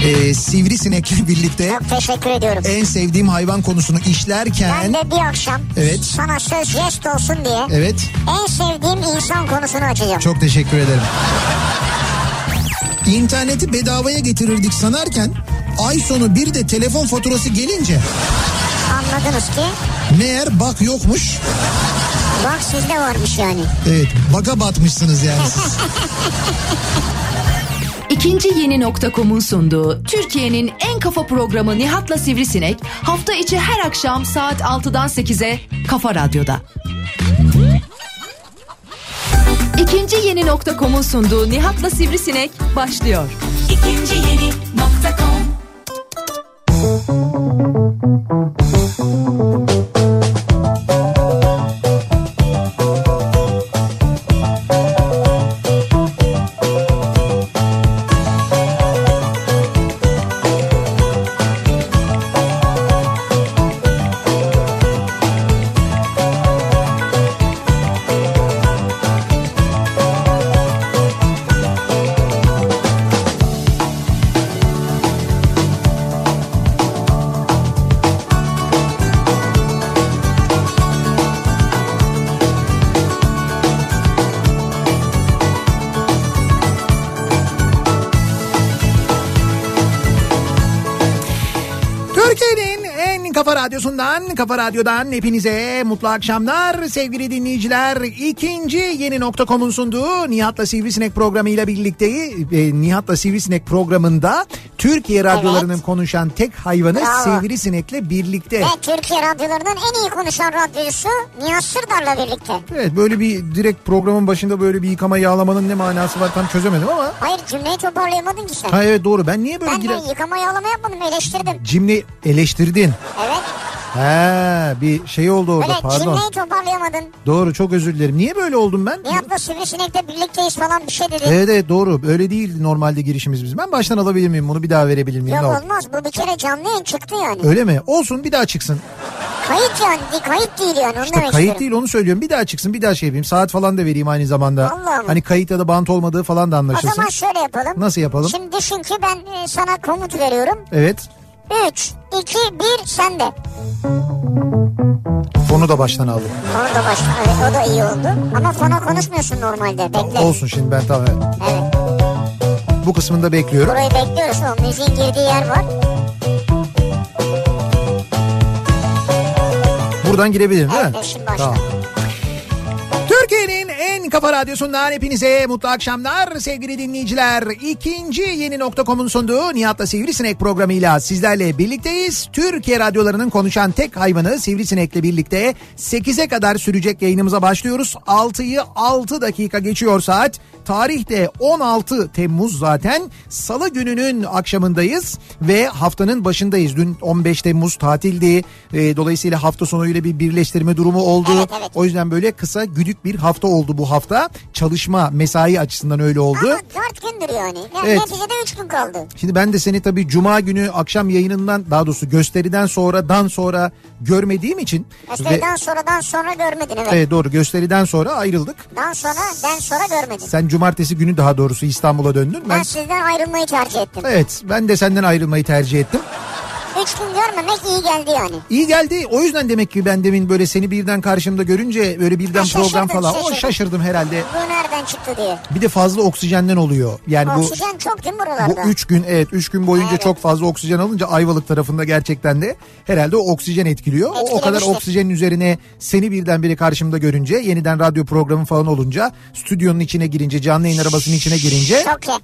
Sivrisinek'le birlikte. Çok teşekkür ediyorum. En sevdiğim hayvan konusunu işlerken. Ben de bir akşam evet. sana söz jest olsun diye. Evet. En sevdiğim insan konusunu açacağım. Çok teşekkür ederim. İnterneti bedavaya getirirdik sanarken ay sonu bir de telefon faturası gelince. Anladınız ki. Meğer bak yokmuş. Bak sizde varmış yani. Evet, baka batmışsınız yani siz. İkinci Yeni.com'un sunduğu Türkiye'nin en kafa programı Nihat'la Sivrisinek hafta içi her akşam saat 6'dan 8'e Kafa Radyo'da. İkinci Yeni.com'un sunduğu Nihat'la Sivrisinek başlıyor. İkinci Yeni.com. Kafa Radyo'dan hepinize mutlu akşamlar sevgili dinleyiciler. İkinci Yeni.com'un sunduğu Nihat'la Sivrisinek programıyla birlikteyiz. Nihat'la Sivrisinek programında Türkiye radyolarının konuşan tek hayvanı Sivrisinek'le birlikte. Ve Türkiye radyolarının en iyi konuşan radyosu Nihat Sırdar'la birlikte. Evet, böyle bir direkt programın başında böyle bir yıkama yağlamanın ne manası var tam çözemedim ama. Hayır, cümleyi toparlayamadın ki sen. Ha evet, doğru, ben niye böyle Ben de yıkama yağlama yapmadım, eleştirdim. Cümle eleştirdin. Evet. He, bir şey oldu orada, öyle, pardon. Cümleyi toparlayamadın. Doğru, çok özür dilerim. Niye böyle oldum ben? Nihat'la Sivrisinek'le birlikteyiz falan bir şey dedin. Evet doğru, öyle değil normalde girişimiz bizim. Ben baştan alabilir miyim, bunu bir daha verebilir miyim? Yok olmaz, bu bir kere canlı yayın çıktı yani. Öyle mi? Olsun, bir daha çıksın. Kayıt yani, kayıt değil yani, onu İşte demek kayıt istedim. değil, onu söylüyorum, bir daha çıksın, bir daha şey yapayım, saat falan da vereyim aynı zamanda. Allah. Hani kayıt ya da bant olmadığı falan da anlaşılsın. O zaman şöyle yapalım. Nasıl yapalım? Şimdi düşün ki ben sana komut veriyorum. Evet. 3, 2, 1 sende. Fonu da baştan aldım. Fonu da baştan, evet, o da iyi oldu. Ama fona konuşmuyorsun normalde, bekle. Olsun, şimdi ben tamam. Evet. Bu kısmında bekliyorum. Burayı bekliyoruz, o müziğin girdiği yer var. Buradan girebilirim değil mi? Evet, şimdi başla. Tamam. Türkiye'nin en kafa radyosundan hepinize mutlu akşamlar sevgili dinleyiciler. İkinci Yeni.com'un sunduğu Nihat'la Sivrisinek programıyla sizlerle birlikteyiz. Türkiye radyolarının konuşan tek hayvanı Sivrisinek'le birlikte 8'e kadar sürecek yayınımıza başlıyoruz. 6'yı 6 dakika geçiyor saat. Tarih de 16 Temmuz zaten. Salı gününün akşamındayız ve haftanın başındayız. Dün 15 Temmuz tatildi. Dolayısıyla hafta sonuyla bir birleştirme durumu oldu. Evet, evet. O yüzden böyle kısa güdük bir hafta oldu bu hafta. Çalışma, mesai açısından öyle oldu. Ama 4 gündür yani. Evet. Neticede 3 gün kaldı. Şimdi ben de seni tabii Cuma günü akşam yayınından, daha doğrusu gösteriden sonra görmediğim için. Gösteriden sonra görmedin, evet. Evet doğru, gösteriden sonra ayrıldık. Den sonra görmedin. Sen cumartesi günü daha doğrusu İstanbul'a döndün. Ben sizden ayrılmayı tercih ettim. Evet, ben de senden ayrılmayı tercih ettim. 3 gün görmemek iyi geldi yani. İyi geldi. O yüzden demek ki ben demin böyle seni birden karşımda görünce böyle birden program falan. Şaşırdım herhalde. Bu nereden çıktı diye. Bir de fazla oksijenden oluyor. Yani oksijen çok değil mi buralarda? Bu 3 gün, evet 3 gün boyunca çok fazla oksijen alınca Ayvalık tarafında gerçekten de herhalde o oksijen etkiliyor. O kadar oksijenin üzerine seni birdenbire karşımda görünce, yeniden radyo programı falan olunca, stüdyonun içine girince, canlı yayın arabasının içine girince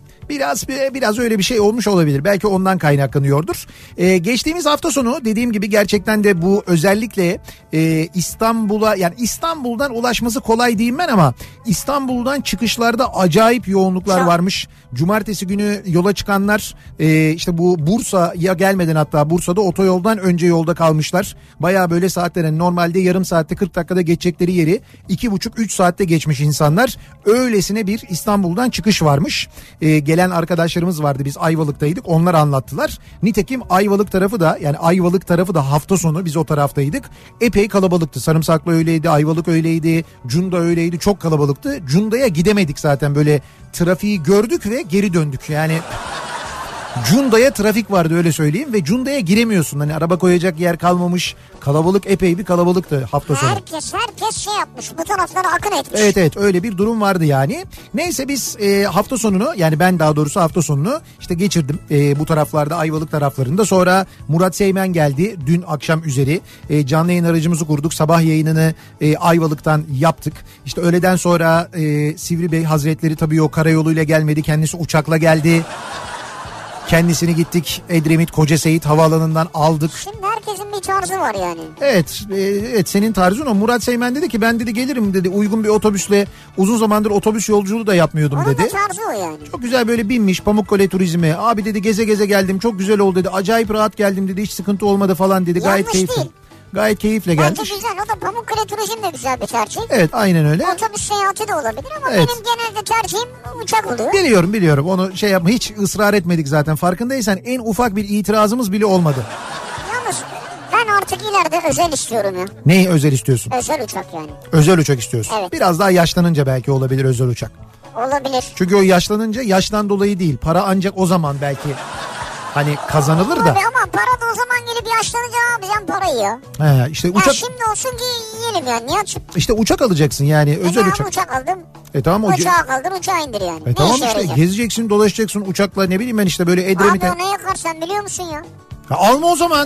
biraz öyle bir şey olmuş olabilir. Belki ondan kaynaklanıyordur. Geçtiğimiz hafta sonu dediğim gibi gerçekten de bu özellikle İstanbul'a, yani İstanbul'dan ulaşması kolay diyeyim ben ama İstanbul'dan çıkışlarda acayip yoğunluklar varmış. Cumartesi günü yola çıkanlar işte bu Bursa'ya gelmeden, hatta Bursa'da otoyoldan önce yolda kalmışlar. Baya böyle saatlere, normalde yarım saatte 40 dakikada geçecekleri yeri 2,5-3 saatte geçmiş insanlar. Öylesine bir İstanbul'dan çıkış varmış. Gelen arkadaşlarımız vardı, biz Ayvalık'taydık, onlar anlattılar. Nitekim Ayvalık tarafı da, yani Ayvalık tarafı da hafta sonu biz o taraftaydık. Epey kalabalıktı. Sarımsaklı öyleydi, Ayvalık öyleydi, Cunda öyleydi, çok kalabalıktı. Cunda'ya gidemedik zaten, böyle trafiği gördük ve geri döndük. Yani Cunda'ya trafik vardı öyle söyleyeyim ve Cunda'ya giremiyorsun. Hani araba koyacak yer kalmamış. Kalabalık, epey bir kalabalıktı hafta sonu. Herkes şey yapmış, bu taraflara akın etmiş. Evet öyle bir durum vardı yani. Neyse biz hafta sonunu, yani ben daha doğrusu hafta sonunu işte geçirdim bu taraflarda, Ayvalık taraflarında. Sonra Murat Seymen geldi dün akşam üzeri. Canlı yayın aracımızı kurduk. Sabah yayınını Ayvalık'tan yaptık. İşte öğleden sonra Sivri Bey Hazretleri tabii o karayoluyla gelmedi. Kendisi uçakla geldi. Kendisini gittik Edremit Kocaseyit havaalanından aldık. Şimdi herkesin bir tarzı var yani. Evet senin tarzın o. Murat Seymen dedi ki ben dedi gelirim dedi, uygun bir otobüsle, uzun zamandır otobüs yolculuğu da yapmıyordum Onun dedi. da tarzı o yani. Çok güzel böyle binmiş Pamukkale Turizm'e. Abi dedi geze geze geldim, çok güzel oldu dedi. Acayip rahat geldim dedi, hiç sıkıntı olmadı falan dedi. Gayet keyifli. Değil. Gayet keyifle gelmiş. Bence güzel, o da Pamukkale Turizm de güzel bir tercih. Evet aynen öyle. Otobüs seyahati de olabilir ama benim genelde tercihim uçak oluyor. Biliyorum onu şey yapma, hiç ısrar etmedik zaten, farkındaysan en ufak bir itirazımız bile olmadı. Yalnız ben artık ileride özel istiyorum ya. Neyi özel istiyorsun? Özel uçak yani. Özel uçak istiyorsun. Evet. Biraz daha yaşlanınca belki olabilir özel uçak. Olabilir. Çünkü o yaşlanınca, yaştan dolayı değil, para ancak o zaman belki hani kazanılır da. Tabii ama para da o zaman gelip yaşlanınca alacağım parayı ya. İşte uçak. Ya şimdi olsun ki yiyelim yani. Nihat? İşte uçak alacaksın yani, özel uçak. Uçak aldım. Tamam uçağı kaldır, uçağı indir yani. Ne tamam işe işte yarayacak? gezeceksin, dolaşacaksın uçakla, ne bileyim ben işte böyle Edremit'e. Abi o ne yakar sen biliyor musun ya? Alma o zaman.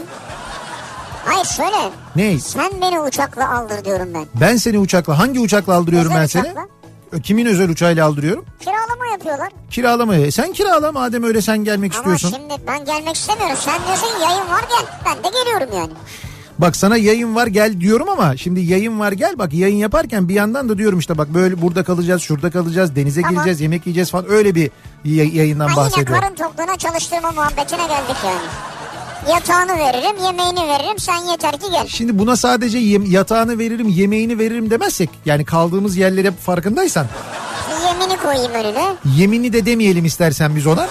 Hayır şöyle. Ne? Sen beni uçakla aldır diyorum ben. Ben seni uçakla, hangi uçakla aldırıyorum özel ben uçakla. seni? Kimin özel uçağıyla aldırıyorum? Kiralama yapıyorlar. Kiralama. Sen kirala madem öyle, sen gelmek istiyorsun. Ama şimdi ben gelmek istemiyorum. Sen diyorsun yayın var gel. Ben de geliyorum yani. Bak sana yayın var gel diyorum ama şimdi yayın var gel, bak yayın yaparken bir yandan da diyorum işte bak böyle burada kalacağız, şurada kalacağız, denize gireceğiz, yemek yiyeceğiz falan, öyle bir yayından bahsediyorum. Yine karın tokluğuna çalıştırma muhabbetine geldik yani. Yatağını veririm, yemeğini veririm, sen yeter ki gel. Şimdi buna sadece yatağını veririm, yemeğini veririm demezsek, yani kaldığımız yerlere farkındaysan. Yemini koyayım önüne. Yemini de demeyelim istersen biz ona.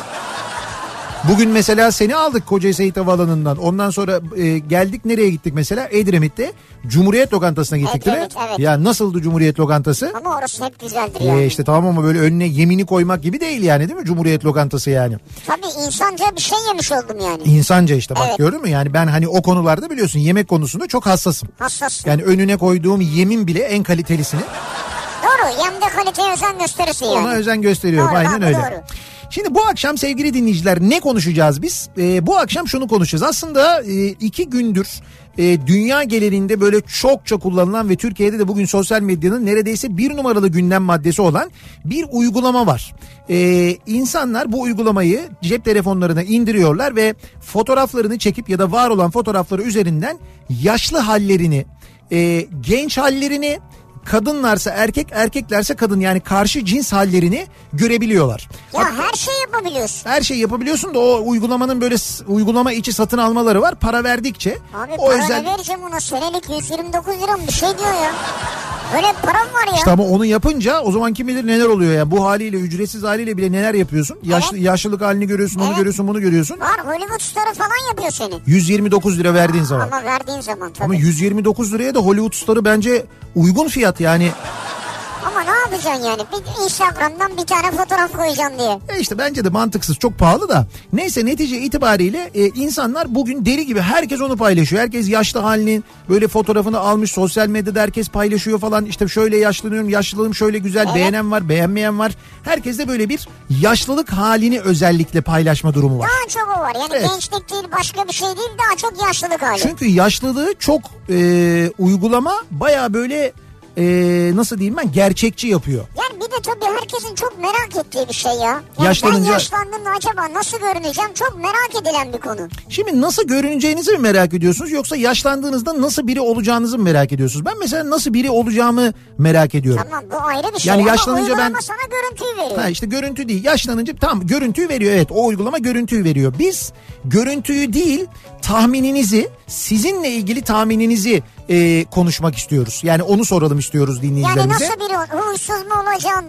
Bugün mesela seni aldık Kocaeli Havaalanı'ndan. Ondan sonra geldik, nereye gittik mesela? Edremit'te Cumhuriyet Lokantası'na gittik değil mi? Evet. Ya nasıldı Cumhuriyet Lokantası? Ama orası hep güzeldir yani. İşte tamam ama böyle önüne yemini koymak gibi değil yani, değil mi Cumhuriyet Lokantası yani? Tabii insanca bir şey yemiş oldum yani. İnsanca işte bak, evet. Gördün mü? Yani ben hani o konularda biliyorsun, yemek konusunda çok hassasım. Hassasın. Yani önüne koyduğum yemin bile en kalitelisini. Doğru, yemde kaliteye özen gösterirsin yani. Ona özen gösteriyorum, doğru, aynen öyle. Doğru. Şimdi bu akşam sevgili dinleyiciler ne konuşacağız biz? Bu akşam şunu konuşacağız. Aslında 2 gündür dünya genelinde böyle çokça kullanılan ve Türkiye'de de bugün sosyal medyanın neredeyse 1 numaralı gündem maddesi olan bir uygulama var. İnsanlar bu uygulamayı cep telefonlarına indiriyorlar ve fotoğraflarını çekip ya da var olan fotoğrafları üzerinden yaşlı hallerini, genç hallerini, kadınlarsa erkek, erkeklerse kadın, yani karşı cins hallerini görebiliyorlar. Ya her şeyi yapabiliyorsun. Her şeyi yapabiliyorsun da o uygulamanın böyle uygulama içi satın almaları var para verdikçe. Abi o para özel... ne vereceğim ona, senelik 129 lira mı bir şey diyor ya. Böyle param var ya. İşte ama onu yapınca o zaman kim bilir neler oluyor ya. Bu haliyle, ücretsiz haliyle bile neler yapıyorsun. Yaşlılık halini görüyorsun, onu görüyorsun, bunu görüyorsun. Var, Hollywood starı falan yapıyor seni. 129 lira verdiğin zaman. Ama verdiğin zaman tabii. Ama 129 liraya da Hollywood starı bence uygun fiyat yani. Ama ne yapacaksın yani? Bir Instagram'dan bir tane fotoğraf koyacaksın diye. İşte bence de mantıksız, çok pahalı da. Neyse netice itibariyle insanlar bugün deli gibi herkes onu paylaşıyor. Herkes yaşlı halinin böyle fotoğrafını almış, sosyal medyada herkes paylaşıyor falan. İşte şöyle yaşlanıyorum, yaşlılığım şöyle güzel, evet. Beğenen var, beğenmeyen var. Herkes de böyle bir yaşlılık halini özellikle paylaşma durumu var. Daha çok o var yani, evet. Gençlik değil, başka bir şey değil, daha çok yaşlılık hali. Çünkü yaşlılığı çok uygulama baya böyle... nasıl diyeyim ben, gerçekçi yapıyor. Yani bir de tabii herkesin çok merak ettiği bir şey ya. Yani yaşlanınca... Ben yaşlandığımda acaba nasıl görüneceğim, çok merak edilen bir konu. Şimdi nasıl görüneceğinizi mi merak ediyorsunuz, yoksa yaşlandığınızda nasıl biri olacağınızı mı merak ediyorsunuz? Ben mesela nasıl biri olacağımı merak ediyorum. Tamam, bu ayrı bir şey yani ama yaşlanınca uygulama sana görüntüyü veriyor. Ha işte görüntü değil, yaşlanınca tamam görüntüyü veriyor, evet, o uygulama görüntüyü veriyor. Biz görüntüyü değil, tahmininizi, sizinle ilgili tahmininizi konuşmak istiyoruz. Yani onu soralım istiyoruz dinleyicilerimize. Yani nasıl biri, huysuz mu olacaksın?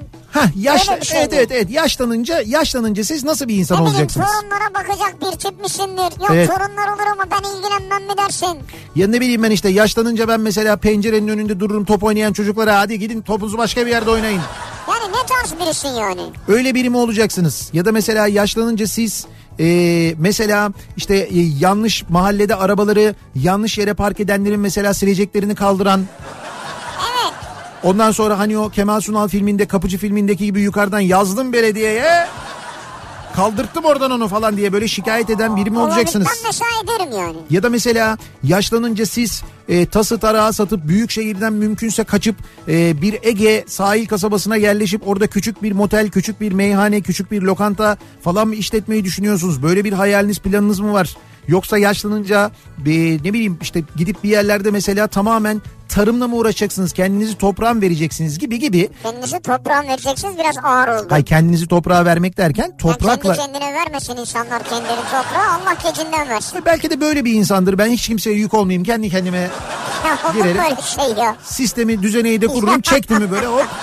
Şey evet yaşlanınca siz nasıl bir insan olacaksınız? Torunlara bakacak bir tip misindir? Yok evet. Torunlar olur ama ben ilgilenmem mi dersin? Ya ne bileyim ben işte, yaşlanınca ben mesela pencerenin önünde dururum, top oynayan çocuklara hadi gidin topunuzu başka bir yerde oynayın. Yani ne tarz birisin yani? Öyle biri mi olacaksınız? Ya da mesela yaşlanınca siz Mesela işte yanlış mahallede arabaları yanlış yere park edenlerin mesela sileceklerini kaldıran. Evet. Ondan sonra hani o Kemal Sunal filminde, Kapıcı filmindeki gibi yukarıdan yazdım belediyeye, kaldırttım oradan onu falan diye böyle şikayet eden biri mi olacaksınız? Ben mesela ederim yani. Ya da mesela yaşlanınca siz tası tarağı satıp büyük şehirden mümkünse kaçıp bir Ege sahil kasabasına yerleşip orada küçük bir motel, küçük bir meyhane, küçük bir lokanta falan mı işletmeyi düşünüyorsunuz? Böyle bir hayaliniz, planınız mı var? Yoksa yaşlanınca ne bileyim işte gidip bir yerlerde mesela tamamen tarımla mı uğraşacaksınız? Kendinizi toprağa mı vereceksiniz gibi. Kendinizi toprağa vereceksiniz, biraz ağır oldu. Hayır, kendinizi toprağa vermek derken toprakla... Kendi kendine vermesin insanlar kendini toprağa, Allah gecinden versin. Belki de böyle bir insandır. Ben hiç kimseye yük olmayayım, kendi kendime girerim. Böyle şey ya. Sistemi, düzeneyi de kururum, çektim mi böyle hop.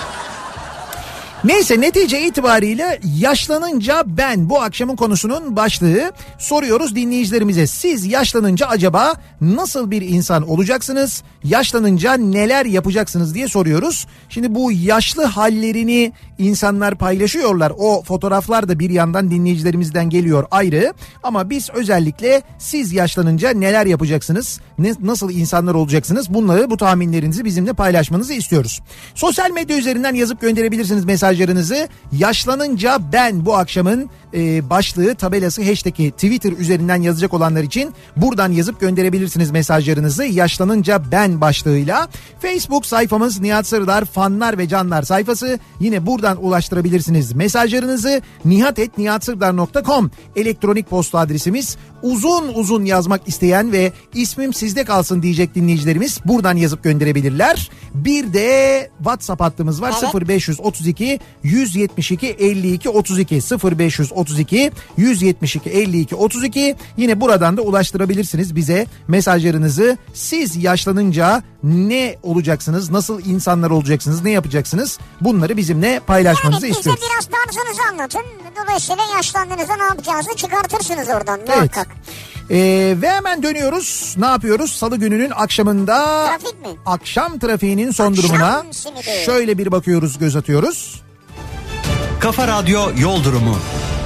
Neyse, netice itibariyle yaşlanınca ben bu akşamın konusunun başlığı. Soruyoruz dinleyicilerimize, siz yaşlanınca acaba nasıl bir insan olacaksınız? Yaşlanınca neler yapacaksınız diye soruyoruz. Şimdi bu yaşlı hallerini insanlar paylaşıyorlar. O fotoğraflar da bir yandan dinleyicilerimizden geliyor ayrı. Ama biz özellikle siz yaşlanınca neler yapacaksınız? Nasıl insanlar olacaksınız? Bunları, bu tahminlerinizi bizimle paylaşmanızı istiyoruz. Sosyal medya üzerinden yazıp gönderebilirsiniz mesajlarınızı. Yaşlanınca ben bu akşamın başlığı, tabelası, hashtag'i Twitter üzerinden yazacak olanlar için buradan yazıp gönderebilirsiniz mesajlarınızı. Yaşlanınca ben başlığıyla. Facebook sayfamız Nihat Sırdar fanlar ve canlar sayfası, yine buradan ulaştırabilirsiniz mesajlarınızı. nihat@nihatsırdar.com elektronik posta adresimiz. Uzun uzun yazmak isteyen ve ismim sizde kalsın diyecek dinleyicilerimiz buradan yazıp gönderebilirler. Bir de WhatsApp hattımız var. Evet. 0532 172 52 32 0532 172 52 32. Yine buradan da ulaştırabilirsiniz bize mesajlarınızı. Siz yaşlanınca ne olacaksınız? Nasıl insanlar olacaksınız? Ne yapacaksınız? Bunları bizimle paylaşmanızı istiyoruz. Bize biraz tarzınızı anlatın. Dolayısıyla yaşlandığınızda ne yapacağınızı çıkartırsınız oradan muhakkak. Ve hemen dönüyoruz. Ne yapıyoruz? Salı gününün akşamında trafik mi? Akşam trafiğinin son durumuna şöyle bir bakıyoruz, göz atıyoruz. Kafa Radyo Yol Durumu.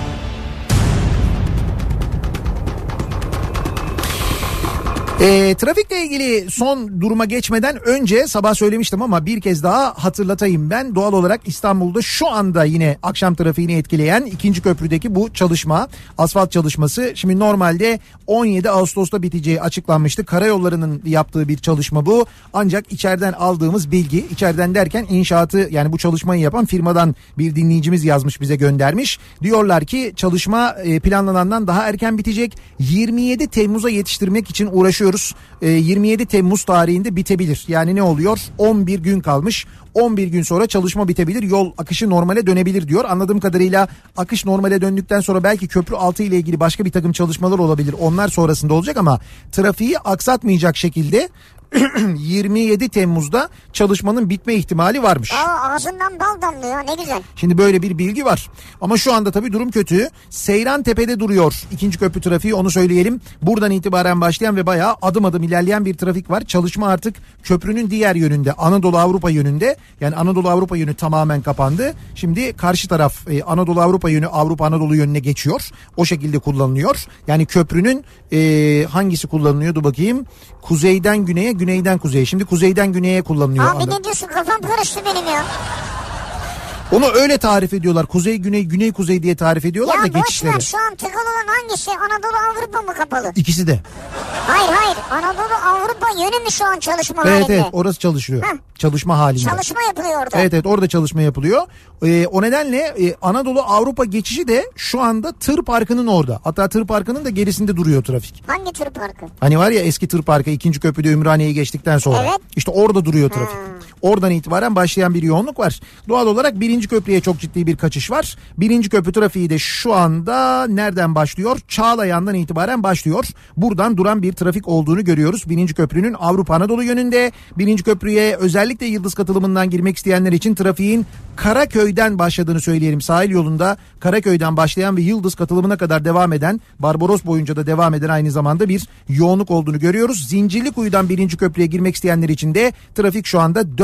Trafikle ilgili son duruma geçmeden önce sabah söylemiştim ama bir kez daha hatırlatayım ben. Doğal olarak İstanbul'da şu anda yine akşam trafiğini etkileyen 2. köprüdeki bu çalışma, asfalt çalışması. Şimdi normalde 17 Ağustos'ta biteceği açıklanmıştı. Karayolları'nın yaptığı bir çalışma bu. Ancak içeriden aldığımız bilgi, içeriden derken inşaatı, yani bu çalışmayı yapan firmadan bir dinleyicimiz yazmış, bize göndermiş. Diyorlar ki çalışma planlanandan daha erken bitecek. 27 Temmuz'a yetiştirmek için uğraşıyor. 27 Temmuz tarihinde bitebilir. Yani ne oluyor? 11 gün kalmış. 11 gün sonra çalışma bitebilir. Yol akışı normale dönebilir diyor. Anladığım kadarıyla akış normale döndükten sonra belki köprü altı ile ilgili başka bir takım çalışmalar olabilir. Onlar sonrasında olacak ama trafiği aksatmayacak şekilde 27 Temmuz'da çalışmanın bitme ihtimali varmış. Ağzından bal damlıyor, ne güzel. Şimdi böyle bir bilgi var. Ama şu anda tabii durum kötü. Seyrantepe'de duruyor 2. köprü trafiği, onu söyleyelim. Buradan itibaren başlayan ve bayağı adım adım ilerleyen bir trafik var. Çalışma artık köprünün diğer yönünde, Anadolu Avrupa yönünde. Yani Anadolu Avrupa yönü tamamen kapandı. Şimdi karşı taraf Anadolu Avrupa yönü Avrupa Anadolu yönüne geçiyor. O şekilde kullanılıyor. Yani köprünün hangisi kullanılıyordu bakayım. Kuzeyden güneye, güneyden kuzeye. Şimdi kuzeyden güneye kullanılıyor. Abi ne diyorsun, kafam karıştı benim ya. Onu öyle tarif ediyorlar. Kuzey güney, güney kuzey diye tarif ediyorlar ya da geçişleri. Ya boşver, şu an tıkalı olan hangisi? Anadolu Avrupa mı kapalı? İkisi de. Hayır Anadolu Avrupa yönü mü şu an çalışma halinde? Evet orası çalışıyor. Çalışma halinde. Çalışma yapılıyor orada. Evet orada çalışma yapılıyor. O nedenle Anadolu Avrupa geçişi de şu anda tır parkının orada. Hatta tır parkının da gerisinde duruyor trafik. Hangi tır parkı? Hani var ya eski tır parkı, 2. köprüde Ümraniye'yi geçtikten sonra. Evet. İşte orada duruyor trafik. Oradan itibaren başlayan bir yoğunluk var. Doğal olarak 1. köprüye çok ciddi bir kaçış var. 1. köprü trafiği de şu anda nereden başlıyor? Çağlayan'dan itibaren başlıyor. Buradan duran bir trafik olduğunu görüyoruz. 1. köprünün Avrupa Anadolu yönünde. 1. köprüye özellikle Yıldız katılımından girmek isteyenler için trafiğin Karaköy'den başladığını söyleyelim. Sahil yolunda Karaköy'den başlayan ve Yıldız katılımına kadar devam eden, Barbaros boyunca da devam eden aynı zamanda bir yoğunluk olduğunu görüyoruz. Zincirlikuyu'dan 1. köprüye girmek isteyenler için de trafik şu anda 4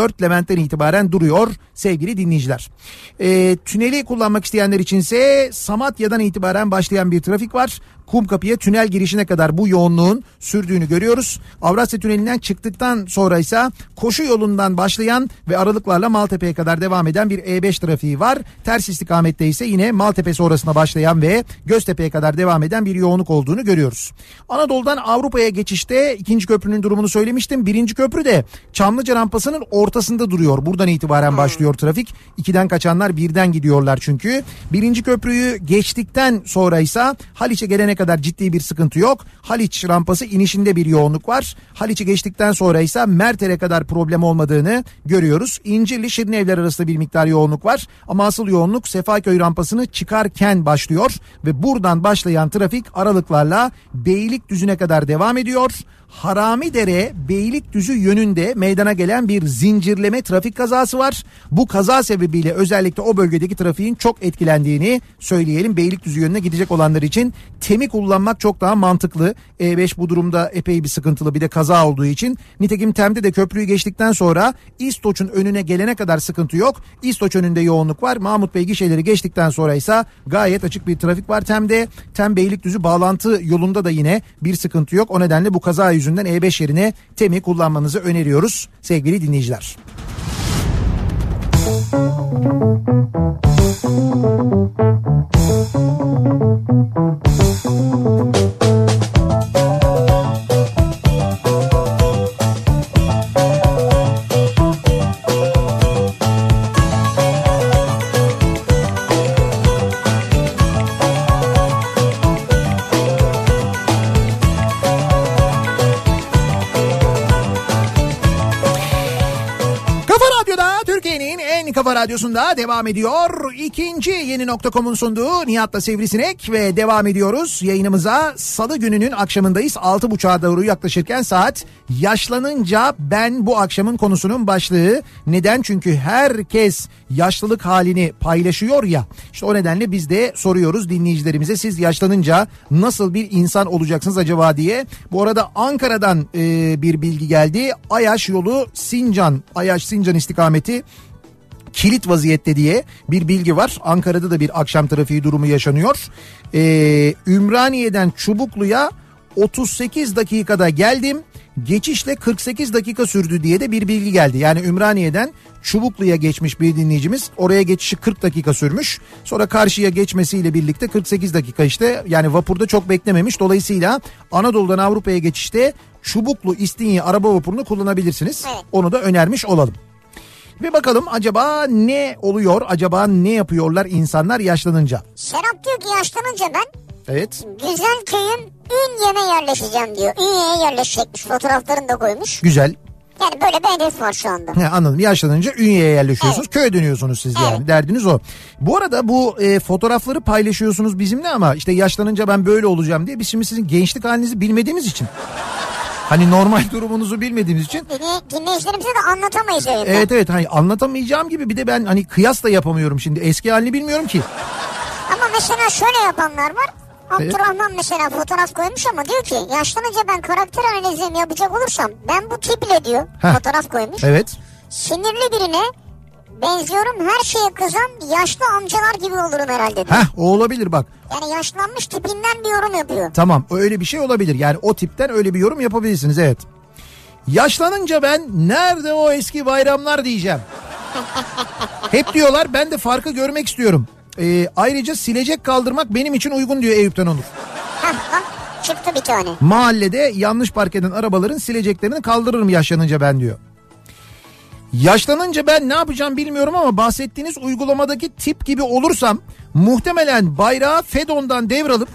4 Levent'ten itibaren duruyor sevgili dinleyiciler. Tüneli kullanmak isteyenler içinse Samatya'dan itibaren başlayan bir trafik var. Kumkapı'ya tünel girişine kadar bu yoğunluğun sürdüğünü görüyoruz. Avrasya Tüneli'nden çıktıktan sonra ise koşu yolundan başlayan ve aralıklarla Maltepe'ye kadar devam eden bir E5 trafiği var. Ters istikamette ise yine Maltepe sonrasına başlayan ve Göztepe'ye kadar devam eden bir yoğunluk olduğunu görüyoruz. Anadolu'dan Avrupa'ya geçişte ikinci köprünün durumunu söylemiştim. Birinci köprü de Çamlıca rampasının ortasında duruyor. Buradan itibaren başlıyor trafik. 2'den kaçanlar 1'den gidiyorlar çünkü. Birinci köprüyü geçtikten sonra ise Haliç'e gelene kadar ciddi bir sıkıntı yok. Haliç rampası inişinde bir yoğunluk var. Haliç'i geçtikten sonra ise Merter'e kadar problem olmadığını görüyoruz. İncirli Şirinevler arasında bir miktar yoğunluk var. Ama asıl yoğunluk Sefaköy rampasını çıkarken başlıyor ve buradan başlayan trafik aralıklarla Beylikdüzü'ne kadar devam ediyor. Haramidere Beylikdüzü yönünde meydana gelen bir zincirleme trafik kazası var. Bu kaza sebebiyle özellikle o bölgedeki trafiğin çok etkilendiğini söyleyelim. Beylikdüzü yönüne gidecek olanlar için TEM'i kullanmak çok daha mantıklı. E5 bu durumda epey bir sıkıntılı, bir de kaza olduğu için. Nitekim TEM'de de köprüyü geçtikten sonra İstoç'un önüne gelene kadar sıkıntı yok. İstoç önünde yoğunluk var. Mahmut Bey gişeleri geçtikten sonra ise gayet açık bir trafik var TEM'de. TEM Beylikdüzü bağlantı yolunda da yine bir sıkıntı yok. O nedenle bu kaza yüzünden E5 yerine TEM'i kullanmanızı öneriyoruz sevgili dinleyiciler. Kafa Radyosu'nda devam ediyor. İkinci Yeni Nokta.com'un sunduğu Nihat'la Sivrisinek ve devam ediyoruz yayınımıza. Salı gününün akşamındayız. 6.30'a doğru yaklaşırken saat. Yaşlanınca ben bu akşamın konusunun başlığı. Neden? Çünkü herkes yaşlılık halini paylaşıyor ya. İşte o nedenle biz de soruyoruz dinleyicilerimize, siz yaşlanınca nasıl bir insan olacaksınız acaba diye. Bu arada Ankara'dan bir bilgi geldi. Ayaş yolu Sincan, Ayaş-Sincan istikameti kilit vaziyette diye bir bilgi var. Ankara'da da bir akşam trafiği durumu yaşanıyor. Ümraniye'den Çubuklu'ya 38 dakikada geldim. Geçişle 48 dakika sürdü diye de bir bilgi geldi. Yani Ümraniye'den Çubuklu'ya geçmiş bir dinleyicimiz. Oraya geçişi 40 dakika sürmüş. Sonra karşıya geçmesiyle birlikte 48 dakika işte. Yani vapurda çok beklememiş. Dolayısıyla Anadolu'dan Avrupa'ya geçişte Çubuklu İstinye araba vapurunu kullanabilirsiniz. Evet. Onu da önermiş olalım. Ve bakalım acaba ne oluyor? Acaba ne yapıyorlar insanlar yaşlanınca? Serap diyor ki yaşlanınca ben evet, Güzelköy'ün Ünye'ne yerleşeceğim diyor. Ünye'ye yerleşecekmiş, fotoğraflarını da koymuş. Güzel. Yani böyle bir hedef var şu anda. He, anladım. Yaşlanınca Ünye'ye yerleşiyorsunuz. Evet. Köye dönüyorsunuz siz yani. Evet. Derdiniz o. Bu arada bu fotoğrafları paylaşıyorsunuz bizimle ama işte yaşlanınca ben böyle olacağım diye biz şimdi sizin gençlik halinizi bilmediğimiz için... Hani normal durumunuzu bilmediğimiz için. Dinleyicilerimize de anlatamayız öyle. Evet hani anlatamayacağım gibi bir de ben hani kıyas da yapamıyorum şimdi. Eski halini bilmiyorum ki. Ama mesela şöyle yapanlar var. Abdurrahman mesela fotoğraf koymuş ama diyor ki yaşlanınca ben karakter analizimi yapacak olursam ben bu tiple diyor. Fotoğraf koymuş. Evet. Sinirli birine benziyorum, her şeye kızan yaşlı amcalar gibi olurum herhalde diyor. O olabilir bak. Yani yaşlanmış tipinden bir yorum yapıyor. Tamam, öyle bir şey olabilir. Yani o tipten öyle bir yorum yapabilirsiniz, evet. Yaşlanınca ben nerede o eski bayramlar diyeceğim. Hep diyorlar, ben de farkı görmek istiyorum. Ayrıca silecek kaldırmak benim için uygun diyor Eyüp'ten Onur. Çıktı bir tane. Mahallede yanlış park eden arabaların sileceklerini kaldırırım yaşlanınca ben diyor. Yaşlanınca ben ne yapacağım bilmiyorum ama bahsettiğiniz uygulamadaki tip gibi olursam muhtemelen bayrağı Fedon'dan devralıp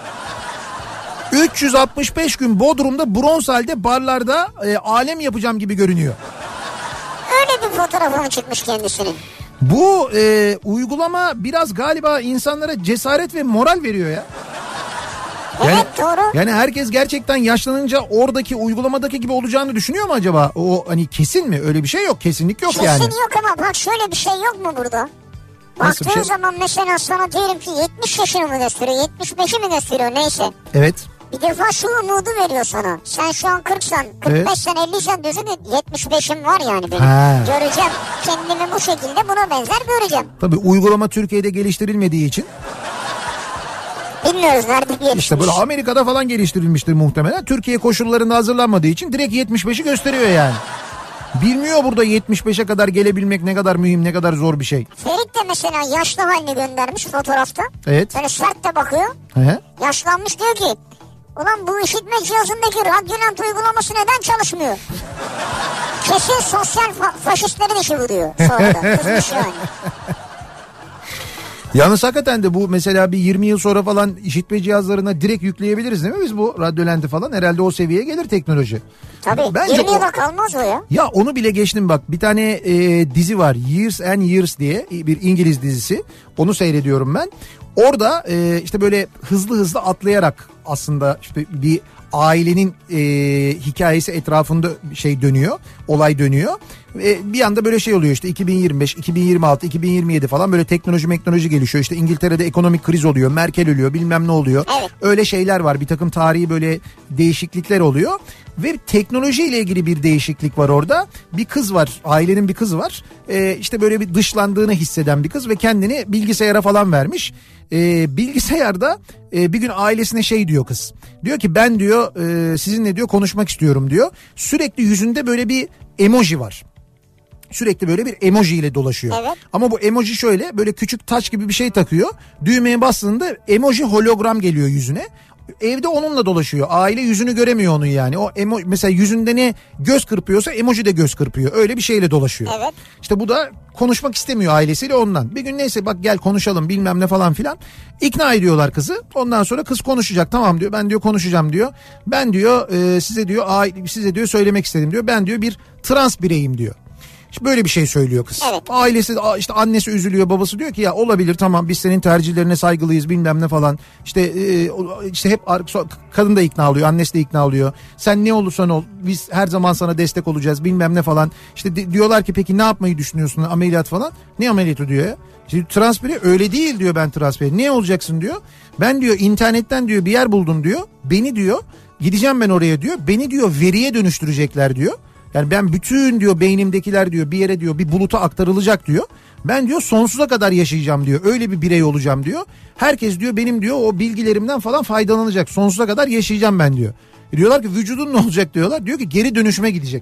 365 gün Bodrum'da bronz halde barlarda alem yapacağım gibi görünüyor. Öyle bir fotoğrafı çıkmış kendisinin. Bu uygulama biraz galiba insanlara cesaret ve moral veriyor ya. Yani, evet doğru. Yani herkes gerçekten yaşlanınca oradaki uygulamadaki gibi olacağını düşünüyor mu acaba? O hani kesin mi? Öyle bir şey yok. Kesinlik yok kesin yani. Kesin yok ama bak şöyle bir şey yok mu burada? Baktığın şey? Zaman mesela sana diyelim ki 70 yaşını mı gösteriyor? 75'i mi gösteriyor? Neyse. Evet. Bir defa şu umudu veriyor sana. Sen şu an 40'san, 45'sen, 50'sen diyorsun ki 75'im var yani benim. Göreceğim. Kendimi bu şekilde buna benzer göreceğim. Tabii uygulama Türkiye'de geliştirilmediği için. Bilmiyoruz nerede gelişmiş. İşte böyle Amerika'da falan geliştirilmiştir muhtemelen. Türkiye koşullarında hazırlanmadığı için direkt 75'i gösteriyor yani. Bilmiyor burada 75'e kadar gelebilmek ne kadar mühim, ne kadar zor bir şey. Ferit de mesela yaşlı halini göndermiş fotoğrafta. Evet. Böyle sert de bakıyor. He. Yaşlanmış, diyor ki ulan bu işitme cihazındaki Radyolent uygulaması neden çalışmıyor? Kesin sosyal faşistlerin işi bu diyor. Sonra da kızmış yani. Yalnız hakikaten de bu mesela bir 20 yıl sonra falan işitme cihazlarına direkt yükleyebiliriz değil mi biz bu Radyolent'i falan? Herhalde o seviyeye gelir teknoloji. Tabii. Bence 20 yıla kalmaz o ya. Ya onu bile geçtim bak. Bir tane dizi var, Years and Years diye bir İngiliz dizisi. Onu seyrediyorum ben. Orada işte böyle hızlı atlayarak aslında işte bir ailenin hikayesi etrafında şey dönüyor, olay dönüyor. Bir anda böyle şey oluyor işte 2025, 2026, 2027 falan böyle teknoloji gelişiyor. İşte İngiltere'de ekonomik kriz oluyor, Merkel ölüyor, bilmem ne oluyor. Evet. Öyle şeyler var, bir takım tarihi böyle değişiklikler oluyor. Ve teknolojiyle ilgili bir değişiklik var orada. Bir kız var, ailenin bir kızı var. İşte böyle bir dışlandığını hisseden bir kız ve kendini bilgisayara falan vermiş. Bilgisayarda bir gün ailesine şey diyor kız. Diyor ki ben diyor sizinle diyor konuşmak istiyorum diyor. Sürekli yüzünde böyle bir emoji var. Sürekli böyle bir emoji ile dolaşıyor. Evet. Ama bu emoji şöyle böyle küçük taç gibi bir şey takıyor. Düğmeye bastığında emoji hologram geliyor yüzüne. Evde onunla dolaşıyor. Aile yüzünü göremiyor onun yani. O mesela yüzünde ne göz kırpıyorsa emoji de göz kırpıyor. Öyle bir şeyle dolaşıyor. Evet. İşte bu da konuşmak istemiyor ailesiyle ondan. Bir gün neyse bak gel konuşalım bilmem ne falan filan. İkna ediyorlar kızı. Ondan sonra kız konuşacak. Tamam diyor ben diyor konuşacağım diyor. Ben diyor size diyor söylemek istedim diyor. Ben diyor bir trans bireyim diyor. Böyle bir şey söylüyor kız. Evet. Ailesi işte annesi üzülüyor, babası diyor ki ya olabilir tamam biz senin tercihlerine saygılıyız bilmem ne falan. İşte hep kadın da ikna oluyor, annesi de ikna oluyor. Sen ne olursan ol biz her zaman sana destek olacağız bilmem ne falan. İşte diyorlar ki peki ne yapmayı düşünüyorsun, ameliyat falan. Ne ameliyatı diyor ya. Şimdi trans biri öyle değil diyor, ben trans biri. Ne olacaksın diyor. Ben diyor internetten diyor bir yer buldum diyor. Beni diyor gideceğim ben oraya diyor. Beni diyor veriye dönüştürecekler diyor. Yani ben bütün diyor beynimdekiler diyor bir yere diyor bir buluta aktarılacak diyor. Ben diyor sonsuza kadar yaşayacağım diyor. Öyle bir birey olacağım diyor. Herkes diyor benim diyor o bilgilerimden falan faydalanacak. Sonsuza kadar yaşayacağım ben diyor. Diyorlar ki vücudun ne olacak diyorlar. Diyor ki geri dönüşüme gidecek.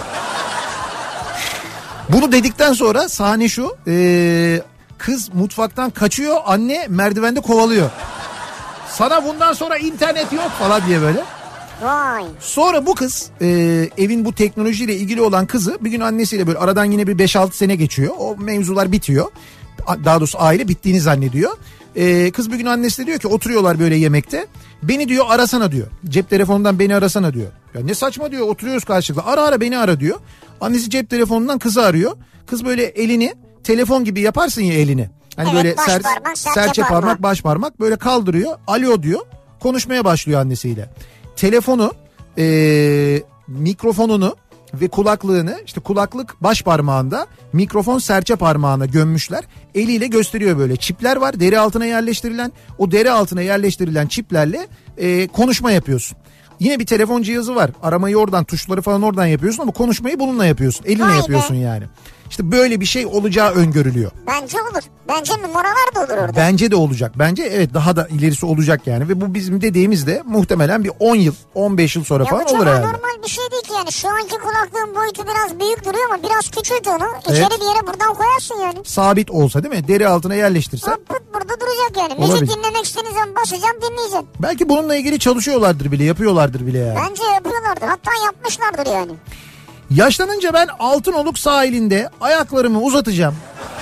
Bunu dedikten sonra sahne şu. Kız mutfaktan kaçıyor. Anne merdivende kovalıyor. Sana bundan sonra internet yok falan diye böyle. Vay. Sonra bu kız evin bu teknolojiyle ilgili olan kızı bir gün annesiyle böyle aradan yine bir 5-6 sene geçiyor. O mevzular bitiyor. Daha doğrusu aile bittiğini zannediyor. Kız bir gün annesi diyor ki oturuyorlar böyle yemekte. Beni diyor arasana diyor. Cep telefonundan beni arasana diyor. Ya ne saçma diyor, oturuyoruz karşılıklı. Ara beni ara diyor. Annesi cep telefonundan kızı arıyor. Kız böyle elini telefon gibi yaparsın ya elini. Hani evet, böyle serçe parmak baş parmak böyle kaldırıyor. Alo diyor. Konuşmaya başlıyor annesiyle. Telefonu, mikrofonunu ve kulaklığını işte kulaklık baş parmağında, mikrofon serçe parmağına gömmüşler. Eliyle gösteriyor böyle. Çipler var deri altına yerleştirilen. O deri altına yerleştirilen çiplerle konuşma yapıyorsun. Yine bir telefon cihazı var. Aramayı oradan, tuşları falan oradan yapıyorsun ama konuşmayı bununla yapıyorsun. Elinle yapıyorsun yani. İşte böyle bir şey olacağı öngörülüyor. Bence olur. Bence numaralar da olur orada. Bence de olacak. Bence evet daha da ilerisi olacak yani. Ve bu bizim dediğimiz de muhtemelen bir 10 yıl, 15 yıl sonra falan olur herhalde. Normal bir şey değil ki yani. Şu anki kulaklığın boyutu biraz büyük duruyor ama biraz küçült onu. İçeri bir yere buradan koyarsın yani. Sabit olsa değil mi? Deri altına yerleştirsen. Burada duracak yani. Olabilir. Müzik dinlemek istediğin zaman basacağım dinleyeceksin. Belki bununla ilgili çalışıyorlardır bile, yapıyorlardır bile yani. Bence yapıyorlardır. Hatta yapmışlardır yani. Yaşlanınca ben Altınoluk sahilinde ayaklarımı uzatacağım.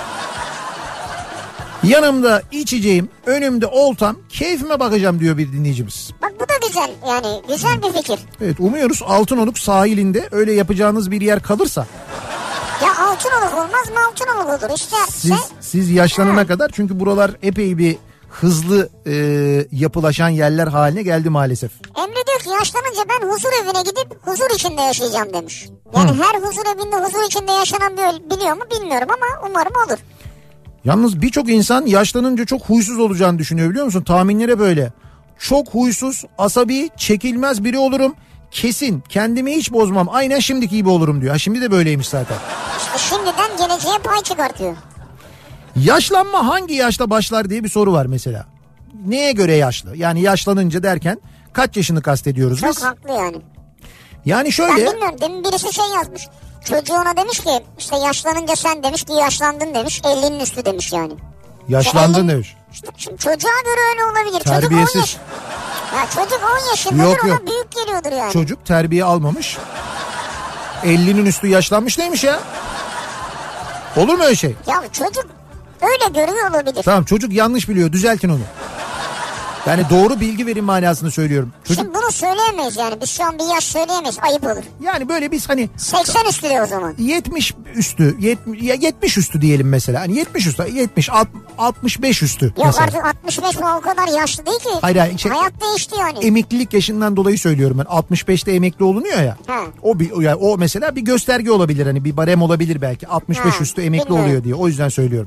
Yanımda içeceğim, önümde oltam, keyfime bakacağım diyor bir dinleyicimiz. Bak bu da güzel yani güzel bir fikir. Evet umuyoruz Altınoluk sahilinde öyle yapacağınız bir yer kalırsa. Ya Altınoluk olmaz mı Altınoluk olur işte. Siz yaşlanana kadar çünkü buralar epey bir hızlı yapılaşan yerler haline geldi maalesef. Emre diyor ki yaşlanınca ben huzur evine gidip huzur içinde yaşayacağım demiş. Yani her huzur evinde huzur içinde yaşanan biliyor mu bilmiyorum ama umarım olur. Yalnız birçok insan yaşlanınca çok huysuz olacağını düşünüyor biliyor musun? Tahminlere böyle. Çok huysuz, asabi, çekilmez biri olurum. Kesin kendimi hiç bozmam. Aynen şimdiki gibi olurum diyor. Ha, şimdi de böyleymiş zaten. İşte şimdiden geleceğe pay çıkartıyor. Yaşlanma hangi yaşta başlar diye bir soru var mesela. Neye göre yaşlı? Yani yaşlanınca derken kaç yaşını kastediyoruz Çok biz? Çok haklı yani. Yani şöyle. Ben bilmiyorum, demin birisi şey yazmış. Çocuğu ona demiş ki işte yaşlanınca sen demiş ki yaşlandın demiş, 50'nin üstü demiş yani. Yaşlandın demiş. İşte şimdi çocuğa göre öyle olabilir. Terbiyesiz. Çocuk 10 yaş. Ya çocuk 10 yaşındadır, Yok, ona yok. büyük geliyordur yani. Çocuk terbiye almamış. 50'nin üstü yaşlanmış neymiş ya? Olur mu öyle şey? Ya çocuk öyle görüyor olabilir. Tamam, çocuk yanlış biliyor, düzeltin onu. Yani doğru bilgi verin manasını söylüyorum. Çocuk... Şimdi bunu söyleyemeyiz yani. Biz şu an bir yaş söyleyemeyiz. Ayıp olur. Yani böyle biz hani 80 üstü de o zaman. 70 üstü, 70 üstü diyelim mesela. Hani 70 üstü, 70, 65 üstü. Yok mesela. artık 65 mi, o kadar yaşlı değil ki. Hayır, hayat değişti yani. Emeklilik yaşından dolayı söylüyorum ben. 65'te emekli olunuyor ya. Ha. Yani o mesela bir gösterge olabilir, hani bir barem olabilir belki. 65 üstü emekli bilmiyorum. oluyor diye. O yüzden söylüyorum.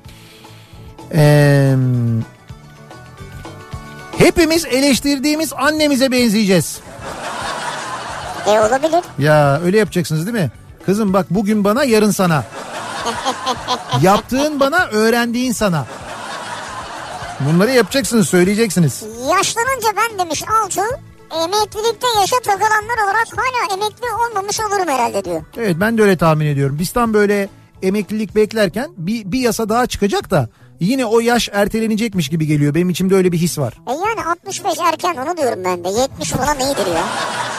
Hepimiz eleştirdiğimiz annemize benzeyeceğiz. Olabilir. Ya öyle yapacaksınız değil mi? Kızım bak, bugün bana, yarın sana. Yaptığın bana, öğrendiğin sana. Bunları yapacaksınız, söyleyeceksiniz. Yaşlanınca ben demiş Altuğ, emeklilikte yaşa takılanlar olarak hala emekli olmamış olurum herhalde diyor. Evet, ben de öyle tahmin ediyorum. Biz tam böyle emeklilik beklerken bir yasa daha çıkacak da yine o yaş ertelenecekmiş gibi geliyor. Benim içimde öyle bir his var. Yani 65 erken, onu diyorum ben de. 70 falan iyidir ya.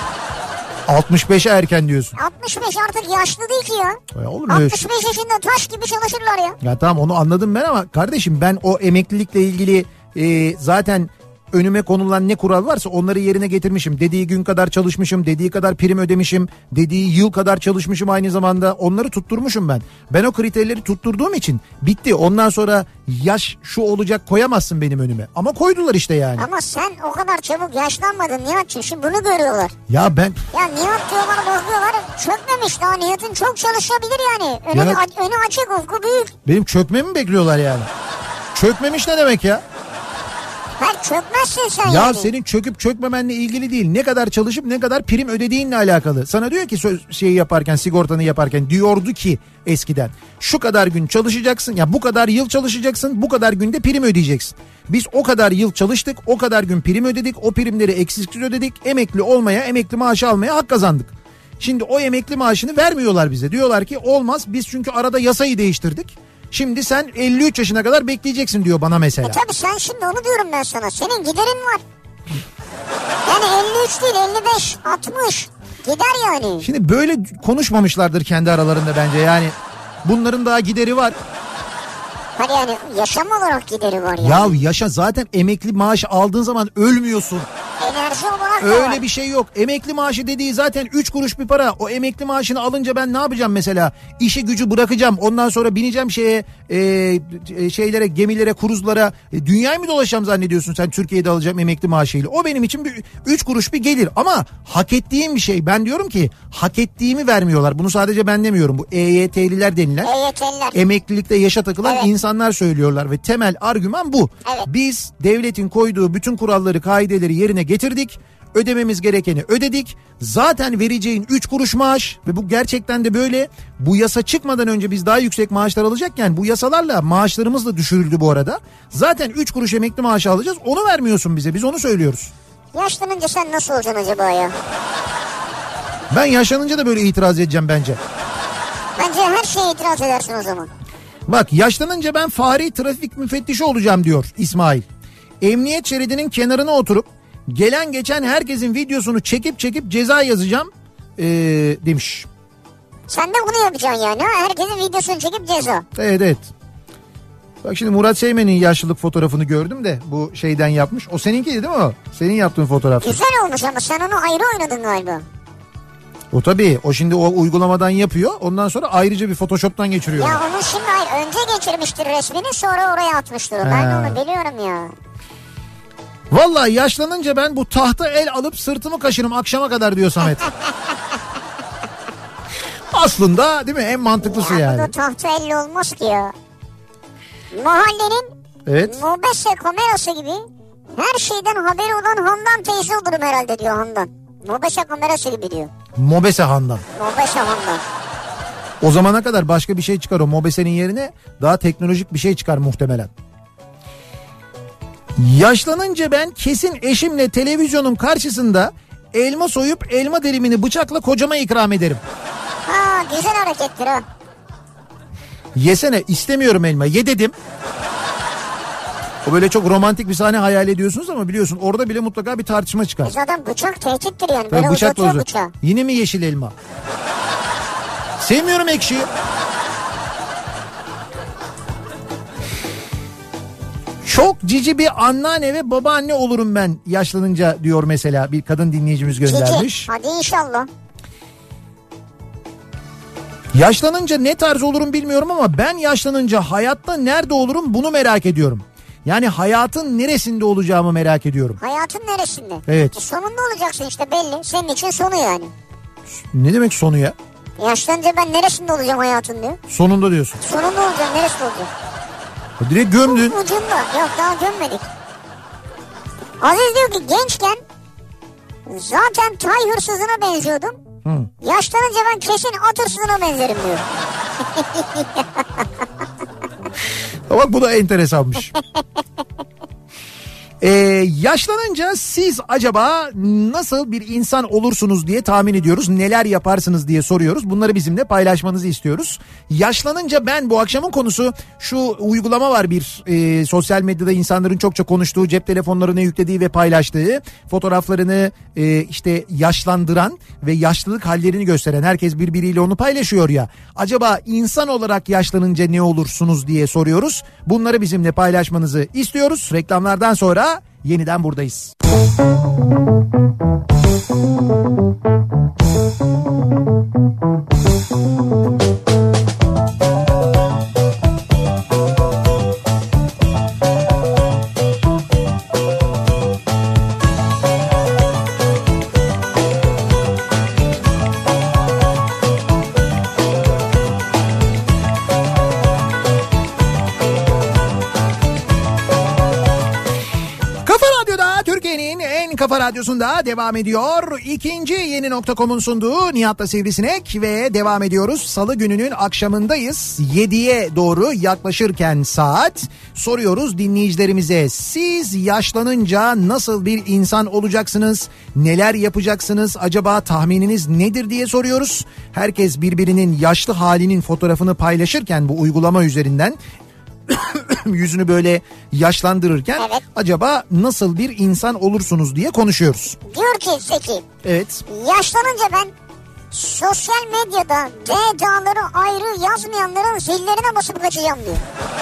65'e erken diyorsun. 65 artık yaşlı değil ki ya. Ya olur mu 65 yaşında taş gibi çalışırlar ya. Ya tamam, onu anladım ben ama kardeşim, ben o emeklilikle ilgili zaten önüme konulan ne kural varsa onları yerine getirmişim. Dediği gün kadar çalışmışım, dediği kadar prim ödemişim, dediği yıl kadar çalışmışım, aynı zamanda onları tutturmuşum ben. Ben o kriterleri tutturduğum için bitti. Ondan sonra yaş şu olacak koyamazsın benim önüme. Ama koydular işte yani. Ama sen o kadar çabuk yaşlanmadın Nihat'cığım, şimdi bunu görüyorlar. Ya ben... Ya Nihat diyorlar, bakıyorlar çökmemiş daha, Nihat'ın çok çalışabilir yani. Önü açık, ufku büyük. Benim çökmemi bekliyorlar yani. Çökmemiş ne demek ya? Hayır, çökmezsin sen ya yani. Senin çöküp çökmemenle ilgili değil. Ne kadar çalışıp ne kadar prim ödediğinle alakalı. Sana diyor ki şeyi yaparken, sigortanı yaparken diyordu ki eskiden şu kadar gün çalışacaksın, ya bu kadar yıl çalışacaksın, bu kadar günde prim ödeyeceksin. Biz o kadar yıl çalıştık, o kadar gün prim ödedik, o primleri eksiksiz ödedik, emekli olmaya, emekli maaşı almaya hak kazandık. Şimdi o emekli maaşını vermiyorlar bize. Diyorlar ki olmaz, biz çünkü arada yasayı değiştirdik. Şimdi sen 53 yaşına kadar bekleyeceksin diyor bana mesela. Tabii sen şimdi, onu diyorum ben sana. Senin giderin var. Yani 53 değil, 55, 60 gider yani. Şimdi böyle konuşmamışlardır kendi aralarında bence yani. Bunların daha gideri var. Hani yani yaşam olarak gideri var yani. Ya yaşa, zaten emekli maaşı aldığın zaman ölmüyorsun. Enerji olarak da öyle var. Bir şey yok. Emekli maaşı dediği zaten 3 kuruş bir para. O emekli maaşını alınca ben ne yapacağım mesela? İşi gücü bırakacağım. Ondan sonra bineceğim şeylere, gemilere, kruzlara. Dünyayı mı dolaşacağım zannediyorsun sen, Türkiye'de alacağım emekli maaşıyla? O benim için 3 kuruş bir gelir. Ama hak ettiğim bir şey. Ben diyorum ki hak ettiğimi vermiyorlar. Bunu sadece ben demiyorum. Bu EYT'liler denilen. Emeklilikte yaşa takılan insanlar söylüyorlar ve temel argüman bu. Evet. Biz devletin koyduğu bütün kuralları, kaideleri yerine getirdik. Ödememiz gerekeni ödedik. Zaten vereceğin 3 kuruş maaş, ve bu gerçekten de böyle. Bu yasa çıkmadan önce biz daha yüksek maaşlar alacakken bu yasalarla maaşlarımız da düşürüldü bu arada. Zaten 3 kuruş emekli maaşı alacağız. Onu vermiyorsun bize. Biz onu söylüyoruz. Yaşlanınca sen nasıl olacaksın acaba ya? Ben yaşlanınca da böyle itiraz edeceğim bence. Bence her şeye itiraz edersin o zaman. Bak, yaşlanınca ben fahri trafik müfettişi olacağım diyor İsmail. Emniyet şeridinin kenarına oturup gelen geçen herkesin videosunu çekip ceza yazacağım demiş. Sen de bunu yapacaksın yani, ha? Herkesin videosunu çekip ceza. Evet. Bak şimdi Murat Seymen'in yaşlılık fotoğrafını gördüm de bu şeyden yapmış. O seninkiydi değil mi o? Senin yaptığın fotoğraf. Güzel olmuş ama sen onu ayrı oynadın galiba. O tabii, o şimdi o uygulamadan yapıyor. Ondan sonra ayrıca bir Photoshop'tan geçiriyor. Ya onu şimdi önce geçirmiştir resmini, sonra oraya atmıştır. Ben onu biliyorum ya. Vallahi yaşlanınca ben bu tahta el alıp sırtımı kaşırım akşama kadar diyor Samet. Aslında değil mi, en mantıklısı ya yani. Bu da tahta elle olmaz ki ya. Mahallenin mobese kamerası gibi Her şeyden haberi olan Handan teyze olurum herhalde diyor Handan. Mobese kamerası gibi diyor. Mobese Handan. Mobese Handan. O zamana kadar başka bir şey çıkar o Mobese'nin yerine, daha teknolojik bir şey çıkar muhtemelen. Yaşlanınca ben kesin eşimle televizyonun karşısında elma soyup elma dilimini bıçakla kocama ikram ederim. Ha, güzel harekettir ha. Yesene, istemiyorum elma, ye dedim. O böyle çok romantik bir sahne hayal ediyorsunuz ama biliyorsun orada bile mutlaka bir tartışma çıkar. Zaten bıçak tehdittir yani. Böyle bıçakla uzatıyor bıçağı. Yine mi yeşil elma? Sevmiyorum ekşiyi. Çok cici bir anneanne ve babaanne olurum ben yaşlanınca diyor mesela bir kadın dinleyicimiz göndermiş. Cici, hadi inşallah. Yaşlanınca ne tarz olurum bilmiyorum ama ben yaşlanınca hayatta nerede olurum bunu merak ediyorum. Yani hayatın neresinde olacağımı merak ediyorum. Hayatın neresinde? Evet. Sonunda olacaksın işte, belli. Senin için sonu yani. Ne demek sonu ya? Yaşlanınca ben neresinde olacağım hayatın diyor. Sonunda diyorsun. Sonunda olacağım, neresinde olacağım? Direkt gömdün. Ucunda. Yok, daha gömmedik. Aziz diyor ki gençken zaten tay hırsızına benziyordum. Yaşlanınca ben kesin at hırsızına benzerim diyor. Bak bu da enteresanmış. Yaşlanınca siz acaba nasıl bir insan olursunuz diye tahmin ediyoruz. Neler yaparsınız diye soruyoruz. Bunları bizimle paylaşmanızı istiyoruz. Yaşlanınca ben, bu akşamın konusu şu uygulama var, bir sosyal medyada insanların çokça konuştuğu, cep telefonlarına yüklediği ve paylaştığı fotoğraflarını işte yaşlandıran ve yaşlılık hallerini gösteren, herkes birbiriyle onu paylaşıyor ya. Acaba insan olarak yaşlanınca ne olursunuz diye soruyoruz. Bunları bizimle paylaşmanızı istiyoruz. Reklamlardan sonra yeniden buradayız. Kafa Radyosu'nda devam ediyor. İkinci Yeni Nokta.com'un sunduğu Nihat'la Sivrisinek ve devam ediyoruz. Salı gününün akşamındayız. 7'ye doğru yaklaşırken saat, soruyoruz dinleyicilerimize. Siz yaşlanınca nasıl bir insan olacaksınız? Neler yapacaksınız? Acaba tahmininiz nedir diye soruyoruz. Herkes birbirinin yaşlı halinin fotoğrafını paylaşırken bu uygulama üzerinden yüzünü böyle yaşlandırırken evet, acaba nasıl bir insan olursunuz diye konuşuyoruz. Diyor ki Zeki. Evet. Yaşlanınca ben sosyal medyada D-Dağları ayrı yazmayanların zillerine basıp kaçacağım diyor.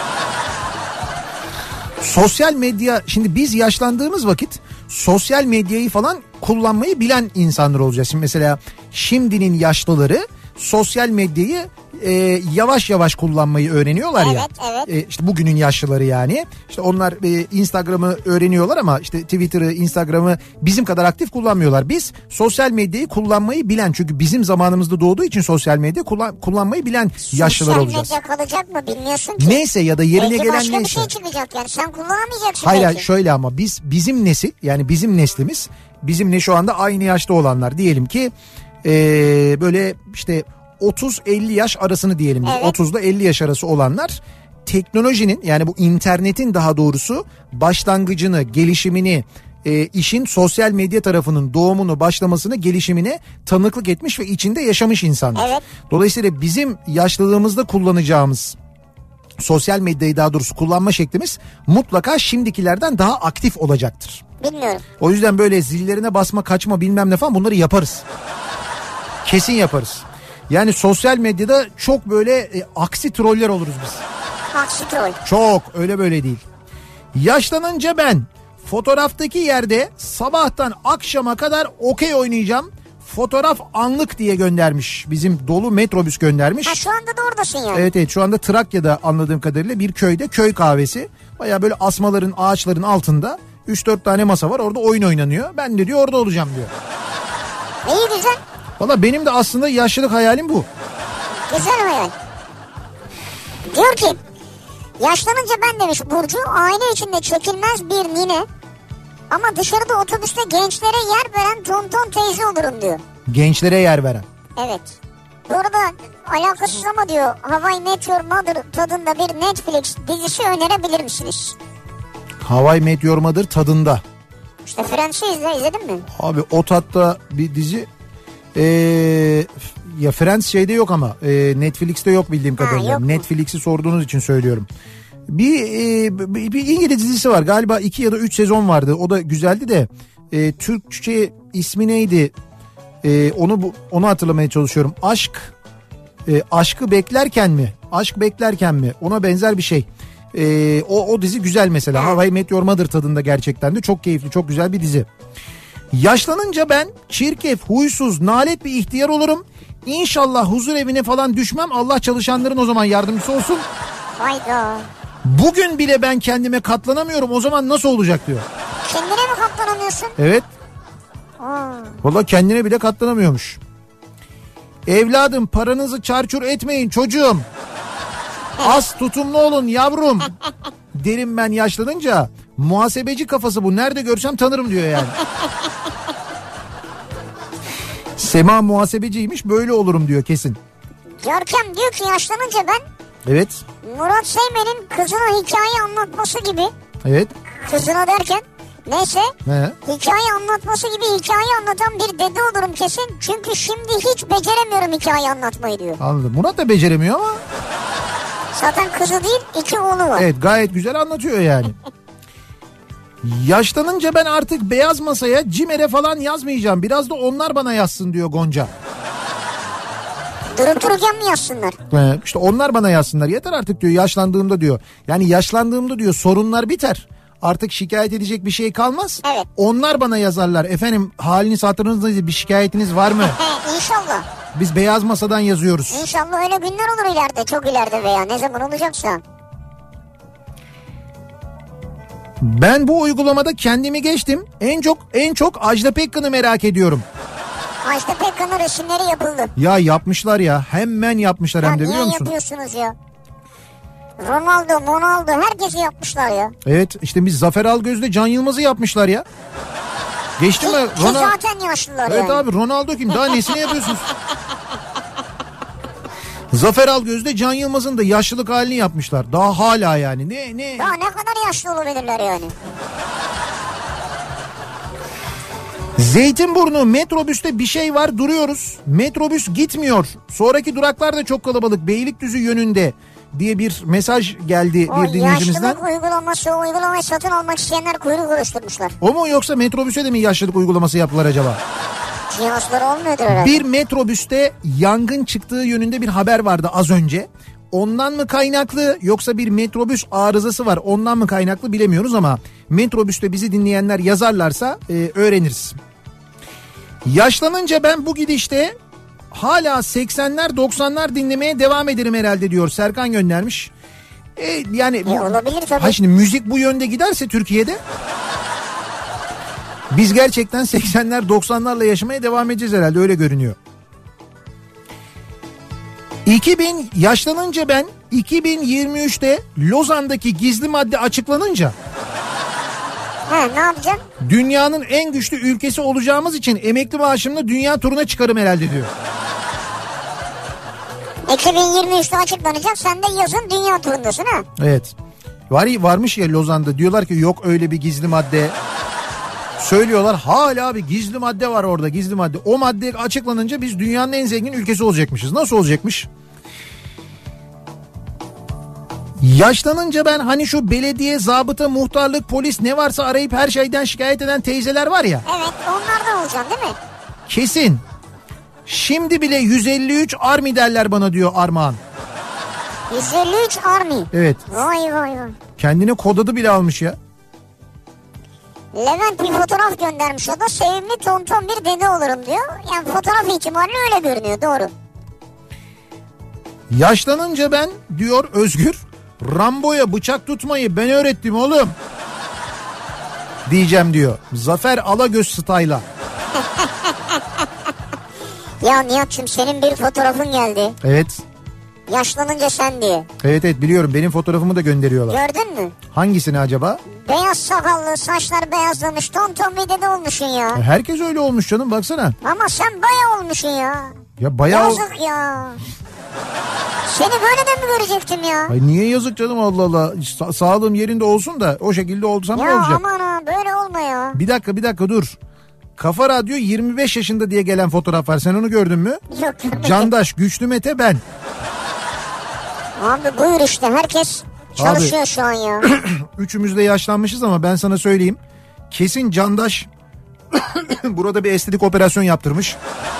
Sosyal medya, şimdi biz yaşlandığımız vakit sosyal medyayı falan kullanmayı bilen insanlar olacağız. Şimdi mesela şimdinin yaşlıları sosyal medyayı yavaş yavaş kullanmayı öğreniyorlar ya. Evet. İşte bugünün yaşlıları yani. İşte onlar Instagram'ı öğreniyorlar ama işte Twitter'ı, Instagram'ı bizim kadar aktif kullanmıyorlar. Biz sosyal medyayı kullanmayı bilen, çünkü bizim zamanımızda doğduğu için sosyal medya kullanmayı bilen yaşlılar olacağız. Sosyal medya kalacak mı bilmiyorsun ki. Neyse, ya da yerine belki gelen başka neyse. Başka bir şey çıkacak yani, sen kullanamayacaksın. Hayır belki. Şöyle ama bizim nesil, yani bizim neslimiz, bizimle şu anda aynı yaşta olanlar diyelim ki böyle işte 30-50 yaş arasını diyelim biz. Evet. 30'da 50 yaş arası olanlar teknolojinin, yani bu internetin daha doğrusu başlangıcını, gelişimini, işin sosyal medya tarafının doğumunu, başlamasını, gelişimine tanıklık etmiş ve içinde yaşamış insanlar. Evet. Dolayısıyla bizim yaşlılığımızda kullanacağımız sosyal medyayı, daha doğrusu kullanma şeklimiz mutlaka şimdikilerden daha aktif olacaktır. Bilmiyorum. O yüzden böyle zillerine basma, kaçma, bilmem ne falan, bunları yaparız. Kesin yaparız. Yani sosyal medyada çok böyle aksi troller oluruz biz. Aksi troll. Çok, öyle böyle değil. Yaşlanınca ben fotoğraftaki yerde sabahtan akşama kadar okey oynayacağım. Fotoğraf anlık diye göndermiş. Bizim Dolu Metrobüs göndermiş. Ha, şu anda da oradasın yani. Evet, şu anda Trakya'da anladığım kadarıyla bir köyde, köy kahvesi. Baya böyle asmaların, ağaçların altında 3-4 tane masa var, orada oyun oynanıyor. Ben de diyor orada olacağım diyor. İyi, güzel. Valla benim de aslında yaşlılık hayalim bu. Güzel hayal. Diyor ki yaşlanınca ben, demiş Burcu, aile içinde çekilmez bir nine, Ama dışarıda otobüste gençlere yer veren tonton teyze olurum diyor. Gençlere yer veren. Evet. Bu arada alakasız ama diyor How I Met Your Mother tadında bir Netflix dizisi önerebilir misiniz? How I Met Your Mother tadında. İşte Friends'i izledin mi? Abi o tatta bir dizi. Ya Friends şeyde yok ama Netflix'te yok bildiğim kadarıyla. Yok Netflix'i sorduğunuz için söylüyorum. Bir İngiliz dizisi var galiba 2 ya da 3 sezon vardı. O da güzeldi de Türkçe ismi neydi? Onu hatırlamaya çalışıyorum. Aşkı beklerken mi? Aşk beklerken mi? Ona benzer bir şey. O dizi güzel mesela. How I Met Your Mother tadında gerçekten de çok keyifli, çok güzel bir dizi. Yaşlanınca ben çirkef, huysuz, nalet bir ihtiyar olurum. İnşallah huzur evine falan düşmem. Allah çalışanların o zaman yardımcısı olsun. Hayda. Bugün bile ben kendime katlanamıyorum. O zaman nasıl olacak diyor. Kendine mi katlanamıyorsun? Evet. Vallahi kendine bile katlanamıyormuş. Evladım paranızı çarçur etmeyin çocuğum. Az tutumlu olun yavrum. Derim ben yaşlanınca. Muhasebeci kafası bu. Nerede görsem tanırım diyor yani. Sema muhasebeciymiş, böyle olurum diyor kesin. Görkem diyor ki yaşlanınca ben. Evet. Murat Seymen'in kızına hikaye anlatması gibi. Evet. Kızına derken neyse. He. Hikaye anlatması gibi hikaye anlatan bir dede olurum kesin. Çünkü şimdi hiç beceremiyorum hikaye anlatmayı diyor. Anladım. Murat da beceremiyor ama. Zaten kızı değil 2 oğlu var. Evet, gayet güzel anlatıyor yani. Yaşlanınca ben artık beyaz masaya CİMER'e falan yazmayacağım. Biraz da onlar bana yazsın diyor Gonca. Durup dururken mi yazsınlar? İşte onlar bana yazsınlar. Yeter artık diyor yaşlandığımda diyor. Yani yaşlandığımda diyor sorunlar biter. Artık şikayet edecek bir şey kalmaz. Evet. Onlar bana yazarlar. Efendim haliniz hatırınızda bir şikayetiniz var mı? İnşallah. Biz beyaz masadan yazıyoruz. İnşallah öyle günler olur ileride. Çok ileride veya ne zaman olacaksa. Ben bu uygulamada kendimi geçtim. En çok Ajda Pekkan'ı merak ediyorum. Ajda Pekkan'ın resimleri yapıldı. Ya yapmışlar ya. Hemen yapmışlar ya hem de biliyor musun? Niye yapıyorsunuz ya? Ronaldo, herkesi yapmışlar ya. Evet işte biz Zafer Algöz'le Can Yılmaz'ı yapmışlar ya. Geçti mi? Ki zaten yaşlılar evet yani. abi Ronaldo kim? Daha nesini yapıyorsunuz? Zafer Algöz'de Can Yılmaz'ın da yaşlılık halini yapmışlar. Daha hala yani. Ne? Daha ne kadar yaşlı olabilirler yani. Zeytinburnu metrobüste bir şey var, duruyoruz. Metrobüs gitmiyor. Sonraki duraklar da çok kalabalık. Beylikdüzü yönünde diye bir mesaj geldi bir dinleyicimizden. Yaşlılık uygulaması, o uygulamayı satın almak isteyenler kuyruk oluşturmuşlar. O mu yoksa metrobüse de mi yaşlılık uygulaması yaptılar acaba? Cihazları olmuyordur herhalde. Bir metrobüste yangın çıktığı yönünde bir haber vardı az önce. Ondan mı kaynaklı yoksa bir metrobüs arızası var ondan mı kaynaklı bilemiyoruz ama metrobüste bizi dinleyenler yazarlarsa öğreniriz. Yaşlanınca ben bu gidişte hala 80'ler 90'lar dinlemeye devam ederim herhalde diyor Serkan göndermiş. Yani olabilir tabii. Ha şimdi müzik bu yönde giderse Türkiye'de biz gerçekten 80'ler 90'larla yaşamaya devam edeceğiz herhalde öyle görünüyor. 2000 yaşlanınca ben 2023'te Lozan'daki gizli madde açıklanınca ne yapacaksın? Dünyanın en güçlü ülkesi olacağımız için emekli maaşımla dünya turuna çıkarım herhalde diyor. 2023'te açıklanacak sen de yazın dünya turundasın ha? Evet. Varmış ya Lozan'da diyorlar ki yok öyle bir gizli madde. Söylüyorlar hala bir gizli madde var orada gizli madde. O madde açıklanınca biz dünyanın en zengin ülkesi olacakmışız. Nasıl olacakmış? Yaşlanınca ben hani şu belediye, zabıta, muhtarlık, polis ne varsa arayıp her şeyden şikayet eden teyzeler var ya. Evet onlardan olacaksın değil mi? Kesin. Şimdi bile 153 Army derler bana diyor Armağan. 153 Army. Evet. Vay. Kendine kod adı bile almış ya. Levent bir fotoğraf göndermiş o da sevimli tonton bir dede olurum diyor. Yani fotoğraf ihtimali öyle görünüyor doğru. Yaşlanınca ben diyor Özgür Rambo'ya bıçak tutmayı ben öğrettim oğlum. Diyeceğim diyor. Zafer Alagöz style'a. Ya Nihat'cığım senin bir fotoğrafın geldi. Evet. Yaşlanınca sen diye. Evet biliyorum, benim fotoğrafımı da gönderiyorlar. Gördün mü? Hangisini acaba? Beyaz sakallı, saçlar beyazlamış, tonton bir dede olmuşsun ya. Herkes öyle olmuş canım, baksana. Ama sen bayağı olmuşsun ya. Ya bayağı... Yazık ya. Seni böyle de mi görecektim ya? Ay niye yazık canım, Allah Allah. Sağlığım yerinde olsun da o şekilde olsam ne olacak? Ya aman ha, böyle olma ya. Bir dakika dur. Kafa Radyo 25 yaşında diye gelen fotoğraf var. Sen onu gördün mü? Yok. Candaş, Güçlü Mete, ben. Abi buyur işte, herkes çalışıyor abi, şu an ya. Üçümüz de yaşlanmışız ama ben sana söyleyeyim. Kesin Candaş burada bir estetik operasyon yaptırmış.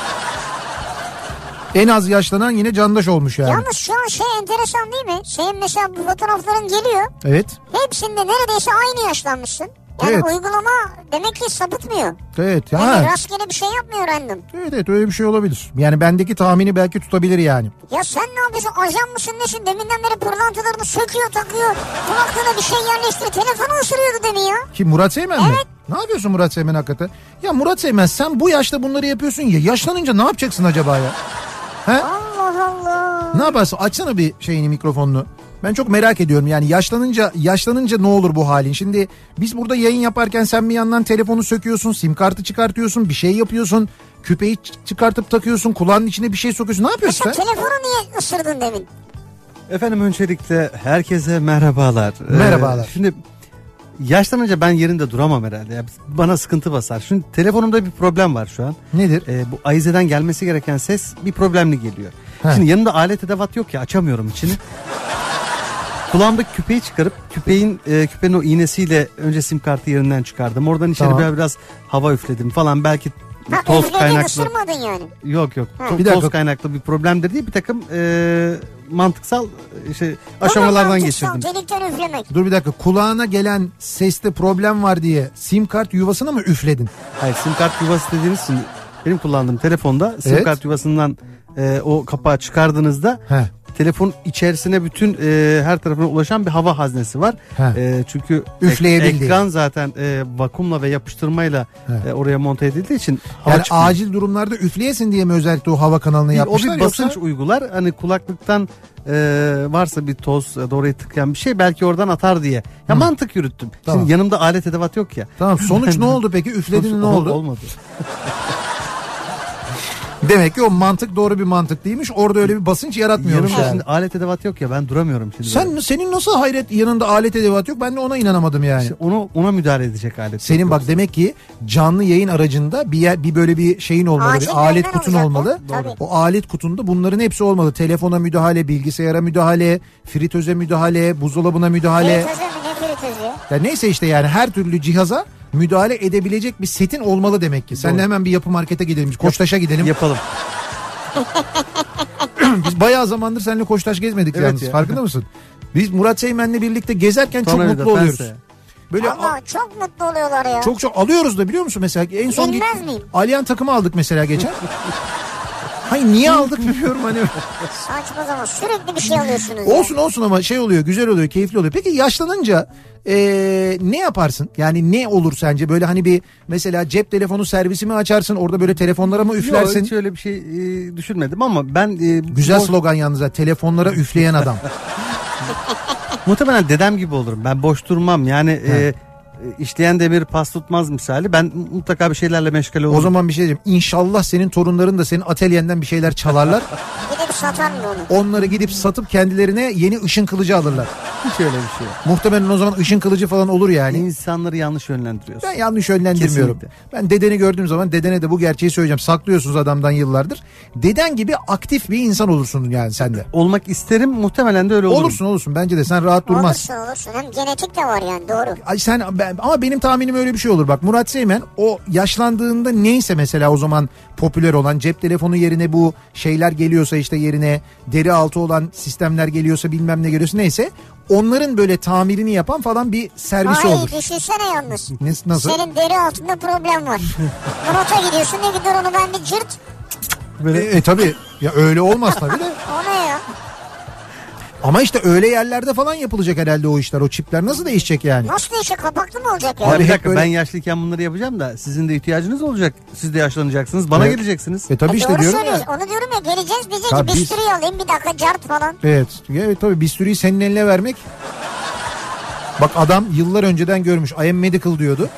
En az yaşlanan yine Candaş olmuş yani. Yalnız şu an enteresan değil mi? Senin mesela bu fotoğrafların geliyor. Evet. Hepsinde neredeyse aynı yaşlanmışsın. Yani evet, uygulama demek ki sapıtmıyor. Evet. Yani rastgele bir şey yapmıyor random. Evet öyle bir şey olabilir. Yani bendeki tahmini belki tutabilir yani. Ya sen ne yapıyorsun? Ajan mısın nesin? Deminden beri pırlantalarını söküyor takıyor. Kulaklığına bir şey yerleştiriyor. Telefonu ısırıyordu demin ya. Kim, Murat Seymen mi? Evet. Ne yapıyorsun Murat Seymen hakikaten? Ya Murat Seymen, sen bu yaşta bunları yapıyorsun ya. Yaşlanınca ne yapacaksın acaba ya? He? Allah Allah. Ne yaparsın? Açsana bir mikrofonunu. Ben çok merak ediyorum yani yaşlanınca ne olur bu halin? Şimdi biz burada yayın yaparken sen bir yandan telefonu söküyorsun, sim kartı çıkartıyorsun, bir şey yapıyorsun, küpeyi çıkartıp takıyorsun, kulağının içine bir şey sokuyorsun. Ne yapıyorsun sen? Telefonu niye ısırdın demin? Efendim öncelikle herkese merhabalar. Merhabalar. Şimdi yaşlanınca ben yerinde duramam herhalde. Ya, bana sıkıntı basar. Şimdi telefonumda bir problem var şu an. Nedir? Bu ayizeden gelmesi gereken ses bir problemli geliyor. Şimdi yanımda alet edevat yok ya, açamıyorum içini. Kulağımdaki küpeyi çıkarıp küpenin o iğnesiyle önce sim kartı yerinden çıkardım. Oradan içeri biraz hava üfledim falan, belki toz kaynaklı. Isırmadın yani. Yok. Toz kaynaklı bir problemdir diye bir takım mantıksal aşamalardan geçirdim. Delikten üflemek. Dur bir dakika, kulağına gelen seste problem var diye sim kart yuvasına mı üfledin? Hayır, sim kart yuvası dediğiniz için benim kullandığım telefonda sim kart yuvasından o kapağı çıkardığınızda telefon içerisine bütün her tarafına ulaşan bir hava haznesi var. Çünkü ekran zaten vakumla ve yapıştırmayla oraya monte edildiği için hava yani çıkıyor. Acil durumlarda üfleyesin diye mi özellikle o hava kanalını yapmışlar? O bir basınç uygular. Hani kulaklıktan varsa bir toz orayı tıkayan bir şey, belki oradan atar diye. Ya mantık yürüttüm. Tamam. Şimdi yanımda alet edevat yok ya. Tamam, sonuç ne oldu peki? Üfledin, ne oldu? Olmadı. Demek ki o mantık doğru bir mantık değilmiş. Orada öyle bir basınç yaratmıyormuş yani. Şimdi alet edevat yok ya, ben duramıyorum şimdi. Senin nasıl hayret yanında alet edevat yok? Ben de ona inanamadım yani. İşte ona müdahale edecek alet. Senin bak demek ki canlı yayın aracında bir böyle bir şeyin olmalı, bir alet kutun olmalı. O alet kutunda bunların hepsi olmalı. Telefona müdahale, bilgisayara müdahale, fritöze müdahale, buzdolabına müdahale. Fritöze mi, ne fritözü? Ya neyse işte yani her türlü cihaza müdahale edebilecek bir setin olmalı demek ki. Sen de hemen bir yapı markete gidelim. Koçtaş'a gidelim. Yapalım. Biz bayağı zamandır seninle Koçtaş gezmedik yalnız. Ya. Farkında mısın? Biz Murat Seymen'le birlikte gezerken çok mutlu oluyoruz. Böyle ama çok mutlu oluyorlar ya. Çok alıyoruz da, biliyor musun mesela? En son bilmez miyim? Alyan takımı aldık mesela geçen. Hayır, niye aldık bilmiyorum hani. Saçma zaman sürekli bir şey alıyorsunuz. Olsun ama şey oluyor, güzel oluyor, keyifli oluyor. Peki yaşlanınca ne yaparsın? Yani ne olur sence? Böyle hani bir mesela cep telefonu servisi mi açarsın? Orada böyle telefonlara mı üflersin? Yok, hiç öyle bir şey düşünmedim ama ben... Güzel slogan yalnız ha, telefonlara üfleyen adam. Muhtemelen dedem gibi olurum. Ben boş durmam yani... İşleyen demir pas tutmaz misali. Ben mutlaka bir şeylerle meşgul olurum. O zaman bir şey diyeceğim. İnşallah senin torunların da senin atölyenden bir şeyler çalarlar. Gidip satar mı onu? Onları gidip satıp kendilerine yeni ışın kılıcı alırlar. Hiç öyle bir şey yok. Muhtemelen o zaman ışın kılıcı falan olur yani. İnsanları yanlış yönlendiriyorsun. Ben yanlış yönlendirmiyorum. Kesinlikle. Ben dedeni gördüğüm zaman dedene de bu gerçeği söyleyeceğim. Saklıyorsunuz adamdan yıllardır. Deden gibi aktif bir insan olursun yani sen de. Olmak isterim, muhtemelen de öyle olurum. Olursun bence de, sen rahat durmaz. Olursun. Hem genetik de var yani, doğru. Ay ama benim tahminim öyle bir şey olur. Bak Murat Seymen o yaşlandığında neyse mesela o zaman popüler olan cep telefonu yerine bu şeyler geliyorsa, işte yerine deri altı olan sistemler geliyorsa, bilmem ne geliyorsa, neyse onların böyle tamirini yapan falan bir servisi olur. Hayır, düşünsene yalnız. Nasıl? Senin deri altında problem var. Murat'a gidiyorsun, ne gidiyor onu ben bir cırt. Tabii ya, öyle olmaz tabii de. O ne ya? Ama işte öyle yerlerde falan yapılacak herhalde o işler. O çipler nasıl değişecek yani? Nasıl değişecek? Kapaklı mı olacak yani? Abi bir dakika, böyle... ben yaşlıyken bunları yapacağım da sizin de ihtiyacınız olacak. Siz de yaşlanacaksınız. Bana geleceksiniz. Tabii işte diyorum ya. Onu diyorum ya, geleceğiz diyecek ki bisturi alayım bir dakika cart falan. Evet tabii bisturiyi senin eline vermek. Bak adam yıllar önceden görmüş. I am medical diyordu.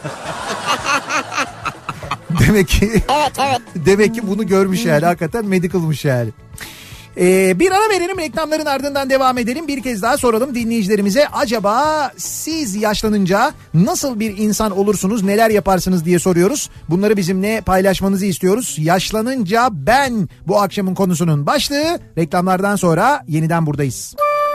Demek ki evet. Demek ki bunu görmüş yani, hakikaten medical'mış yani. Bir ara verelim, reklamların ardından devam edelim. Bir kez daha soralım dinleyicilerimize, acaba siz yaşlanınca nasıl bir insan olursunuz, neler yaparsınız diye soruyoruz. Bunları bizimle paylaşmanızı istiyoruz. Yaşlanınca ben bu akşamın konusunun başlığı. Reklamlardan sonra yeniden buradayız.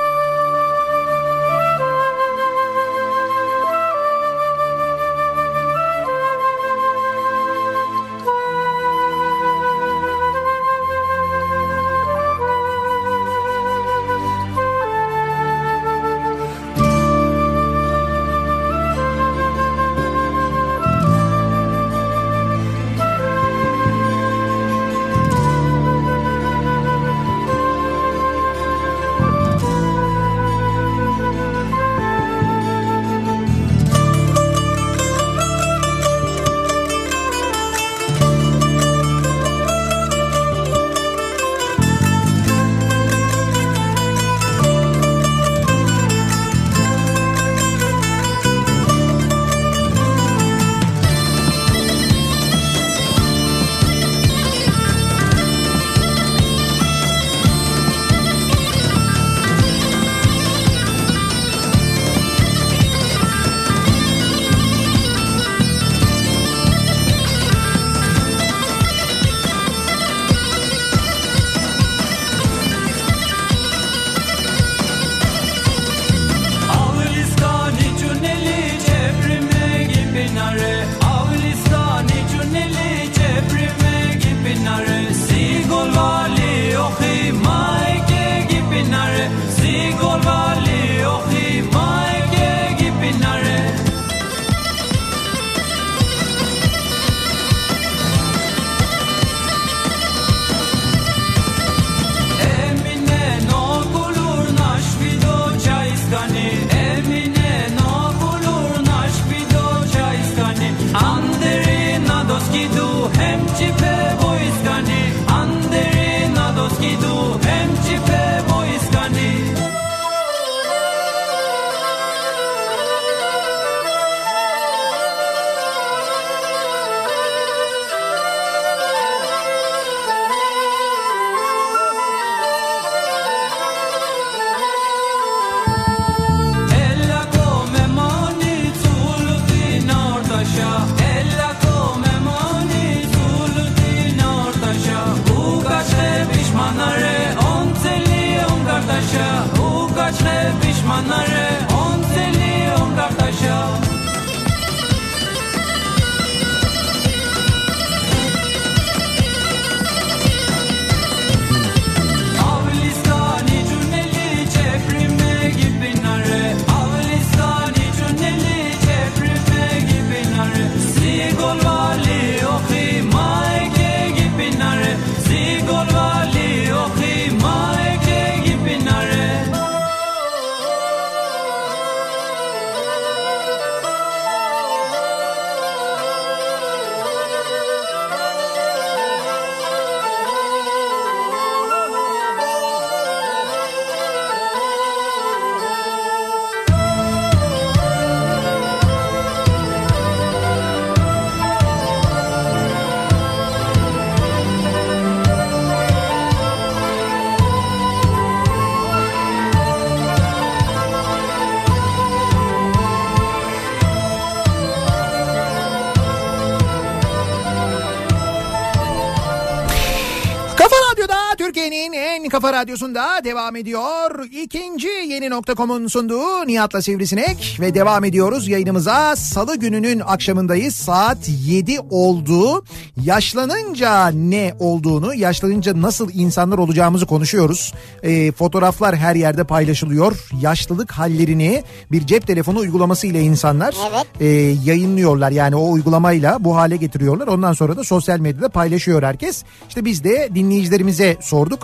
Türkiye'nin en kafa radyosunda devam ediyor. İkinci Yeni.com'un sunduğu Nihat'la Sivrisinek ve devam ediyoruz yayınımıza. Salı gününün akşamındayız. Saat 7 oldu. Yaşlanınca ne olduğunu, yaşlanınca nasıl insanlar olacağımızı konuşuyoruz. Fotoğraflar her yerde paylaşılıyor. Yaşlılık hallerini bir cep telefonu uygulaması ile insanlar yayınlıyorlar. Yani o uygulamayla bu hale getiriyorlar. Ondan sonra da sosyal medyada paylaşıyor herkes. İşte biz de dinleyicilerimize sorduk. Acaba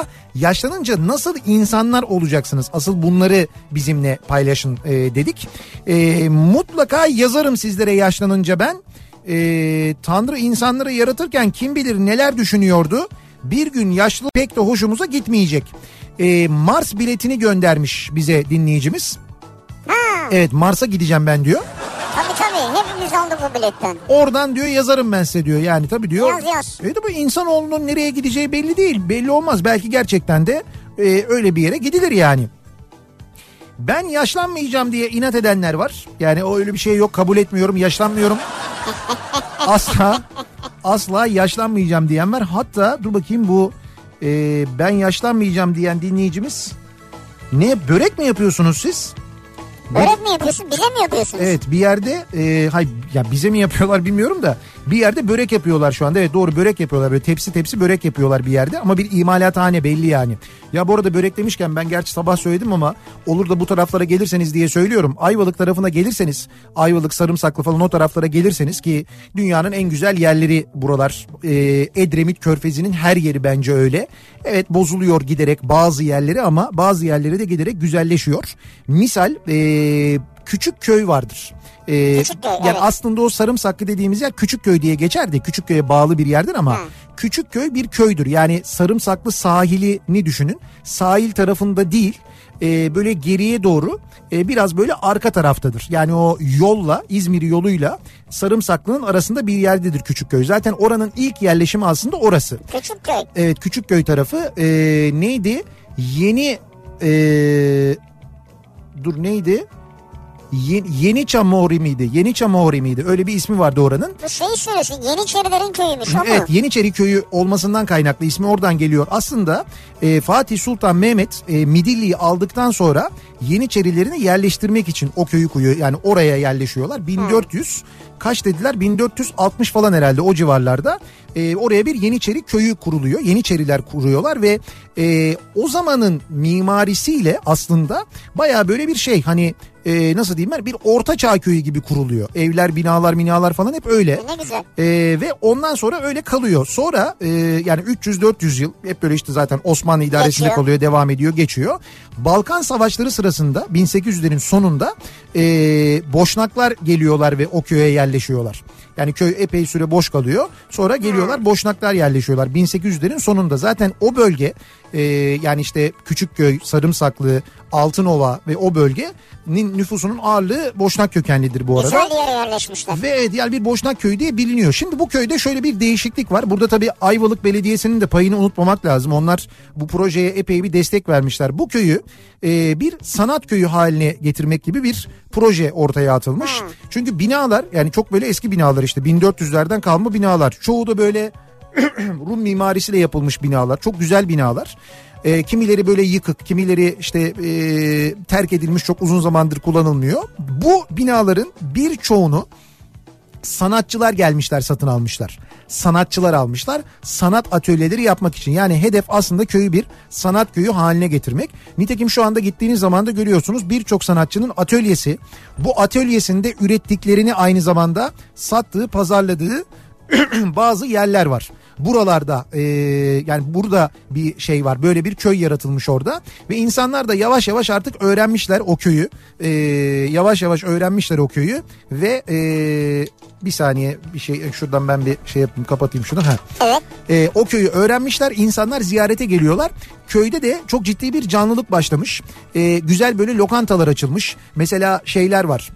yaşlanınca nasıl insanlar olacaksınız? Asıl bunları bizimle paylaşın dedik. Mutlaka yazarım sizlere yaşlanınca ben. Tanrı insanları yaratırken kim bilir neler düşünüyordu. Bir gün yaşlı pek de hoşumuza gitmeyecek. Mars biletini göndermiş bize dinleyicimiz. Evet, Mars'a gideceğim ben diyor. Tabii hepimiz aldık bu biletten. Oradan diyor yazarım ben size diyor. Yani tabii diyor. Yaz. Evet, bu insanoğlunun nereye gideceği belli değil. Belli olmaz. Belki gerçekten de öyle bir yere gidilir yani. Ben yaşlanmayacağım diye inat edenler var. Yani o öyle bir şey yok, kabul etmiyorum, yaşlanmıyorum. Asla yaşlanmayacağım diyen var. Hatta dur bakayım, bu ben yaşlanmayacağım diyen dinleyicimiz, ne börek mi yapıyorsunuz siz? Börek mi yapıyorsun, bize mi yapıyorsunuz? Evet, bir yerde hayır ya, bize mi yapıyorlar bilmiyorum da bir yerde börek yapıyorlar şu anda. Evet, doğru, börek yapıyorlar, böyle tepsi börek yapıyorlar bir yerde ama bir imalathane belli yani. Ya bu arada börek demişken, ben gerçi sabah söyledim ama olur da bu taraflara gelirseniz diye söylüyorum. Ayvalık tarafına gelirseniz, Ayvalık, Sarımsaklı falan o taraflara gelirseniz, ki dünyanın en güzel yerleri buralar. Edremit Körfezi'nin her yeri bence öyle. Evet, bozuluyor giderek bazı yerleri ama bazı yerleri de giderek güzelleşiyor. Misal Küçükköy vardır. Küçükköy, yani evet. Aslında o Sarımsaklı dediğimiz yer Küçükköy diye geçerdi. Küçükköy'e bağlı bir yerdir ama Küçükköy bir köydür. Yani Sarımsaklı sahilini düşünün. Sahil tarafında değil, böyle geriye doğru biraz böyle arka taraftadır. Yani o yolla, İzmir yoluyla Sarımsaklı'nın arasında bir yerdedir Küçükköy. Zaten oranın ilk yerleşimi aslında orası. Küçükköy. Evet, Küçükköy tarafı. Neydi? Neydi? Yeniçamori miydi? Yeniçamori miydi? Öyle bir ismi vardı oranın. Bu şeyi söylüyorsun, Yeniçerilerin köyüymüş o mu? Evet, Yeniçeri köyü olmasından kaynaklı ismi oradan geliyor. Aslında Fatih Sultan Mehmet Midilli'yi aldıktan sonra Yeniçerilerini yerleştirmek için o köyü kuruyor. Yani oraya yerleşiyorlar. 1400 kaç dediler? 1460 falan herhalde, o civarlarda. Oraya bir Yeniçeri köyü kuruluyor. Yeniçeriler kuruyorlar ve o zamanın mimarisiyle aslında baya böyle bir şey, hani nasıl diyeyim ben, bir ortaçağ köyü gibi kuruluyor. Evler, binalar falan hep öyle. Ne güzel. Ve ondan sonra öyle kalıyor. Sonra yani 300-400 yıl hep böyle işte zaten Osmanlı idaresinde kalıyor, devam ediyor, geçiyor. Balkan Savaşları sırasında 1800'lerin sonunda Boşnaklar geliyorlar ve o köye yerleşiyorlar. Yani köy epey süre boş kalıyor. Sonra geliyorlar, Boşnaklar yerleşiyorlar. 1800'lerin sonunda zaten o bölge, yani işte Küçükköy, Sarımsaklı, Altınova ve o bölgenin nüfusunun ağırlığı Boşnak kökenlidir bu arada. Güzel yere yerleşmişler. Ve yani bir Boşnak köyü diye biliniyor. Şimdi bu köyde şöyle bir değişiklik var. Burada tabii Ayvalık Belediyesi'nin de payını unutmamak lazım. Onlar bu projeye epey bir destek vermişler. Bu köyü bir sanat köyü haline getirmek gibi bir proje ortaya atılmış. Çünkü binalar, yani çok böyle eski binalar, işte 1400'lerden kalma binalar. Çoğu da böyle Rum mimarisiyle yapılmış binalar. Çok güzel binalar. Kimileri böyle yıkık, kimileri işte terk edilmiş, çok uzun zamandır kullanılmıyor. Bu binaların birçoğunu sanatçılar gelmişler, satın almışlar. Sanatçılar almışlar sanat atölyeleri yapmak için. Yani hedef aslında köyü bir sanat köyü haline getirmek. Nitekim şu anda gittiğiniz zaman da görüyorsunuz, birçok sanatçının atölyesi. Bu atölyesinde ürettiklerini aynı zamanda sattığı, pazarladığı bazı yerler var. Buralarda yani burada bir şey var, böyle bir köy yaratılmış orada ve insanlar da yavaş yavaş artık öğrenmişler o köyü, yavaş yavaş öğrenmişler o köyü ve bir saniye, bir şey şuradan ben bir şey yapayım, kapatayım şunu. Evet. O köyü öğrenmişler, insanlar ziyarete geliyorlar. Köyde de çok ciddi bir canlılık başlamış, güzel böyle lokantalar açılmış, mesela şeyler var.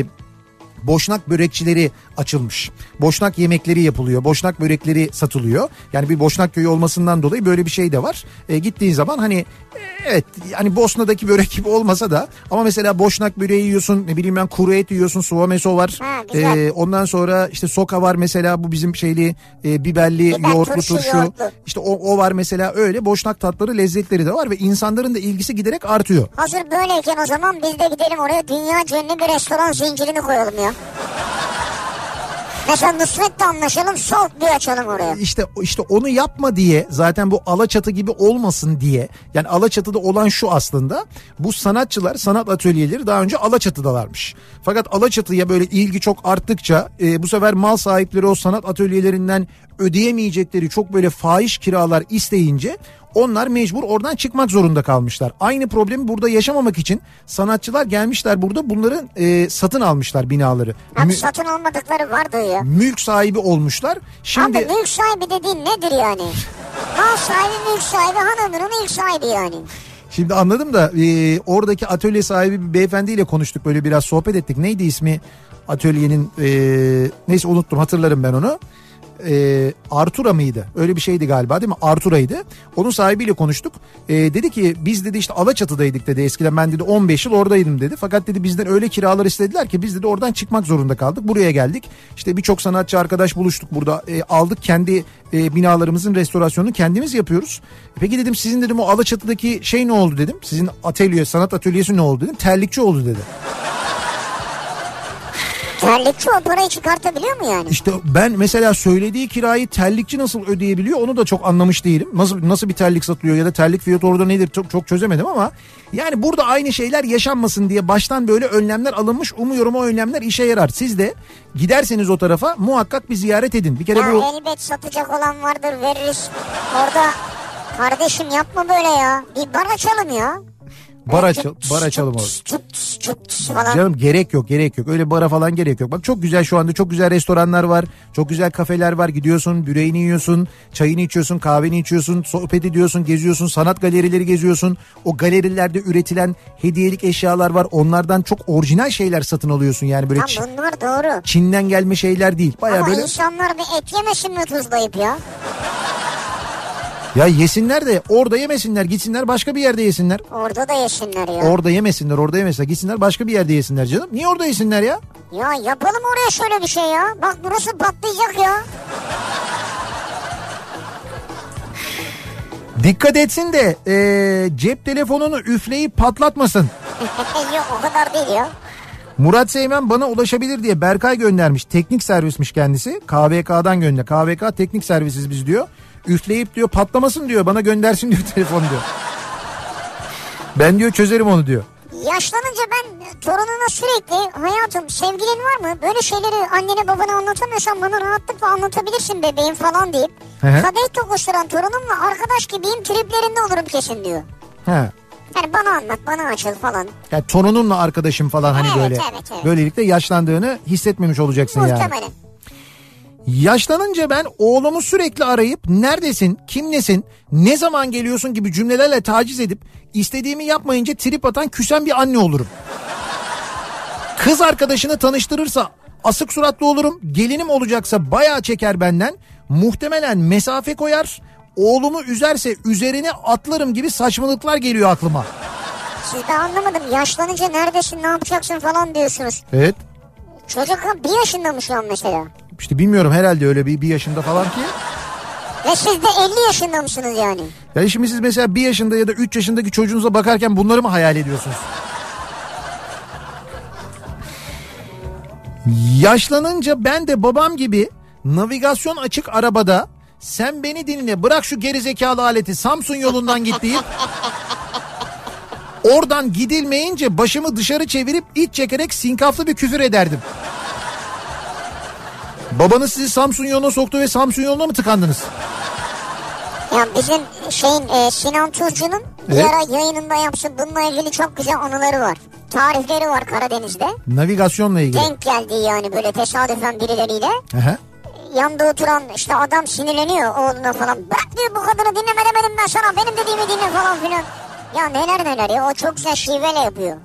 Boşnak börekçileri açılmış. Boşnak yemekleri yapılıyor. Boşnak börekleri satılıyor. Yani bir Boşnak köyü olmasından dolayı böyle bir şey de var. Gittiğin zaman hani evet, yani Bosna'daki börek gibi olmasa da ama mesela Boşnak böreği yiyorsun, ne bileyim ben, kuru et yiyorsun, suvameso var. Ondan sonra işte soka var mesela, bu bizim şeyli biberli yoğurtlu turşu. İşte o var mesela, öyle Boşnak tatları, lezzetleri de var ve insanların da ilgisi giderek artıyor. Hazır böyleyken o zaman biz de gidelim oraya, dünya ünlü bir restoran zincirini koyalım ya. Mesela Nusret'le anlaşalım, salt bir açalım oraya. İşte onu yapma diye, zaten bu Alaçatı gibi olmasın diye. Yani Alaçatı'da olan şu aslında, bu sanatçılar, sanat atölyeleri daha önce Alaçatı'dalarmış. Fakat Alaçatı'ya böyle ilgi çok arttıkça bu sefer mal sahipleri o sanat atölyelerinden ödeyemeyecekleri çok böyle fahiş kiralar isteyince Onlar mecbur oradan çıkmak zorunda kalmışlar. Aynı problemi burada yaşamamak için sanatçılar gelmişler burada bunları satın almışlar binaları. Abi satın almadıkları vardı ya. Mülk sahibi olmuşlar. Şimdi... Abi mülk sahibi dediğin nedir yani? Mal sahibi, mülk sahibi, hanımının ilk sahibi yani. Şimdi anladım da oradaki atölye sahibi bir beyefendiyle konuştuk, böyle biraz sohbet ettik. Neydi ismi atölyenin, neyse unuttum, hatırlarım ben onu. Artura mıydı? Öyle bir şeydi galiba, değil mi? Artura'ydı. Onun sahibiyle konuştuk. Dedi ki biz dedi işte Alaçatı'daydık dedi. Eskiden ben dedi 15 yıl oradaydım dedi. Fakat dedi bizden öyle kiralar istediler ki biz dedi oradan çıkmak zorunda kaldık. Buraya geldik. İşte birçok sanatçı arkadaş buluştuk burada. Aldık kendi binalarımızın restorasyonunu kendimiz yapıyoruz. Peki dedim sizin dedim o Alaçatı'daki şey ne oldu dedim. Sizin atölye, sanat atölyesi ne oldu dedim. Terlikçi oldu dedi. Terlikçi o parayı çıkartabiliyor mu yani? İşte ben mesela söylediği kirayı terlikçi nasıl ödeyebiliyor onu da çok anlamış değilim. Nasıl bir terlik satılıyor ya da terlik fiyatı orada nedir çok çözemedim ama yani burada aynı şeyler yaşanmasın diye baştan böyle önlemler alınmış. Umuyorum o önlemler işe yarar. Siz de giderseniz o tarafa muhakkak bir ziyaret edin. Bir kere ya elbet satacak olan vardır, veririz. Orada kardeşim yapma böyle ya. Bir bar açalım ya. Bar açalım orada. Canım gerek yok. Öyle bara falan gerek yok. Bak çok güzel, şu anda çok güzel restoranlar var. Çok güzel kafeler var. Gidiyorsun, böreğini yiyorsun, çayını içiyorsun, kahveni içiyorsun, sohbet ediyorsun, geziyorsun, sanat galerileri geziyorsun. O galerilerde üretilen hediyelik eşyalar var. Onlardan çok orijinal şeyler satın alıyorsun yani böyle. Bunlar doğru. Çin'den gelme şeyler değil. Bayağı ama böyle. insanlar bir et yemesin mi tuzlayıp ya? Ya yesinler de orada yemesinler, gitsinler başka bir yerde yesinler. Orada da yesinler ya. Orada yemesinler, gitsinler başka bir yerde yesinler canım. Niye orada yesinler ya? Ya yapalım oraya şöyle bir şey ya. Bak burası patlayacak ya. Dikkat etsin de cep telefonunu üfleyip patlatmasın. Yok o kadar değil ya. Murat Seymen bana ulaşabilir diye Berkay göndermiş. Teknik servismiş kendisi. KVK'dan gönder. KVK teknik servisiz biz diyor. Üfleyip diyor patlamasın diyor, bana göndersin diyor telefon diyor. Ben diyor çözerim onu diyor. Yaşlanınca ben torununa sürekli hayatım sevgilin var mı? Böyle şeyleri annene babana anlatamıyorsan bana rahatlıkla anlatabilirsin bebeğim falan deyip kadeh tokuşturan torunumla arkadaş gibiyim triplerinde olurum kesin diyor. He. Yani bana anlat, bana açıl falan. Yani torununla arkadaşım falan hani böyle. Evet. Böylelikle yaşlandığını hissetmemiş olacaksın yani. Muhtemelen. Yaşlanınca ben oğlumu sürekli arayıp neredesin, kimlesin, ne zaman geliyorsun gibi cümlelerle taciz edip istediğimi yapmayınca trip atan küsen bir anne olurum. Kız arkadaşını tanıştırırsa asık suratlı olurum. Gelinim olacaksa bayağı çeker benden. Muhtemelen mesafe koyar. Oğlumu üzerse üzerine atlarım gibi saçmalıklar geliyor aklıma. Siz de anlamadım. Yaşlanınca neredesin, ne yapacaksın falan diyorsunuz. Evet. Çocuk 1 yaşında mı şu an mesela? İşte bilmiyorum, herhalde öyle bir yaşında falan ki. Ve siz de 50 yaşında mısınız yani? Yani şimdi siz mesela 1 yaşında ya da 3 yaşındaki çocuğunuza bakarken bunları mı hayal ediyorsunuz? Yaşlanınca ben de babam gibi navigasyon açık arabada sen beni dinle, bırak şu gerizekalı aleti, Samsun yolundan git deyip oradan gidilmeyince başımı dışarı çevirip iç çekerek sinkaflı bir küfür ederdim. Babanız sizi Samsun yoluna soktu ve Samsun yoluna mı tıkandınız? Ya bizim Sinan Tuzcu'nun bir ara yayınında yapsın, bununla ilgili çok güzel anıları var. Tarifleri var Karadeniz'de. Navigasyonla ilgili. Denk geldiği yani böyle tesadüfen birileriyle. Aha. Yanında oturan işte adam sinirleniyor oğluna falan. Bırak diyor, bu kadını dinleme demedim ben sana, benim dediğimi dinle falan filan. Ya neler ya, o çok güzel şiveyle yapıyor.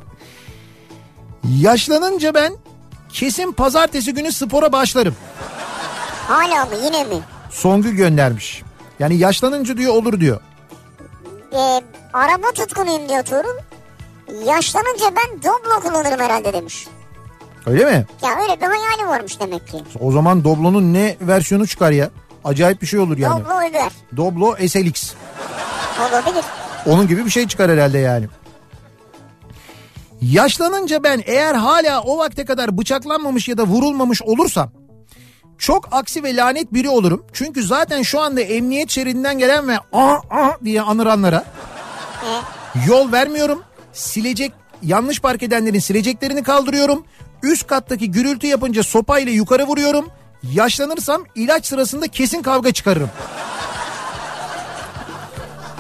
Yaşlanınca ben kesin pazartesi günü spora başlarım. Hala mı, yine mi? Songül göndermiş. Yani yaşlanınca diyor olur diyor. Araba tutkunuyum diyor Tuğrul. Yaşlanınca ben Doblo kullanırım herhalde demiş. Öyle mi? Ya öyle bir hayali varmış demek ki. O zaman Doblo'nun ne versiyonu çıkar ya? Acayip bir şey olur yani. Doblo Uber. Doblo SLX. Olabilir. Onun gibi bir şey çıkar herhalde yani. Yaşlanınca ben eğer hala o vakte kadar bıçaklanmamış ya da vurulmamış olursam çok aksi ve lanet biri olurum. Çünkü zaten şu anda emniyet şeridinden gelen ve diye anıranlara yol vermiyorum. Yanlış park edenlerin sileceklerini kaldırıyorum. Üst kattaki gürültü yapınca sopayla yukarı vuruyorum. Yaşlanırsam ilaç sırasında kesin kavga çıkarırım.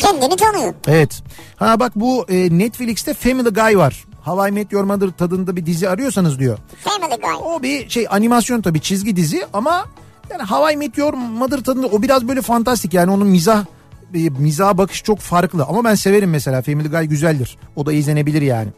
Kendini tanıyor. Evet. Ha bak bu Netflix'te Family Guy var. How I Met Your Mother tadında bir dizi arıyorsanız diyor. Family Guy. O bir animasyon tabii, çizgi dizi ama yani How I Met Your Mother tadında, o biraz böyle fantastik yani, onun mizah bakış çok farklı ama ben severim mesela, Family Guy güzeldir. O da izlenebilir yani.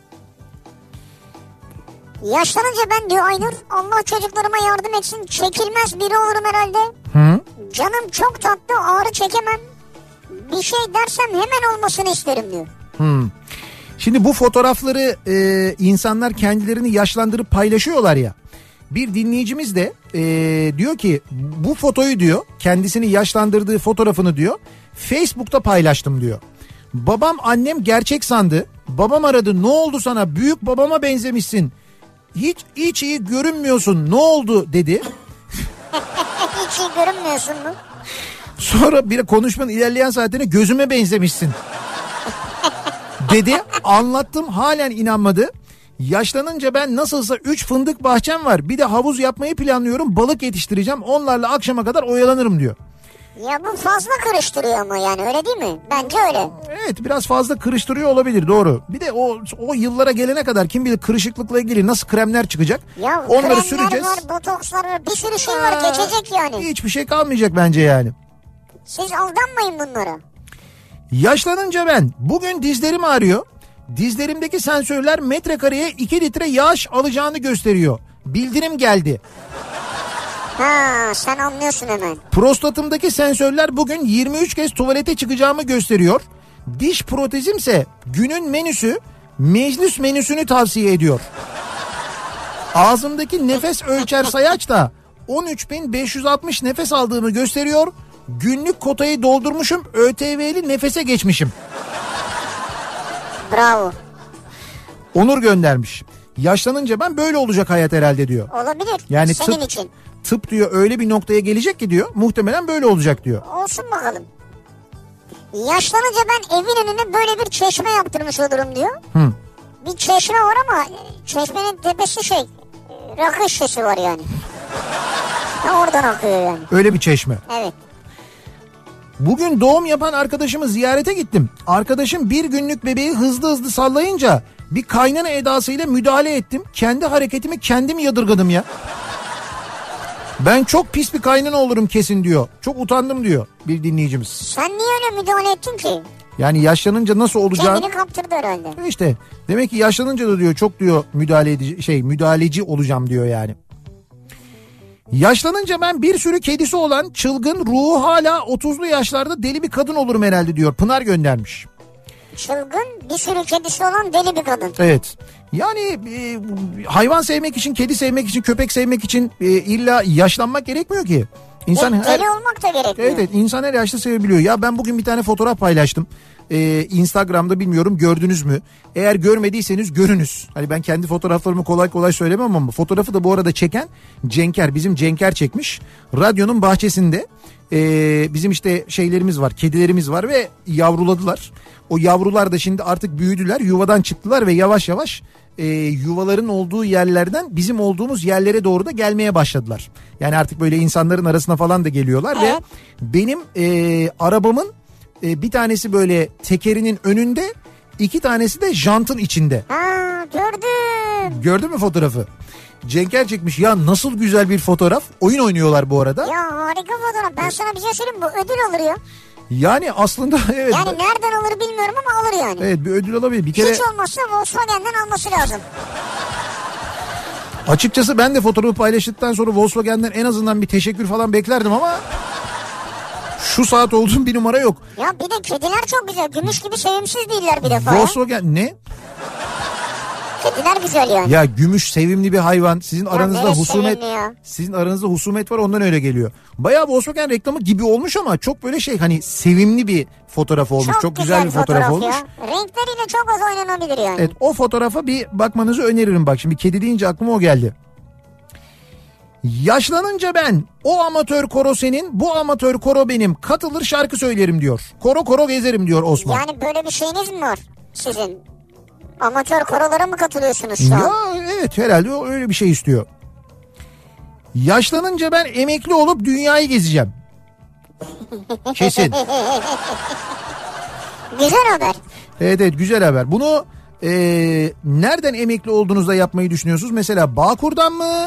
Yaşlanınca ben diyor Aynur, Allah çocuklarıma yardım etsin, çekilmez biri olurum herhalde. Hı? Canım çok tatlı, ağrı çekemem. Bir şey dersem hemen olmasını isterim diyor. Hı. Şimdi bu fotoğrafları insanlar kendilerini yaşlandırıp paylaşıyorlar ya. Bir dinleyicimiz de diyor ki bu fotoyu diyor, kendisini yaşlandırdığı fotoğrafını diyor Facebook'ta paylaştım diyor. Babam annem gerçek sandı. Babam aradı, ne oldu sana, büyük babama benzemişsin. Hiç iyi görünmüyorsun, ne oldu dedi. Hiç iyi görünmüyorsun mu? Sonra bir konuşmanın ilerleyen saatlerine gözüme benzemişsin dedi. Anlattım, halen inanmadı. Yaşlanınca ben nasılsa 3 fındık bahçem var, bir de havuz yapmayı planlıyorum, balık yetiştireceğim, onlarla akşama kadar oyalanırım diyor. Ya bu fazla karıştırıyor ama yani, öyle değil mi? Bence öyle. Evet, biraz fazla karıştırıyor olabilir, doğru. Bir de o yıllara gelene kadar kim bilir kırışıklıkla ilgili nasıl kremler çıkacak. Ya onları kremler süreceğiz. var, botokslar var, bir sürü şey var, geçecek yani. Hiçbir şey kalmayacak bence yani. Siz aldanmayın bunlara. Yaşlanınca ben bugün dizlerim ağrıyor. Dizlerimdeki sensörler metrekareye 2 litre yağış alacağını gösteriyor. Bildirim geldi. Ha, sen anlıyorsun hemen. Prostatımdaki sensörler bugün 23 kez tuvalete çıkacağımı gösteriyor. Diş protezimse günün menüsü meclis menüsünü tavsiye ediyor. Ağzımdaki nefes ölçer sayaç da 13.560 nefes aldığımı gösteriyor. Günlük kotayı doldurmuşum, ÖTV'li nefese geçmişim. Bravo. Onur göndermiş. Yaşlanınca ben böyle olacak hayat herhalde diyor. Olabilir. Yani senin için. Tıp diyor öyle bir noktaya gelecek ki diyor, muhtemelen böyle olacak diyor. Olsun bakalım. Yaşlanınca ben evin önüne böyle bir çeşme yaptırmış olurum diyor. Hı. Bir çeşme var ama çeşmenin tepesi rakı şişesi var yani. Oradan akıyor yani. Öyle bir çeşme. Evet. Bugün doğum yapan arkadaşımı ziyarete gittim. Arkadaşım bir günlük bebeği hızlı sallayınca bir kaynana edasıyla müdahale ettim. Kendi hareketimi kendim yadırgadım ya. Ben çok pis bir kaynana olurum kesin diyor. Çok utandım diyor bir dinleyicimiz. Sen niye öyle müdahale ettin ki? Yani yaşlanınca nasıl olacağını... Kendini kaptırdı herhalde. İşte demek ki yaşlanınca da diyor çok diyor müdahaleci olacağım diyor yani. Yaşlanınca ben bir sürü kedisi olan çılgın, ruhu hala 30'lu yaşlarda deli bir kadın olurum herhalde diyor. Pınar göndermiş. Çılgın, bir sürü kedisi olan deli bir kadın. Evet. Yani hayvan sevmek için, kedi sevmek için, köpek sevmek için illa yaşlanmak gerekmiyor ki. İnsan deli olmak da gerekmiyor. Evet, insan her yaşta sevebiliyor. Ya ben bugün bir tane fotoğraf paylaştım. Instagram'da, bilmiyorum gördünüz mü? Eğer görmediyseniz görünüz. Hani ben kendi fotoğraflarımı kolay kolay söylemem ama fotoğrafı da bu arada çeken Cenker, bizim Cenker çekmiş. Radyonun bahçesinde bizim işte şeylerimiz var, kedilerimiz var ve yavruladılar. O yavrular da şimdi artık büyüdüler, yuvadan çıktılar ve yavaş yavaş yuvaların olduğu yerlerden bizim olduğumuz yerlere doğru da gelmeye başladılar. Yani artık böyle insanların arasına falan da geliyorlar. Evet. Ve benim arabamın bir tanesi böyle tekerinin önünde, 2 tanesi de jantın içinde. Ha, gördüm. Gördün mü fotoğrafı? Cenker çekmiş ya, nasıl güzel bir fotoğraf. Oyun oynuyorlar bu arada. Ya harika fotoğraf. Ben sana bir şey söyleyeyim, bu ödül alır ya. Yani aslında evet. Yani nereden alır bilmiyorum ama alır yani. Evet, bir ödül alabilir. Bir kere... Hiç olmazsa Volkswagen'den alması lazım. Açıkçası ben de fotoğrafı paylaştıktan sonra Volkswagen'den en azından bir teşekkür falan beklerdim ama şu saat olduğum bir numara yok. Ya bir de kediler çok güzel. Gümüş gibi sevimsiz değiller bir defa. Volkswagen ne? Kediler güzel yani. Ya gümüş sevimli bir hayvan. Sizin aranızda husumet var, ondan öyle geliyor. Bayağı Volkswagen reklamı gibi olmuş ama çok böyle hani sevimli bir fotoğraf olmuş. Çok güzel bir fotoğraf olmuş. Ya. Renkleriyle çok az oynanabilir yani. Evet, o fotoğrafa bir bakmanızı öneririm. Bak şimdi kedi deyince aklıma o geldi. Yaşlanınca ben, o amatör koro senin, bu amatör koro benim, katılır şarkı söylerim diyor. Koro gezerim diyor Osman. Yani böyle bir şeyiniz mi var sizin? Amatör korolara mı katılıyorsunuz şu an? Ya evet, herhalde o öyle bir şey istiyor. Yaşlanınca ben emekli olup dünyayı gezeceğim. Kesin. Güzel haber. Evet güzel haber. Bunu nereden emekli olduğunuzda yapmayı düşünüyorsunuz? Mesela Bağkur'dan mı?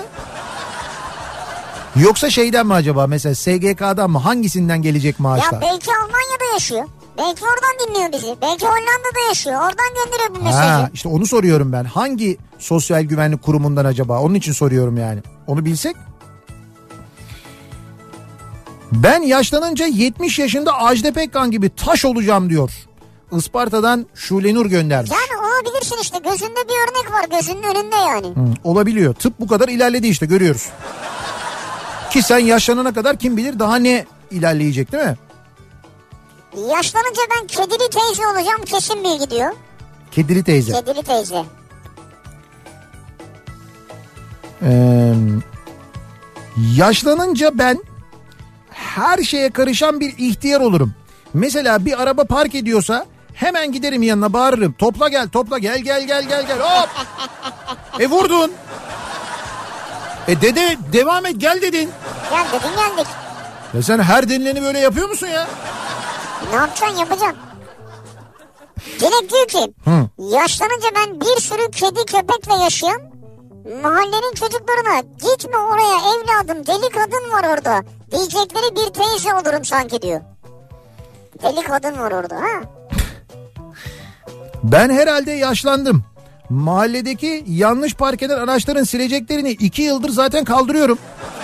Yoksa şeyden mi acaba? Mesela SGK'dan mı? Hangisinden gelecek maaşlar? Ya belki Almanya'da yaşıyor. Belki oradan dinliyor bizi. Belki Hollanda'da yaşıyor. Oradan gönderiyor bu mesajı. İşte onu soruyorum ben. Hangi sosyal güvenlik kurumundan acaba? Onun için soruyorum yani. Onu bilsek. Ben yaşlanınca 70 yaşında Ajda Pekkan gibi taş olacağım diyor. Isparta'dan Şulenur göndermiş. Yani olabilirsin işte. Gözünde bir örnek var. Gözünün önünde yani. Olabiliyor. Tıp bu kadar ilerledi işte, görüyoruz. Ki sen yaşlanana kadar kim bilir daha ne ilerleyecek, değil mi? Yaşlanınca ben kedili teyze olacağım kesin bilgi diyor. Kedili teyze. Kedili teyze. Yaşlanınca ben her şeye karışan bir ihtiyar olurum. Mesela bir araba park ediyorsa hemen giderim yanına, bağırırım. Topla gel gel hop. Vurdun. Dede devam et gel dedin. Gel dedin geldik. Ya sen her denileni böyle yapıyor musun ya? Ne yapacaksın, yapacaksın. Dilek diyor ki yaşlanınca ben bir sürü kedi köpekle yaşayan mahallenin çocuklarına gitme oraya evladım deli kadın var orada diyecekleri bir teyze olurum sanki diyor. Deli kadın var orada ha. Ben herhalde yaşlandım. Mahalledeki yanlış park eden araçların sileceklerini 2 yıldır zaten kaldırıyorum.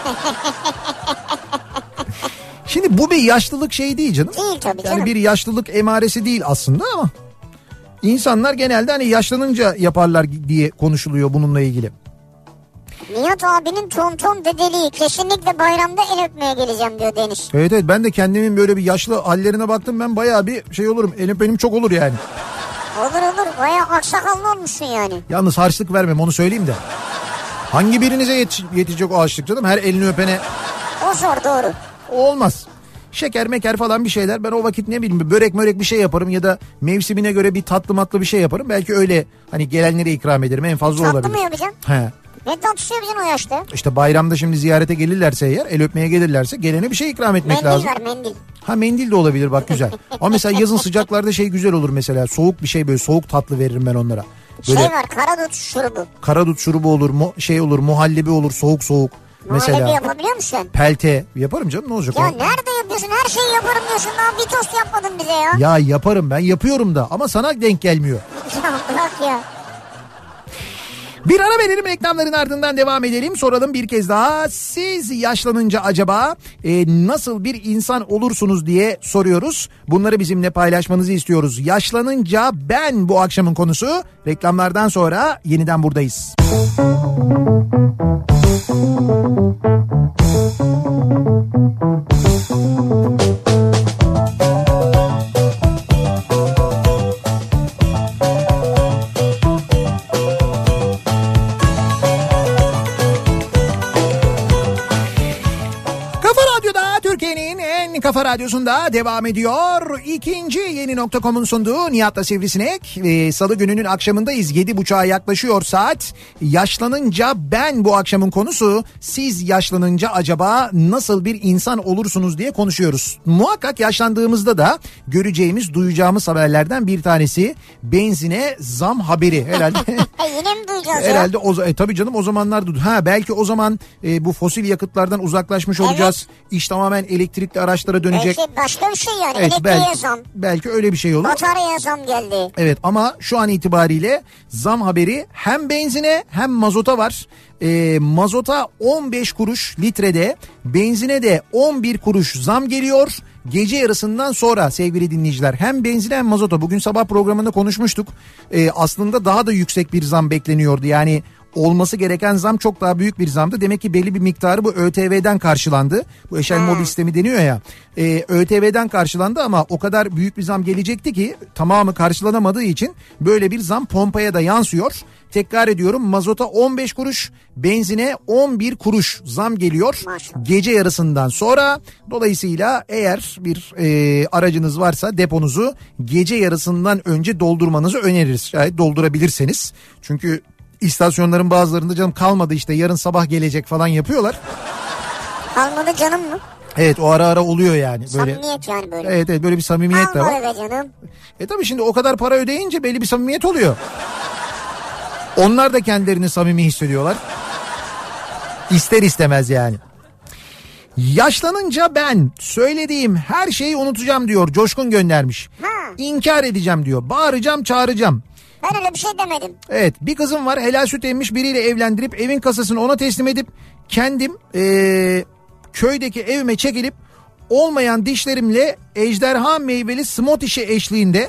Şimdi bu bir yaşlılık şeyi değil canım. Değil tabii canım. Yani bir yaşlılık emaresi değil aslında ama insanlar genelde hani yaşlanınca yaparlar diye konuşuluyor bununla ilgili. Nihat abinin tonton dedeliği kesinlikle bayramda el öpmeye geleceğim diyor Deniz. Evet ben de kendimin böyle bir yaşlı hallerine baktım, ben bayağı bir şey olurum, el öpenim çok olur yani. Olur bayağı aksakallı olmuşsun yani. Yalnız harçlık vermem, onu söyleyeyim de. Hangi birinize yetecek o harçlık canım, her elini öpene. O zor, doğru. Olmaz. Şeker meker falan bir şeyler, ben o vakit ne bileyim börek mörek bir şey yaparım ya da mevsimine göre bir tatlı matlı bir şey yaparım. Belki öyle hani gelenlere ikram ederim, en fazla tatlı olabilir. Tatlı mı yapacaksın? He. Ne tatlısı yapacaksın o yaşta? İşte bayramda şimdi ziyarete gelirlerse eğer, el öpmeye gelirlerse gelene bir şey ikram etmek lazım. Mendil var, mendil. Ha mendil de olabilir bak, güzel. Ama mesela yazın sıcaklarda şey güzel olur mesela, soğuk bir şey, böyle soğuk tatlı veririm ben onlara. Böyle şey var, karadut şurubu. Karadut şurubu olur, olur muhallebi olur soğuk. Mesela muhallebi yapabiliyor musun? Pelte yaparım canım, ne olacak? Ya nerede yapıyorsun, her şeyi yaparım diyorsun, daha bir tost yapmadın bize ya. Ya yaparım, ben yapıyorum da ama sana denk gelmiyor. Ya bırak ya. Bir ara verelim, reklamların ardından devam edelim. Soralım bir kez daha, siz yaşlanınca acaba nasıl bir insan olursunuz diye soruyoruz. Bunları bizimle paylaşmanızı istiyoruz. Yaşlanınca ben bu akşamın konusu. Reklamlardan sonra yeniden buradayız. Kafa Radyosu'nda devam ediyor. İkinci yeni nokta.com'un sunduğu Nihat'la Sivrisinek. Salı gününün akşamındayız. 7.30'a yaklaşıyor saat. Yaşlanınca ben bu akşamın konusu. Siz yaşlanınca acaba nasıl bir insan olursunuz diye konuşuyoruz. Muhakkak yaşlandığımızda da göreceğimiz, duyacağımız haberlerden bir tanesi benzine zam haberi herhalde. Yine mi duyacağız herhalde ya? Tabii canım, o zamanlar belki o zaman bu fosil yakıtlardan uzaklaşmış olacağız. Evet. İş tamamen elektrikli araçlara dönecek. Belki başka bir şey yani. Evet, elektriğe zam. Belki öyle bir şey olur. Bataryaya zam geldi. Evet, ama şu an itibariyle zam haberi hem benzine hem mazota var. Mazota 15 kuruş litrede, benzine de 11 kuruş zam geliyor. Gece yarısından sonra sevgili dinleyiciler, hem benzine hem mazota, bugün sabah programında konuşmuştuk. Aslında daha da yüksek bir zam bekleniyordu. Yani olması gereken zam çok daha büyük bir zamdı. Demek ki belli bir miktarı bu ÖTV'den karşılandı. Bu eşel mobil sistemi deniyor ya. ÖTV'den karşılandı ama o kadar büyük bir zam gelecekti ki tamamı karşılanamadığı için böyle bir zam pompaya da yansıyor. Tekrar ediyorum, mazota 15 kuruş, benzine 11 kuruş zam geliyor gece yarısından sonra. Dolayısıyla eğer bir aracınız varsa deponuzu gece yarısından önce doldurmanızı öneririz. Şayet doldurabilirseniz. Çünkü İstasyonların bazılarında canım kalmadı işte yarın sabah gelecek falan yapıyorlar. Kalmadı canım mı? Evet, o ara oluyor yani. Böyle, samimiyet yani böyle. Evet böyle bir samimiyet de var. Alma be canım. Tabii şimdi o kadar para ödeyince belli bir samimiyet oluyor. Onlar da kendilerini samimi hissediyorlar. İster istemez yani. Yaşlanınca ben söylediğim her şeyi unutacağım diyor. Coşkun göndermiş. İnkar edeceğim diyor. Bağıracağım, çağıracağım. Ben öyle bir şey demedim. Evet, bir kızım var, helal süt emmiş biriyle evlendirip evin kasasını ona teslim edip kendim köydeki evime çekilip olmayan dişlerimle ejderha meyveli smoothie eşliğinde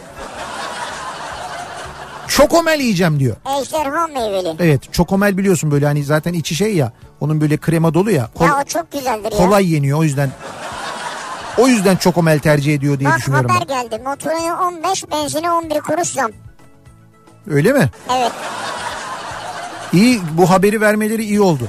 çokomel yiyeceğim diyor. Ejderha meyveli. Evet, çokomel biliyorsun böyle hani zaten içi şey ya, onun böyle krema dolu ya. Ya o çok güzeldir ya. Kolay yeniyor, o yüzden çokomel tercih ediyor diye düşünüyorum. Bak haber geldi, motorunu 15 benzini 11 kuruş zam. Öyle mi? Evet. İyi, bu haberi vermeleri iyi oldu.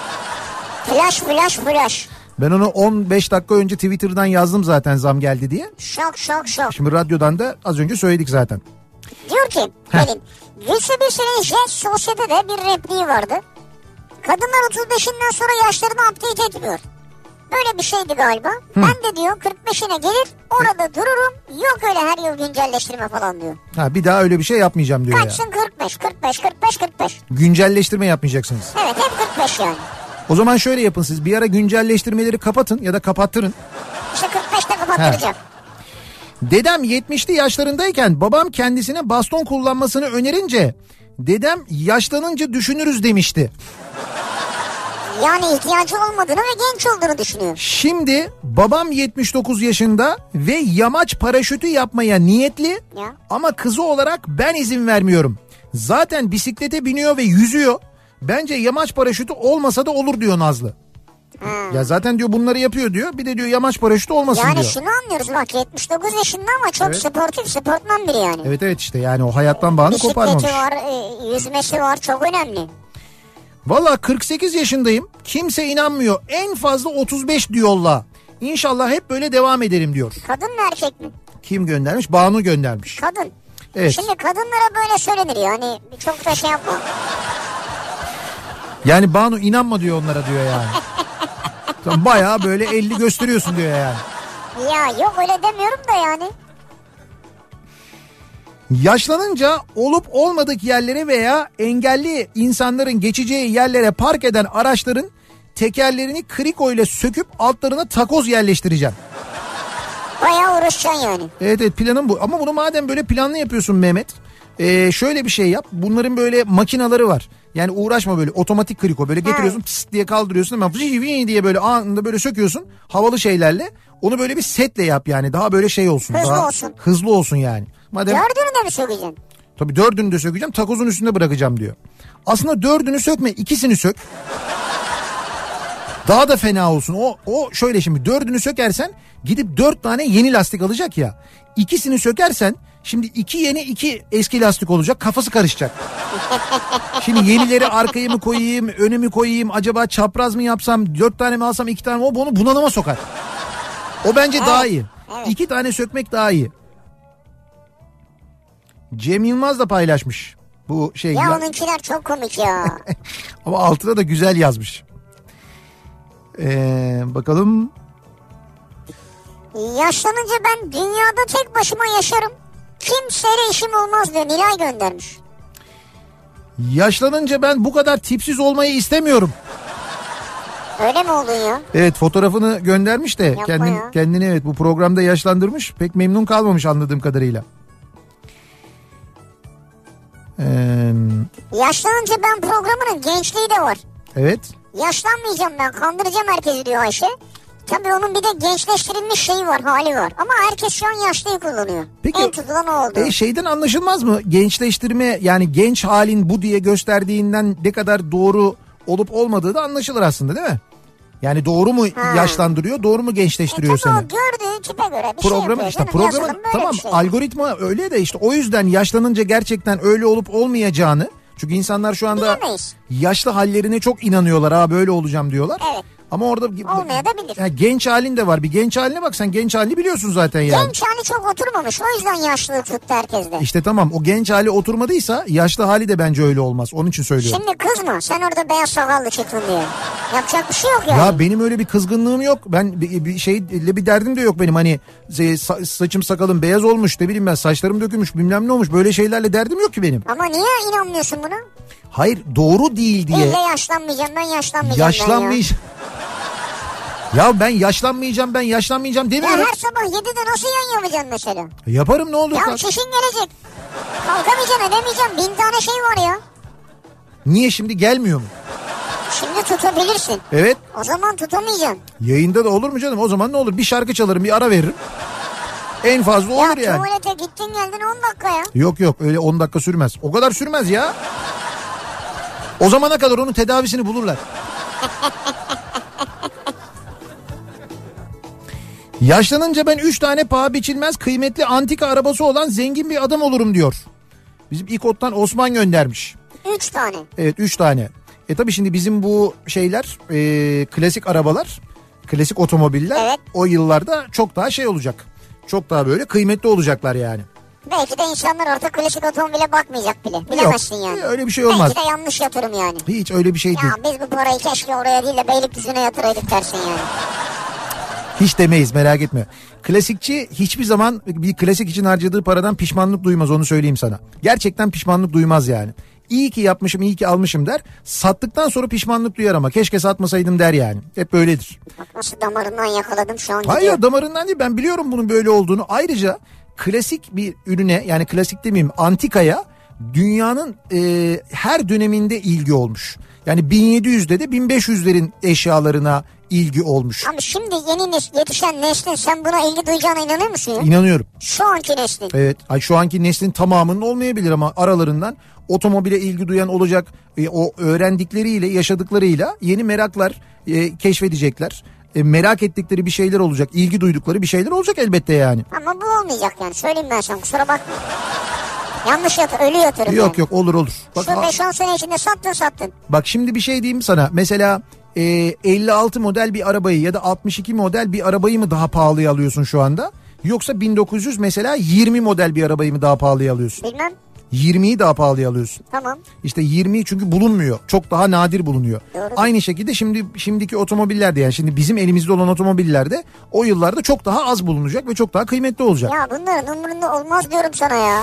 Flash. Ben onu 15 dakika önce Twitter'dan yazdım zaten zam geldi diye. Şok. Şimdi radyodan da az önce söyledik zaten. Diyor ki Pelin, güçlü bir süreçte sosyetede bir repliği vardı. Kadınlar 35'inden sonra yaşlarını update etmiyor. Böyle bir şeydi galiba. Ben de diyor 45'ine gelir orada dururum. Yok öyle her yıl güncelleştirme falan diyor. Bir daha öyle bir şey yapmayacağım diyor. Kaçsın ya. 45. Güncelleştirme yapmayacaksınız. Evet, hep 45 yani. O zaman şöyle yapın siz, bir ara güncelleştirmeleri kapatın ya da kapattırın. İşte 45'te kapattıracak. Dedem 70'li yaşlarındayken babam kendisine baston kullanmasını önerince dedem yaşlanınca düşünürüz demişti. Yani ihtiyacı olmadığını ve genç olduğunu düşünüyor. Şimdi babam 79 yaşında ve yamaç paraşütü yapmaya niyetli ama kızı olarak ben izin vermiyorum. Zaten bisiklete biniyor ve yüzüyor. Bence yamaç paraşütü olmasa da olur diyor Nazlı. Ya zaten diyor bunları yapıyor diyor. Bir de diyor yamaç paraşütü olmasın yani diyor. Yani şunu anlıyoruz bak, 79 yaşında ama çok sportif, sportman biri yani. Evet işte yani o hayattan bağını koparmamış. Bisikleti var, yüzmesi var, çok önemli. Valla 48 yaşındayım. Kimse inanmıyor. En fazla 35 diyorlar. İnşallah hep böyle devam ederim diyor. Kadın mı erkek mi? Kim göndermiş? Banu göndermiş. Kadın. Evet. Şimdi kadınlara böyle söylenir yani. Çok da şey yapma. Yani Banu inanma diyor onlara diyor yani. Bayağı böyle 50 gösteriyorsun diyor yani. Ya yok öyle demiyorum da yani. Yaşlanınca olup olmadık yerlere veya engelli insanların geçeceği yerlere park eden araçların tekerlerini kriko ile söküp altlarına takoz yerleştireceğim. Bayağı uğraşacaksın yani. Evet planım bu. Ama bunu madem böyle planlı yapıyorsun Mehmet, şöyle bir şey yap. Bunların böyle makinaları var. Yani uğraşma böyle otomatik kriko, böyle getiriyorsun pıs diye kaldırıyorsun hemen diye böyle anında böyle söküyorsun havalı şeylerle. Onu böyle bir setle yap yani, daha böyle şey olsun. Hızlı olsun yani. Madem, 4'ünü de mi sökeceksin? Tabii 4'ünü de sökeceğim, takozun üstünde bırakacağım diyor. Aslında 4'ünü sökme, 2'sini sök. Daha da fena olsun. O şöyle, şimdi 4'ünü sökersen gidip 4 tane yeni lastik alacak ya. 2'sini sökersen şimdi 2 yeni 2 eski lastik olacak, kafası karışacak. Şimdi yenileri arkaya mı koyayım, öne mi koyayım, acaba çapraz mı yapsam, 4 tane mi alsam, 2 tane mi, o bunu bunalıma sokar. O bence daha iyi. Evet. 2 tane sökmek daha iyi. Cem Yılmaz da paylaşmış bu şey. Ya onunkiler çok komik ya. Ama altına da güzel yazmış. Bakalım. Yaşlanınca ben dünyada tek başıma yaşarım. Kimseyle işim olmaz diyor, Nilay göndermiş. Yaşlanınca ben bu kadar tipsiz olmayı istemiyorum. Öyle mi oldun ya? Evet, fotoğrafını göndermiş de kendini evet bu programda yaşlandırmış. Pek memnun kalmamış anladığım kadarıyla. Yaşlanınca ben programının gençliği de var. Evet. Yaşlanmayacağım ben, kandıracağım herkesi diyor Ayşe. Tabii onun bir de gençleştirilmiş şeyi var, hali var. Ama herkes şu an yaşlıyı kullanıyor. Peki, en tutulan o oldu. Şeyden anlaşılmaz mı? Gençleştirme, yani genç halin bu diye gösterdiğinden ne kadar doğru olup olmadığı da anlaşılır aslında, değil mi? Yani doğru mu yaşlandırıyor, doğru mu gençleştiriyor seni? Tabii o gördüğü tipe göre bir programı, şey yapıyor. Programın tamam şey. Algoritma öyle de işte o yüzden yaşlanınca gerçekten öyle olup olmayacağını, çünkü insanlar şu anda yaşlı hallerine çok inanıyorlar, böyle olacağım diyorlar. Evet. Ama orada olmayabilir. Yani genç halin de var. Bir genç haline bak, sen genç halini biliyorsun zaten yani. Genç hali çok oturmamış, o yüzden yaşlılık tuttu herkeste. İşte tamam, o genç hali oturmadıysa yaşlı hali de bence öyle olmaz. Onun için söylüyorum. Şimdi kızma, sen orada beyaz sakallı çıktın diye. Yapacak bir şey yok yani. Ya benim öyle bir kızgınlığım yok. Ben bir şeyle bir derdim de yok benim. Hani saçım sakalım beyaz olmuş, ne bileyim ben, saçlarım dökülmüş, bilmem ne olmuş. Böyle şeylerle derdim yok ki benim. Ama niye inanmıyorsun buna? Hayır, doğru değil diye. İlle yaşlanmayacağım, ben yaşlanmayacağım. Yaşlanmayacağım. Ya ben yaşlanmayacağım demiyorum. Ya her sabah 7'de nasıl yayın yapacaksın mesela? Yaparım, ne olur. Ya çişin gelecek. Kalkamayacaksın, edemeyeceksin. 1000 tane şey var ya. Niye, şimdi gelmiyor mu? Şimdi tutabilirsin. Evet. O zaman tutamayacaksın. Yayında da olur mu canım? O zaman ne olur? Bir şarkı çalarım, bir ara veririm. En fazla olur ya yani. tuvalete gittin geldin 10 dakika ya. Yok öyle 10 dakika sürmez. O kadar sürmez ya. O zamana kadar onun tedavisini bulurlar. Yaşlanınca ben 3 tane paha biçilmez kıymetli antika arabası olan zengin bir adam olurum diyor. Bizim İKOT'tan Osman göndermiş. 3 tane. Evet, 3 tane. Tabii şimdi bizim bu şeyler klasik arabalar, klasik otomobiller, evet, o yıllarda çok daha şey olacak. Çok daha böyle kıymetli olacaklar yani. Belki de insanlar artık klasik otomobile bakmayacak bile. Bilemezsin yani. Öyle bir şey olmaz. Belki de yanlış yatırım yani. Hiç öyle bir şey değil. Ya biz bu parayı keşke oraya değil de Beylikdüzü'ne yatıraydık dersin yani. Hiç demeyiz, merak etme. Klasikçi hiçbir zaman bir klasik için harcadığı paradan pişmanlık duymaz, onu söyleyeyim sana. Gerçekten pişmanlık duymaz yani. İyi ki yapmışım, iyi ki almışım der. Sattıktan sonra pişmanlık duyar ama keşke satmasaydım der yani. Hep böyledir. Bak nasıl damarından yakaladım şu an. Hayır, damarından değil, ben biliyorum bunun böyle olduğunu. Ayrıca klasik bir ürüne, yani klasik demeyeyim, antikaya dünyanın her döneminde ilgi olmuş. Yani 1700'de de 1500'lerin eşyalarına ilgi olmuş. Ama şimdi yeni yetişen neslin sen buna ilgi duyacağına inanıyor musun ya? İnanıyorum. Şu anki neslin. Evet, şu anki neslin tamamının olmayabilir ama aralarından otomobile ilgi duyan olacak. O öğrendikleriyle, yaşadıklarıyla yeni meraklar keşfedecekler. Merak ettikleri bir şeyler olacak, ilgi duydukları bir şeyler olacak elbette yani. Ama bu olmayacak yani, söyleyeyim ben sana, kusura bakma. Yanlış ölü yatırım. Yok yani. Olur. Bak, şu 5-10 sene içinde sattın. Bak şimdi bir şey diyeyim sana. Mesela 56 model bir arabayı ya da 62 model bir arabayı mı daha pahalıya alıyorsun şu anda? Yoksa 1900 mesela 20 model bir arabayı mı daha pahalıya alıyorsun? Bilmem. 20'yi daha pahalıya alıyorsun. Tamam. İşte 20 çünkü bulunmuyor. Çok daha nadir bulunuyor. Doğru. Aynı şekilde şimdiki otomobillerde, yani şimdi bizim elimizde olan otomobillerde o yıllarda çok daha az bulunacak ve çok daha kıymetli olacak. Ya bunların umurunda olmaz diyorum sana ya.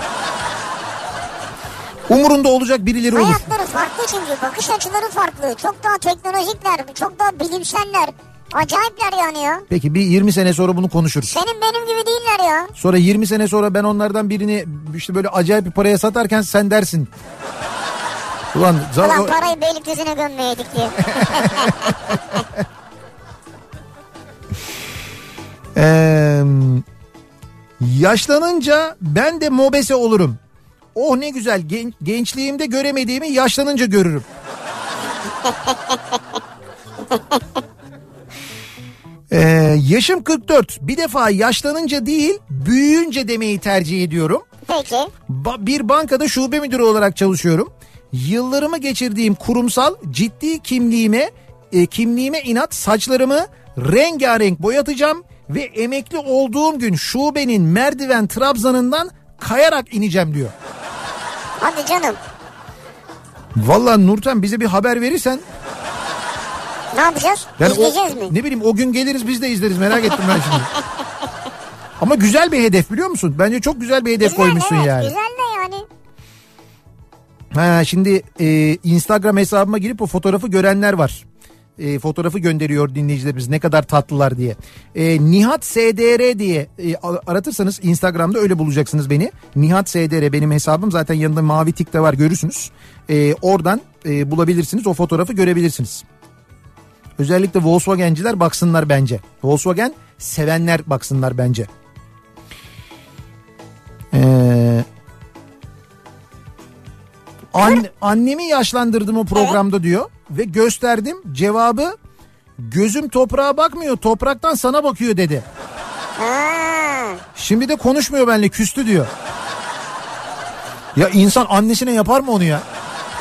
Umurunda olacak birileri olur. Hayatları farklı çünkü, bakış açıları farklı. Çok daha teknolojikler, çok daha bilimseller. Acayipler yani ya. Peki bir 20 sene sonra bunu konuşuruz. Senin benim gibi değiller ya. Sonra 20 sene sonra ben onlardan birini işte böyle acayip bir paraya satarken sen dersin. Ulan parayı Beylikdüzü'ne gömmeydik diye. Yaşlanınca ben de mobese olurum. Oh ne güzel, gençliğimde göremediğimi yaşlanınca görürüm. Yaşım 44. Bir defa yaşlanınca değil, büyüyünce demeyi tercih ediyorum. Peki. Bir bankada şube müdürü olarak çalışıyorum. Yıllarımı geçirdiğim kurumsal ciddi kimliğime inat saçlarımı rengarenk boyatacağım ve emekli olduğum gün şubenin merdiven trabzanından kayarak ineceğim diyor. Hadi canım. Vallahi Nurten, bize bir haber verirsen. Ne yapacağız? Yani İzleyeceğiz mi? Ne bileyim, o gün geliriz biz de izleriz, merak ettim ben şimdi. Ama güzel bir hedef, biliyor musun? Bence çok güzel bir hedef koymuşsun evet, yani. Güzel de yani. Şimdi Instagram hesabıma girip o fotoğrafı görenler var. Fotoğrafı gönderiyor dinleyicilerimiz, ne kadar tatlılar diye. Nihat SDR diye aratırsanız Instagram'da öyle bulacaksınız beni. Nihat SDR benim hesabım, zaten yanında mavi tik de var, görürsünüz. Oradan bulabilirsiniz, o fotoğrafı görebilirsiniz. Özellikle Volkswagen'ciler baksınlar bence. Volkswagen sevenler baksınlar bence. Annemi yaşlandırdım o programda diyor ve gösterdim, cevabı gözüm toprağa bakmıyor, topraktan sana bakıyor dedi. Şimdi de konuşmuyor benimle, küstü diyor. Ya insan annesine yapar mı onu ya?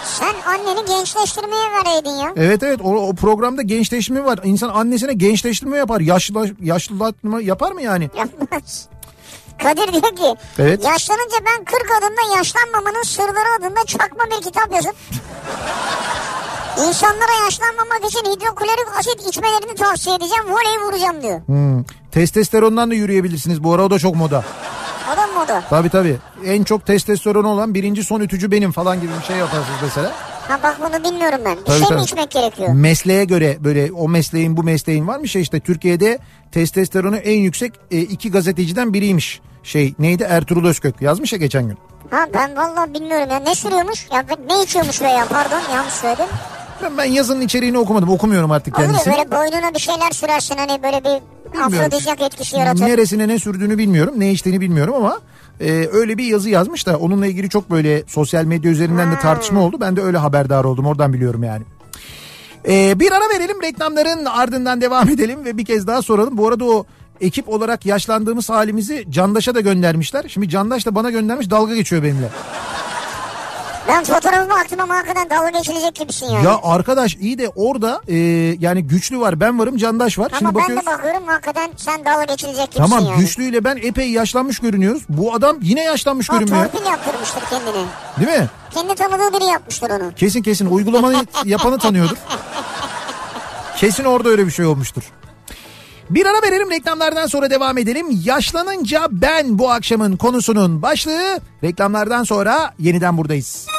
Sen anneni gençleştirmeye vereydin ya. Evet o programda gençleştirme var. İnsan annesine gençleştirme yapar. Yaşlılatma yapar mı yani? Yapmaz. Kadir diyor ki evet. Yaşlanınca ben 40 adımda yaşlanmamanın sırları adında çakma bir kitap yazıp insanlara yaşlanmamak için hidroklorik asit içmelerini tavsiye edeceğim. Voley vuracağım diyor. Testosterondan da yürüyebilirsiniz bu ara, o da çok moda. O da moda. Tabii. En çok testosteronu olan birinci son ütücü benim falan gibi bir şey yaparsınız mesela. Ha bak bunu bilmiyorum ben. Bir şey mi içmek gerekiyor? Mesleğe göre böyle o mesleğin bu mesleğin varmış ya, işte Türkiye'de testosteronu en yüksek 2 gazeteciden biriymiş. Neydi, Ertuğrul Özkök yazmış ya geçen gün. Ha ben vallahi bilmiyorum ya, ne sürüyormuş ya, ne içiyormuş veya pardon yanlış söyledim. Ben yazının içeriğini okumuyorum artık kendisini. Olur böyle boynuna bir şeyler sürersin hani böyle bir afrodizyak etkisi yaratır. Neresine ne sürdüğünü bilmiyorum, ne içtiğini bilmiyorum ama öyle bir yazı yazmış da onunla ilgili çok böyle sosyal medya üzerinden de tartışma oldu. Ben de öyle haberdar oldum, oradan biliyorum yani. Bir ara verelim, reklamların ardından devam edelim ve bir kez daha soralım. Bu arada o ekip olarak yaşlandığımız halimizi Candaş'a da göndermişler. Şimdi Candaş da bana göndermiş, dalga geçiyor benimle. Ben fotoğrafıma baktım ama hakikaten dalga geçilecek gibisin yani. Ya arkadaş iyi de orada yani Güçlü var, ben varım, Candaş var. Ama şimdi ben de bakıyorum hakikaten sen dalga geçilecek gibisin tamam, yani. Tamam Güçlü ile ben epey yaşlanmış görünüyoruz. Bu adam yine yaşlanmış görünmüyor. O torpil yaptırmıştır kendini. Değil mi? Kendi tanıdığı biri yapmıştır onu. Kesin uygulamayı yapanı tanıyordur. Kesin orada öyle bir şey olmuştur. Bir ara verelim, reklamlardan sonra devam edelim. Yaşlanınca ben bu akşamın konusunun başlığı. Reklamlardan sonra yeniden buradayız.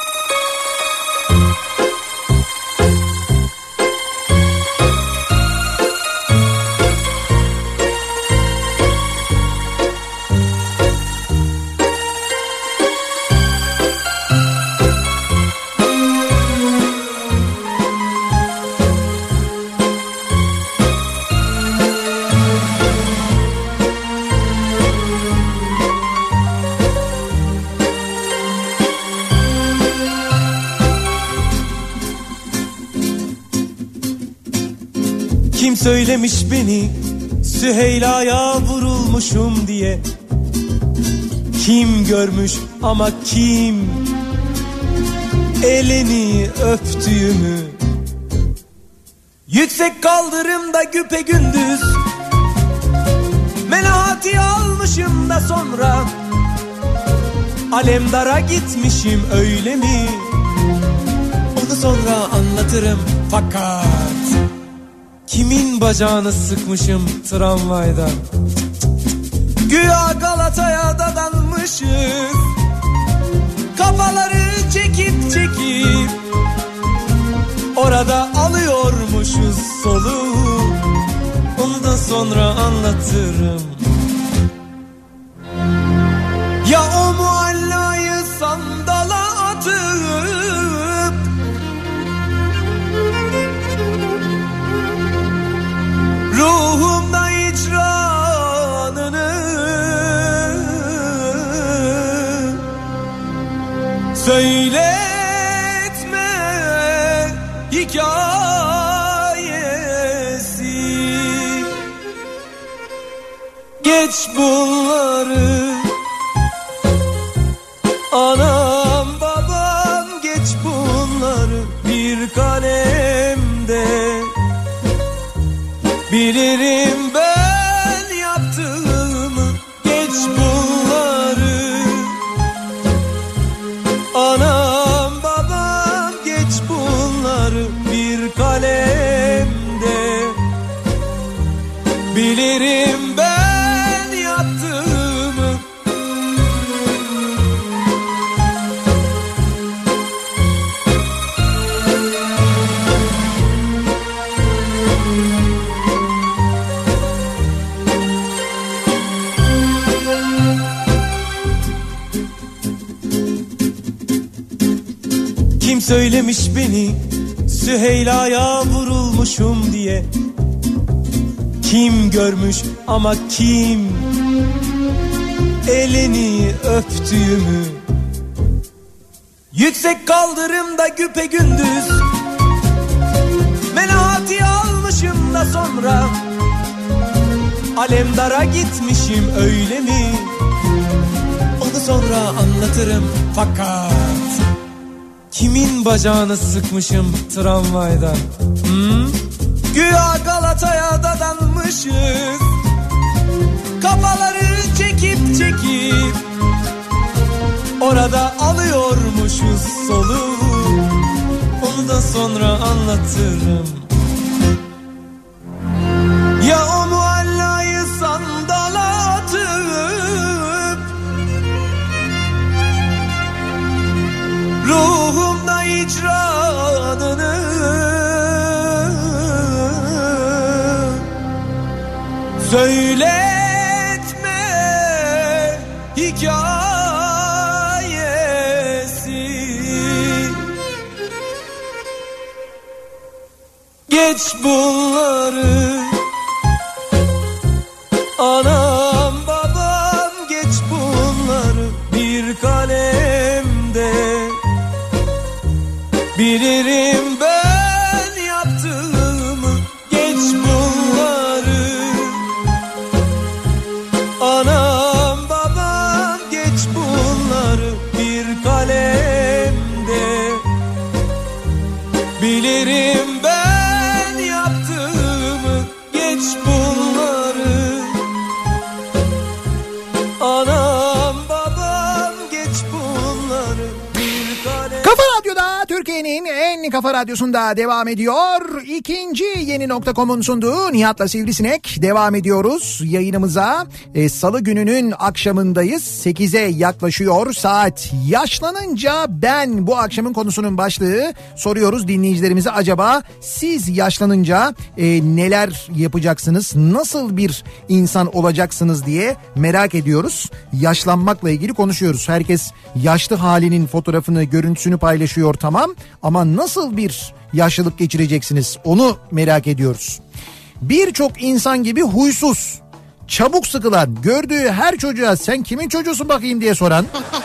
Kim söylemiş beni Süheyla'ya vurulmuşum diye? Kim görmüş ama kim elini öptüğümü? Yüksek kaldırımda güpegündüz Melahati almışım da sonra Alemdara gitmişim öyle mi? Onu sonra anlatırım fakat kimin bacağını sıkmışım tramvayda? Güya Galata'ya dadanmışız, kafaları çekip orada alıyormuşuz soluğu. Ondan sonra anlatırım. Ya o muallayı sandala atıp ruhumda icranını söyletme hikayesi. Geç bunları anam babam, geç bunları bir kalemde. Bilirim ben yaptığımı, geç bunları anam babam, geç bunları bir kalemde. Bilirim ben yaptığımı. Kim söylemiş beni Süheyla'ya vurulmuşum diye? Kim görmüş ama kim elini öptüğümü? Yüksek kaldırımda güpegündüz Melahati almışım da sonra Alemdara gitmişim öyle mi? Onu sonra anlatırım fakat kimin bacağını sıkmışım tramvayda? Güya Galata'ya dadanmışız, kafaları çekip çekip orada alıyormuşuz solu. Onu da sonra anlatırım. Ya o muallayı sandala atıp ruhumda icranını söyletme hikayesi. Geç bunları anam babam, geç bunları bir kalemde. Bilirim ben yaptığımı, geç bunları anam babam, geç bunları bir kalemde. Bilirim ben yaptığımı, geç bunları anam babam, geç bunları bir kalemde. Kafa Radyo'da, Türkiye'nin en kafa radyosunda devam ediyor. İkinci Yeni.com'un sunduğu Nihat'la Sivrisinek devam ediyoruz yayınımıza. Salı gününün akşamındayız. 8'e yaklaşıyor saat. Yaşlanınca ben, bu akşamın konusunun başlığı. Soruyoruz dinleyicilerimize, acaba siz yaşlanınca neler yapacaksınız? Nasıl bir insan olacaksınız diye merak ediyoruz. Yaşlanmakla ilgili konuşuyoruz. Herkes yaşlı halinin fotoğrafını, görüntüsünü paylaşıyor, tamam, ama nasıl bir yaşlılık geçireceksiniz onu merak ediyoruz. Birçok insan gibi huysuz, çabuk sıkılan, gördüğü her çocuğa sen kimin çocuğusun bakayım diye soran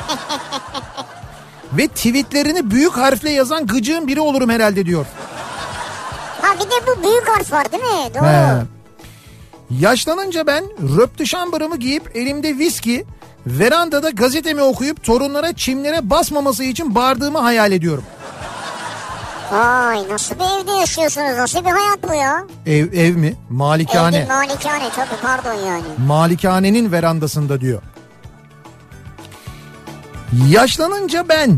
ve tweetlerini büyük harfle yazan gıcığın biri olurum herhalde diyor. Ha bir de bu büyük harf var değil mi? Doğru. He. Yaşlanınca ben röptü şambırımı giyip elimde viski, verandada gazetemi okuyup torunlara çimlere basmaması için bağırdığımı hayal ediyorum. Ay, nasıl bir evde yaşıyorsunuz? Nasıl bir hayat bu ya? Ev mi? Malikane. Ev, malikane tabii, pardon yani. Malikanenin verandasında diyor. Yaşlanınca ben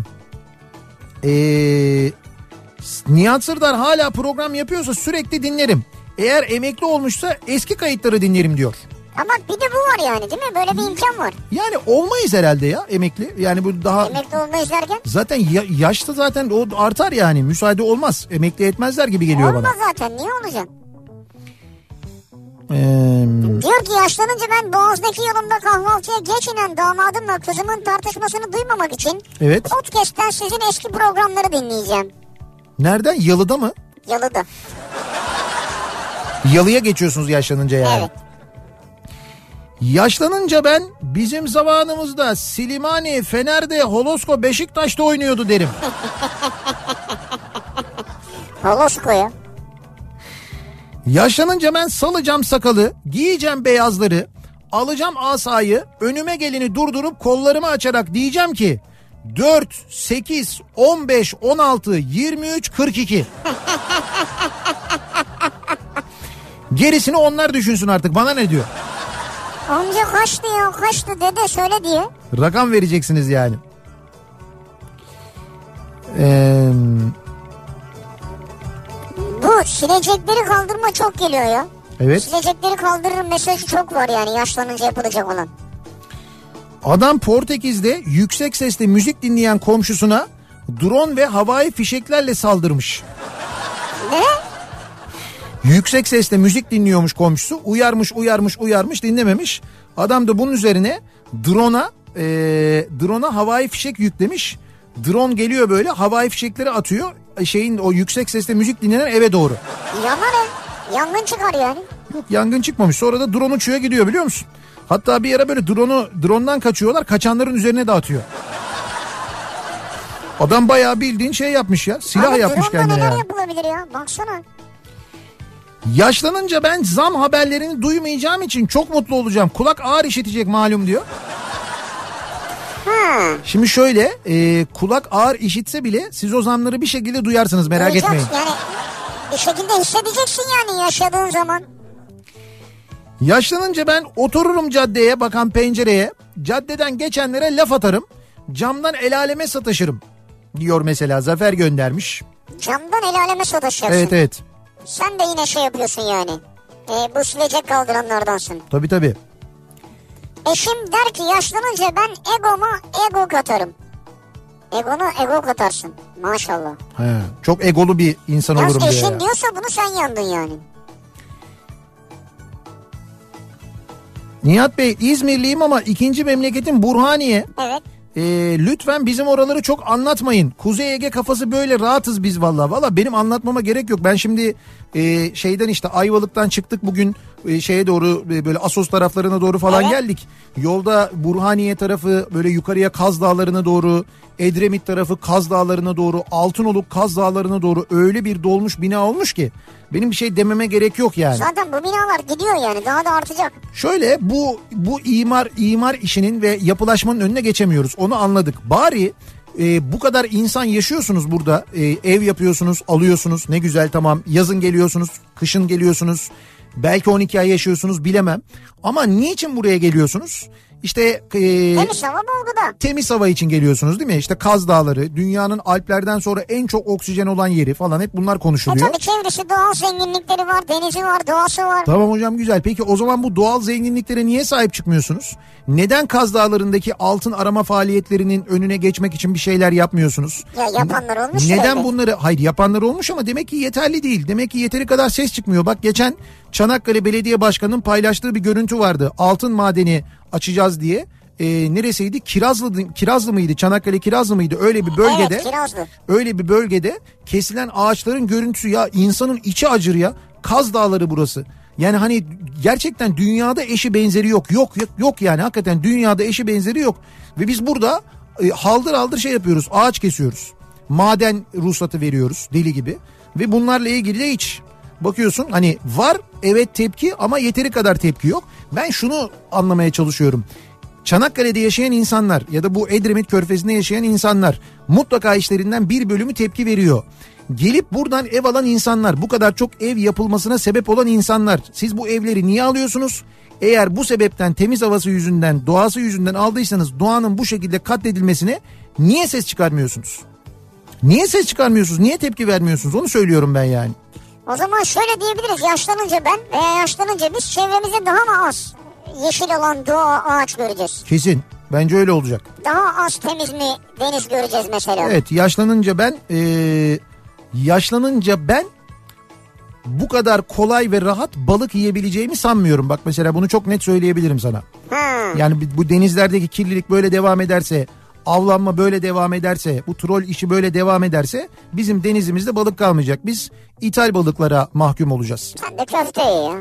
Nihat Sırdar hala program yapıyorsa sürekli dinlerim. Eğer emekli olmuşsa eski kayıtları dinlerim diyor. Ama bir de bu var yani, değil mi? Böyle bir imkan var. Yani olmayız herhalde ya emekli. Yani bu daha... Emekli olmayız derken? Zaten yaşta zaten o artar yani. Müsaade olmaz. Emekli etmezler gibi geliyor bana. Olmaz zaten. Niye olacak? Diyor ki yaşlanınca ben Boğaz'daki yolumda kahvaltıya geç inen damadımla kızımın tartışmasını duymamak için podcast'ten sizin eski programları dinleyeceğim. Nereden? Yalı'da mı? Yalı'da. Yalı'ya geçiyorsunuz yaşlanınca yani. Evet. Yaşlanınca ben bizim zamanımızda Silimani, Fener'de, Holosko, Beşiktaş'ta oynuyordu derim. Holosko ya. Yaşlanınca ben salacağım sakalı, giyeceğim beyazları, alacağım asayı, önüme geleni durdurup kollarımı açarak diyeceğim ki 4, 8, 15, 16, 23, 42. Gerisini onlar düşünsün artık, bana ne diyor? Amca kaçtı ya, kaçtı dede söyle diye. Rakam vereceksiniz yani. Bu silecekleri kaldırma çok geliyor ya. Evet. Silecekleri kaldırırım mesajı çok var yani, yaşlanınca yapılacak olan. Adam Portekiz'de yüksek sesle müzik dinleyen komşusuna drone ve havai fişeklerle saldırmış. Ne? Yüksek sesle müzik dinliyormuş komşusu. Uyarmış dinlememiş. Adam da bunun üzerine drone'a havai fişek yüklemiş. Drone geliyor böyle, havai fişekleri atıyor. O yüksek sesle müzik dinlenen eve doğru. Yanar ya. Yangın çıkar yani. Yok, yangın çıkmamış. Sonra da drone uçuyor gidiyor, biliyor musun? Hatta bir ara böyle drone'dan kaçıyorlar. Kaçanların üzerine dağıtıyor. Adam bayağı bildiğin şey yapmış ya. Silah abi, yapmış kendine ya. Abi neler yapılabilir ya? Baksana. Yaşlanınca ben zam haberlerini duymayacağım için çok mutlu olacağım. Kulak ağır işitecek malum diyor. Ha, Şimdi şöyle kulak ağır işitse bile siz o zamları bir şekilde duyarsınız, merak Duyacağız, etmeyin. yani bir şekilde hissedeceksin yani yaşadığın zaman. Yaşlanınca ben otururum caddeye bakan pencereye, caddeden geçenlere laf atarım, camdan el aleme sataşırım diyor mesela, Zafer göndermiş. Camdan el aleme sataşacaksın. Evet evet. Sen de yine şey yapıyorsun yani. Bu silecek kaldıranlardansın. Tabii. Eşim der ki yaşlanınca ben egoma ego katarım. Egona ego katarsın. Maşallah. He, çok egolu bir insan olurum diyor. Eşin diyorsa bunu sen yandın yani. Nihat Bey, İzmirliyim ama ikinci memleketim Burhaniye. Evet. Lütfen bizim oraları çok anlatmayın. Kuzey Ege kafası böyle, rahatız biz valla. Valla benim anlatmama gerek yok. Ben şimdi şeyden işte Ayvalık'tan çıktık bugün şeye doğru, böyle Assos taraflarına doğru falan geldik. Yolda Burhaniye tarafı, böyle yukarıya Kaz Dağları'na doğru, Edremit tarafı Kaz Dağları'na doğru, Altınoluk Kaz Dağları'na doğru öyle bir dolmuş bina olmuş ki benim bir şey dememe gerek yok yani. Zaten bu binalar gidiyor yani, daha da artacak. Şöyle bu imar işinin ve yapılaşmanın önüne geçemiyoruz. Onu anladık. Bari bu kadar insan yaşıyorsunuz burada. Ev yapıyorsunuz, alıyorsunuz. Ne güzel, tamam. Yazın geliyorsunuz, kışın geliyorsunuz. Belki 12 ay yaşıyorsunuz, bilemem. Ama niçin buraya geliyorsunuz? İşte temiz hava Bolga'da. Temiz hava için geliyorsunuz değil mi? İşte Kaz Dağları, dünyanın Alplerden sonra en çok oksijen olan yeri falan, hep bunlar konuşuluyor. Tabii çevresi, doğal zenginlikleri var, denizi var, doğası var. Tamam hocam, güzel. Peki o zaman bu doğal zenginliklere niye sahip çıkmıyorsunuz? Neden Kaz Dağları'ndaki altın arama faaliyetlerinin önüne geçmek için bir şeyler yapmıyorsunuz? Ya yapanlar olmuş. Neden bunları? Hayır, yapanlar olmuş ama demek ki yeterli değil. Demek ki yeteri kadar ses çıkmıyor. Bak geçen Çanakkale Belediye Başkanı'nın paylaştığı bir görüntü vardı. Altın madeni açacağız diye. Neresiydi? Kirazlı mıydı? Çanakkale Kirazlı mıydı? Öyle bir bölgede. Evet, Kirazlı. Öyle bir bölgede kesilen ağaçların görüntüsü, ya insanın içi acır ya. Kaz Dağları burası. Yani hani gerçekten dünyada eşi benzeri yok. Yok yani, hakikaten dünyada eşi benzeri yok. Ve biz burada haldır haldır şey yapıyoruz. Ağaç kesiyoruz. Maden ruhsatı veriyoruz deli gibi. Ve bunlarla ilgili de hiç bakıyorsun hani var evet tepki, ama yeteri kadar tepki yok. Ben şunu anlamaya çalışıyorum. Çanakkale'de yaşayan insanlar ya da bu Edremit Körfezi'nde yaşayan insanlar mutlaka işlerinden bir bölümü tepki veriyor. Gelip buradan ev alan insanlar, bu kadar çok ev yapılmasına sebep olan insanlar, siz bu evleri niye alıyorsunuz? Eğer bu sebepten, temiz havası yüzünden, doğası yüzünden aldıysanız, doğanın bu şekilde katledilmesine niye ses çıkarmıyorsunuz? Niye ses çıkarmıyorsunuz? Niye tepki vermiyorsunuz? Onu söylüyorum ben yani. O zaman şöyle diyebiliriz: yaşlanınca ben veya yaşlanınca biz çevremizde daha mı az yeşil olan doğa, ağaç göreceğiz? Kesin. Bence öyle olacak. Daha az temiz mi deniz göreceğiz mesela? Evet, yaşlanınca ben bu kadar kolay ve rahat balık yiyebileceğimi sanmıyorum. Bak mesela bunu çok net söyleyebilirim sana. Yani bu denizlerdeki kirlilik böyle devam ederse, avlanma böyle devam ederse, bu trol işi böyle devam ederse bizim denizimizde balık kalmayacak. Biz ithal balıklara mahkum olacağız. Sen de köfte ye ya.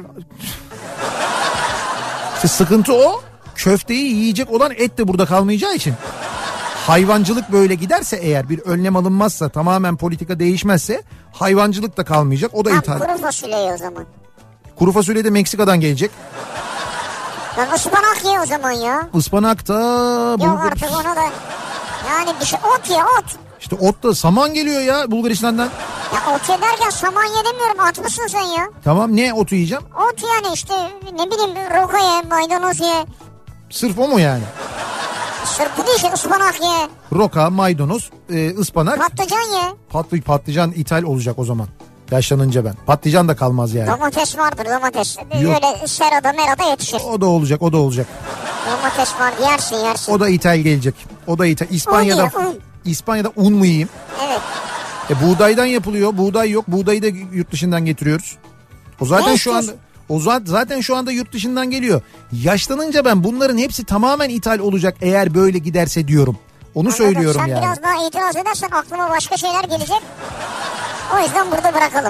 İşte sıkıntı o. Köfteyi yiyecek olan et de burada kalmayacağı için. Hayvancılık böyle giderse, eğer bir önlem alınmazsa, tamamen politika değişmezse hayvancılık da kalmayacak. O da ithal. Kuru fasulyeyi o zaman. Kuru fasulye de Meksika'dan gelecek. Ya ıspanak ye o zaman ya. Ispanak da... Yok artık ona da. Yani bir şey, ot ye, ot. İşte ot da, saman geliyor ya Bulgaristan'dan. Ya ot ye derken saman ye demiyorum, at mısın sen ya? Tamam, ne otu yiyeceğim? Ot yani işte, ne bileyim, roka ye, maydanoz ye. Sırf o mu yani? Sırf bu değil ki, ıspanak ye. Roka, maydanoz, ıspanak. Patlıcan ye. Patlıcan ithal olacak o zaman. Yaşlanınca ben. Patlıcan da kalmaz yani. Domates vardır, domates. Yok. Böyle serada merada yetişir. O da olacak. Domates var, yersin. O da ithal gelecek. O da ithal. İspanya'da un mu yiyeyim? Evet. Buğdaydan yapılıyor. Buğday yok. Buğdayı da yurt dışından getiriyoruz. O zaten şu anda yurt dışından geliyor. Yaşlanınca ben bunların hepsi tamamen ithal olacak eğer böyle giderse diyorum. Onu söylüyorum sen yani. Sen biraz daha itiraz edersen aklıma başka şeyler gelecek. O yüzden burada bırakalım.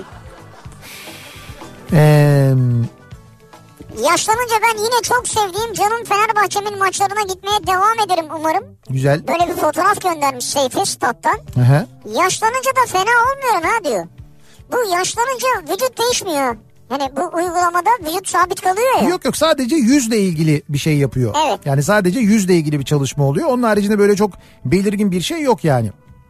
Yaşlanınca ben yine çok sevdiğim canım Fenerbahçe'nin maçlarına gitmeye devam ederim umarım. Güzel. Böyle bir fotoğraf göndermiş Seyfi stat'tan. Aha. Yaşlanınca da fena olmuyorum ha diyor. Bu yaşlanınca vücut değişmiyor. Yani bu uygulamada vücut sabit kalıyor ya. Yok sadece yüzle ilgili bir şey yapıyor. Evet. Yani sadece yüzle ilgili bir çalışma oluyor. Onun haricinde böyle çok belirgin bir şey yok yani.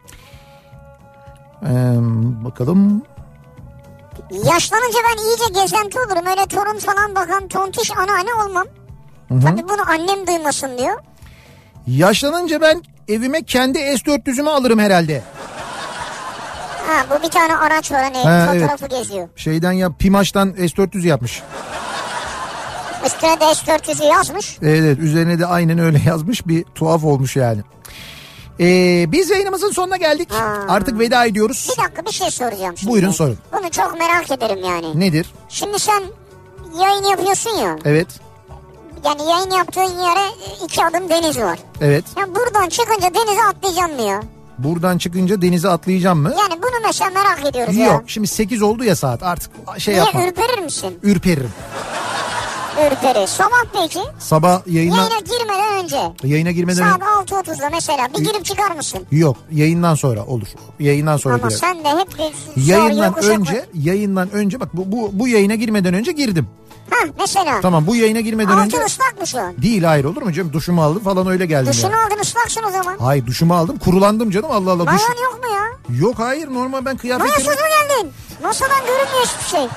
Bakalım. Yaşlanınca ben iyice gezenti olurum. Öyle torun falan bakan tontiş anneanne olmam. Hı-hı. Tabii bunu annem duymasın diyor. Yaşlanınca ben evime kendi S400'ümü alırım herhalde. Ha, bu bir tane araç var hani fotoğrafı geziyor. Şeyden ya Pimaş'tan S400 yapmış. Üstüne de S400'ü yazmış. Evet, üzerine de aynen öyle yazmış, bir tuhaf olmuş yani. Biz yayınımızın sonuna geldik. Artık veda ediyoruz. Bir dakika, bir şey soracağım şimdi. Buyurun sorun. Bunu çok merak ederim yani. Nedir? Şimdi sen yayın yapıyorsun ya. Evet. Yani yayın yaptığın yere 2 adım deniz var. Evet. Ya buradan çıkınca denize atlayacaksın mı ya? Buradan çıkınca denize atlayacağım mı? Yani bunu mesela merak ediyoruz ya. Yok, şimdi 8 oldu ya saat, artık yapma. Niye, ürperir misin? Ürperirim. Ürperir. Sabah peki? Sabah yayına girmeden önce. Yayına girmeden saat 6.30'da mesela bir girip çıkar mısın? Yok, yayından sonra olur. Yayından sonra ama girerim. Sen de hep bir yayından önce bak bu yayına girmeden önce girdim. Ha mesela. Tamam, bu yayına girmeden önce. Altın ıslak mı şu an? Değil, hayır, olur mu canım? Duşumu aldım falan, öyle geldim. Duşunu aldın, ıslaksın o zaman. Hayır, duşumu aldım, kurulandım canım, Allah Allah. Mayon yok mu ya? Yok, hayır, normal ben kıyafetimi. Mayosuz mu geldin? Masadan görünmüyor hiçbir şey.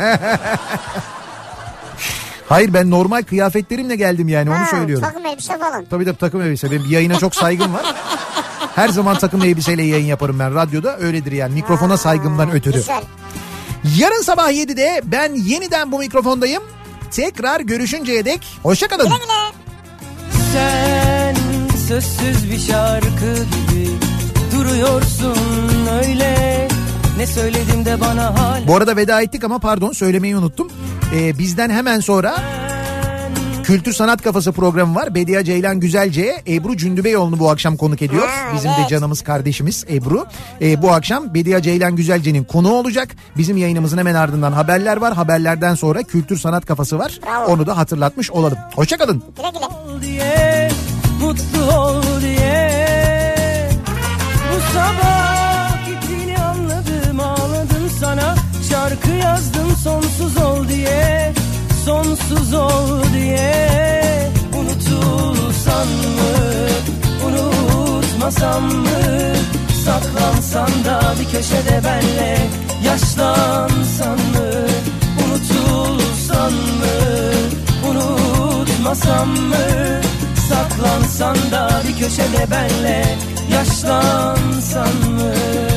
Hayır, ben normal kıyafetlerimle geldim yani, onu söylüyorum. Takım elbise falan. Tabii takım elbise. Benim yayına çok saygım var. Her zaman takım elbiseyle yayın yaparım ben radyoda, öyledir yani, mikrofona saygımdan ötürü. Güzel. Yarın sabah 7'de ben yeniden bu mikrofondayım. Tekrar görüşünceye dek hoşça kalın. Güle güle. Sen sözsüz bir şarkı gibi duruyorsun öyle. Ne söyledim de bana hala. Bu arada veda ettik ama pardon, söylemeyi unuttum. Bizden hemen sonra Kültür Sanat Kafası programı var. Bediye Ceylan Güzelce'ye Ebru Cündübeyoğlu'nu bu akşam konuk ediyor. Bizim de canımız kardeşimiz Ebru. Bu akşam Bediye Ceylan Güzelce'nin konuğu olacak. Bizim yayınımızın hemen ardından haberler var. Haberlerden sonra Kültür Sanat Kafası var. Bravo. Onu da hatırlatmış olalım. Hoşçakalın. Güle güle. Diye, mutlu ol diye. Bu sabah gittiğini anladım, ağladım sana. Şarkı yazdım sonsuz ol diye. Sonsuz ol diye. Unutulsan mı, unutmasam mı? Saklansan da bir köşede benle. Yaşlansan mı, unutulsan mı? Unutmasam mı? Saklansan da bir köşede benle. Yaşlansan mı?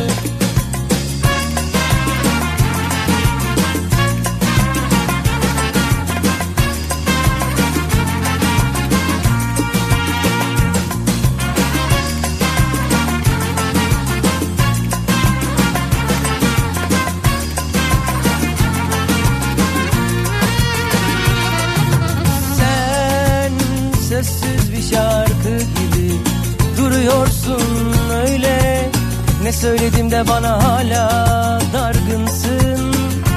Sözsüz bir şarkı gibi duruyorsun öyle. Ne söyledim de bana hala dargınsın.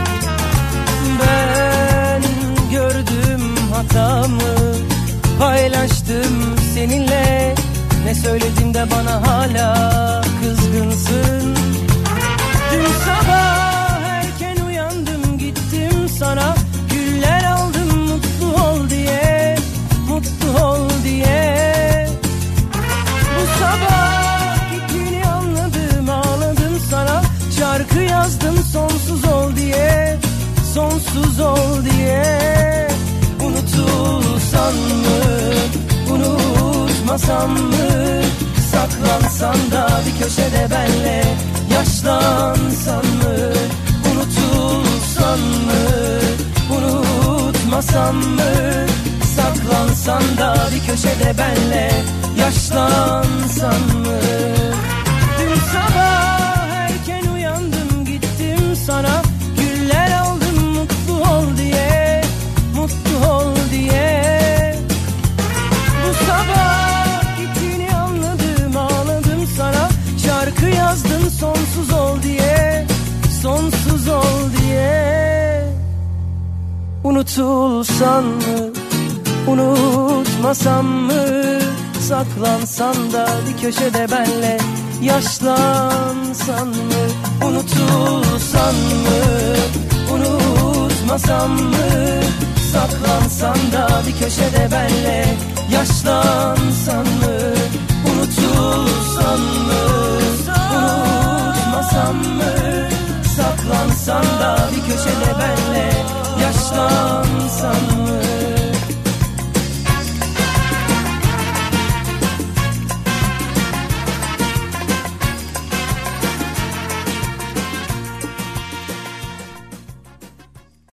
Ben gördüm hatamı, paylaştım seninle. Ne söyledim de bana hala kızgınsın. Dün sabah erken uyandım, gittim sana güller aldım, mutlu ol diye. Mutlu ol diye. Bu sabah gittiğini anladım, ağladım sana. Şarkı yazdım sonsuz ol diye. Sonsuz ol diye. Unutulsan mı, unutmasam mı? Saklansan da bir köşede benle. Yaşlansan mı, unutulsan mı? Unutmasam mı? Saklansan da bir köşede benle. Yaşlansan mı? Dün sabah erken uyandım, gittim sana güller aldım, mutlu ol diye. Mutlu ol diye. Bu sabah gittiğini anladım, ağladım sana. Şarkı yazdım sonsuz ol diye. Sonsuz ol diye. Unutulsan mı, unutmasam mı? Saklansan da bir köşede benle. Yaşlansan mı, unutulsan mı? Unutmasam Konuşmasam mı? Saklansan da bir köşede benle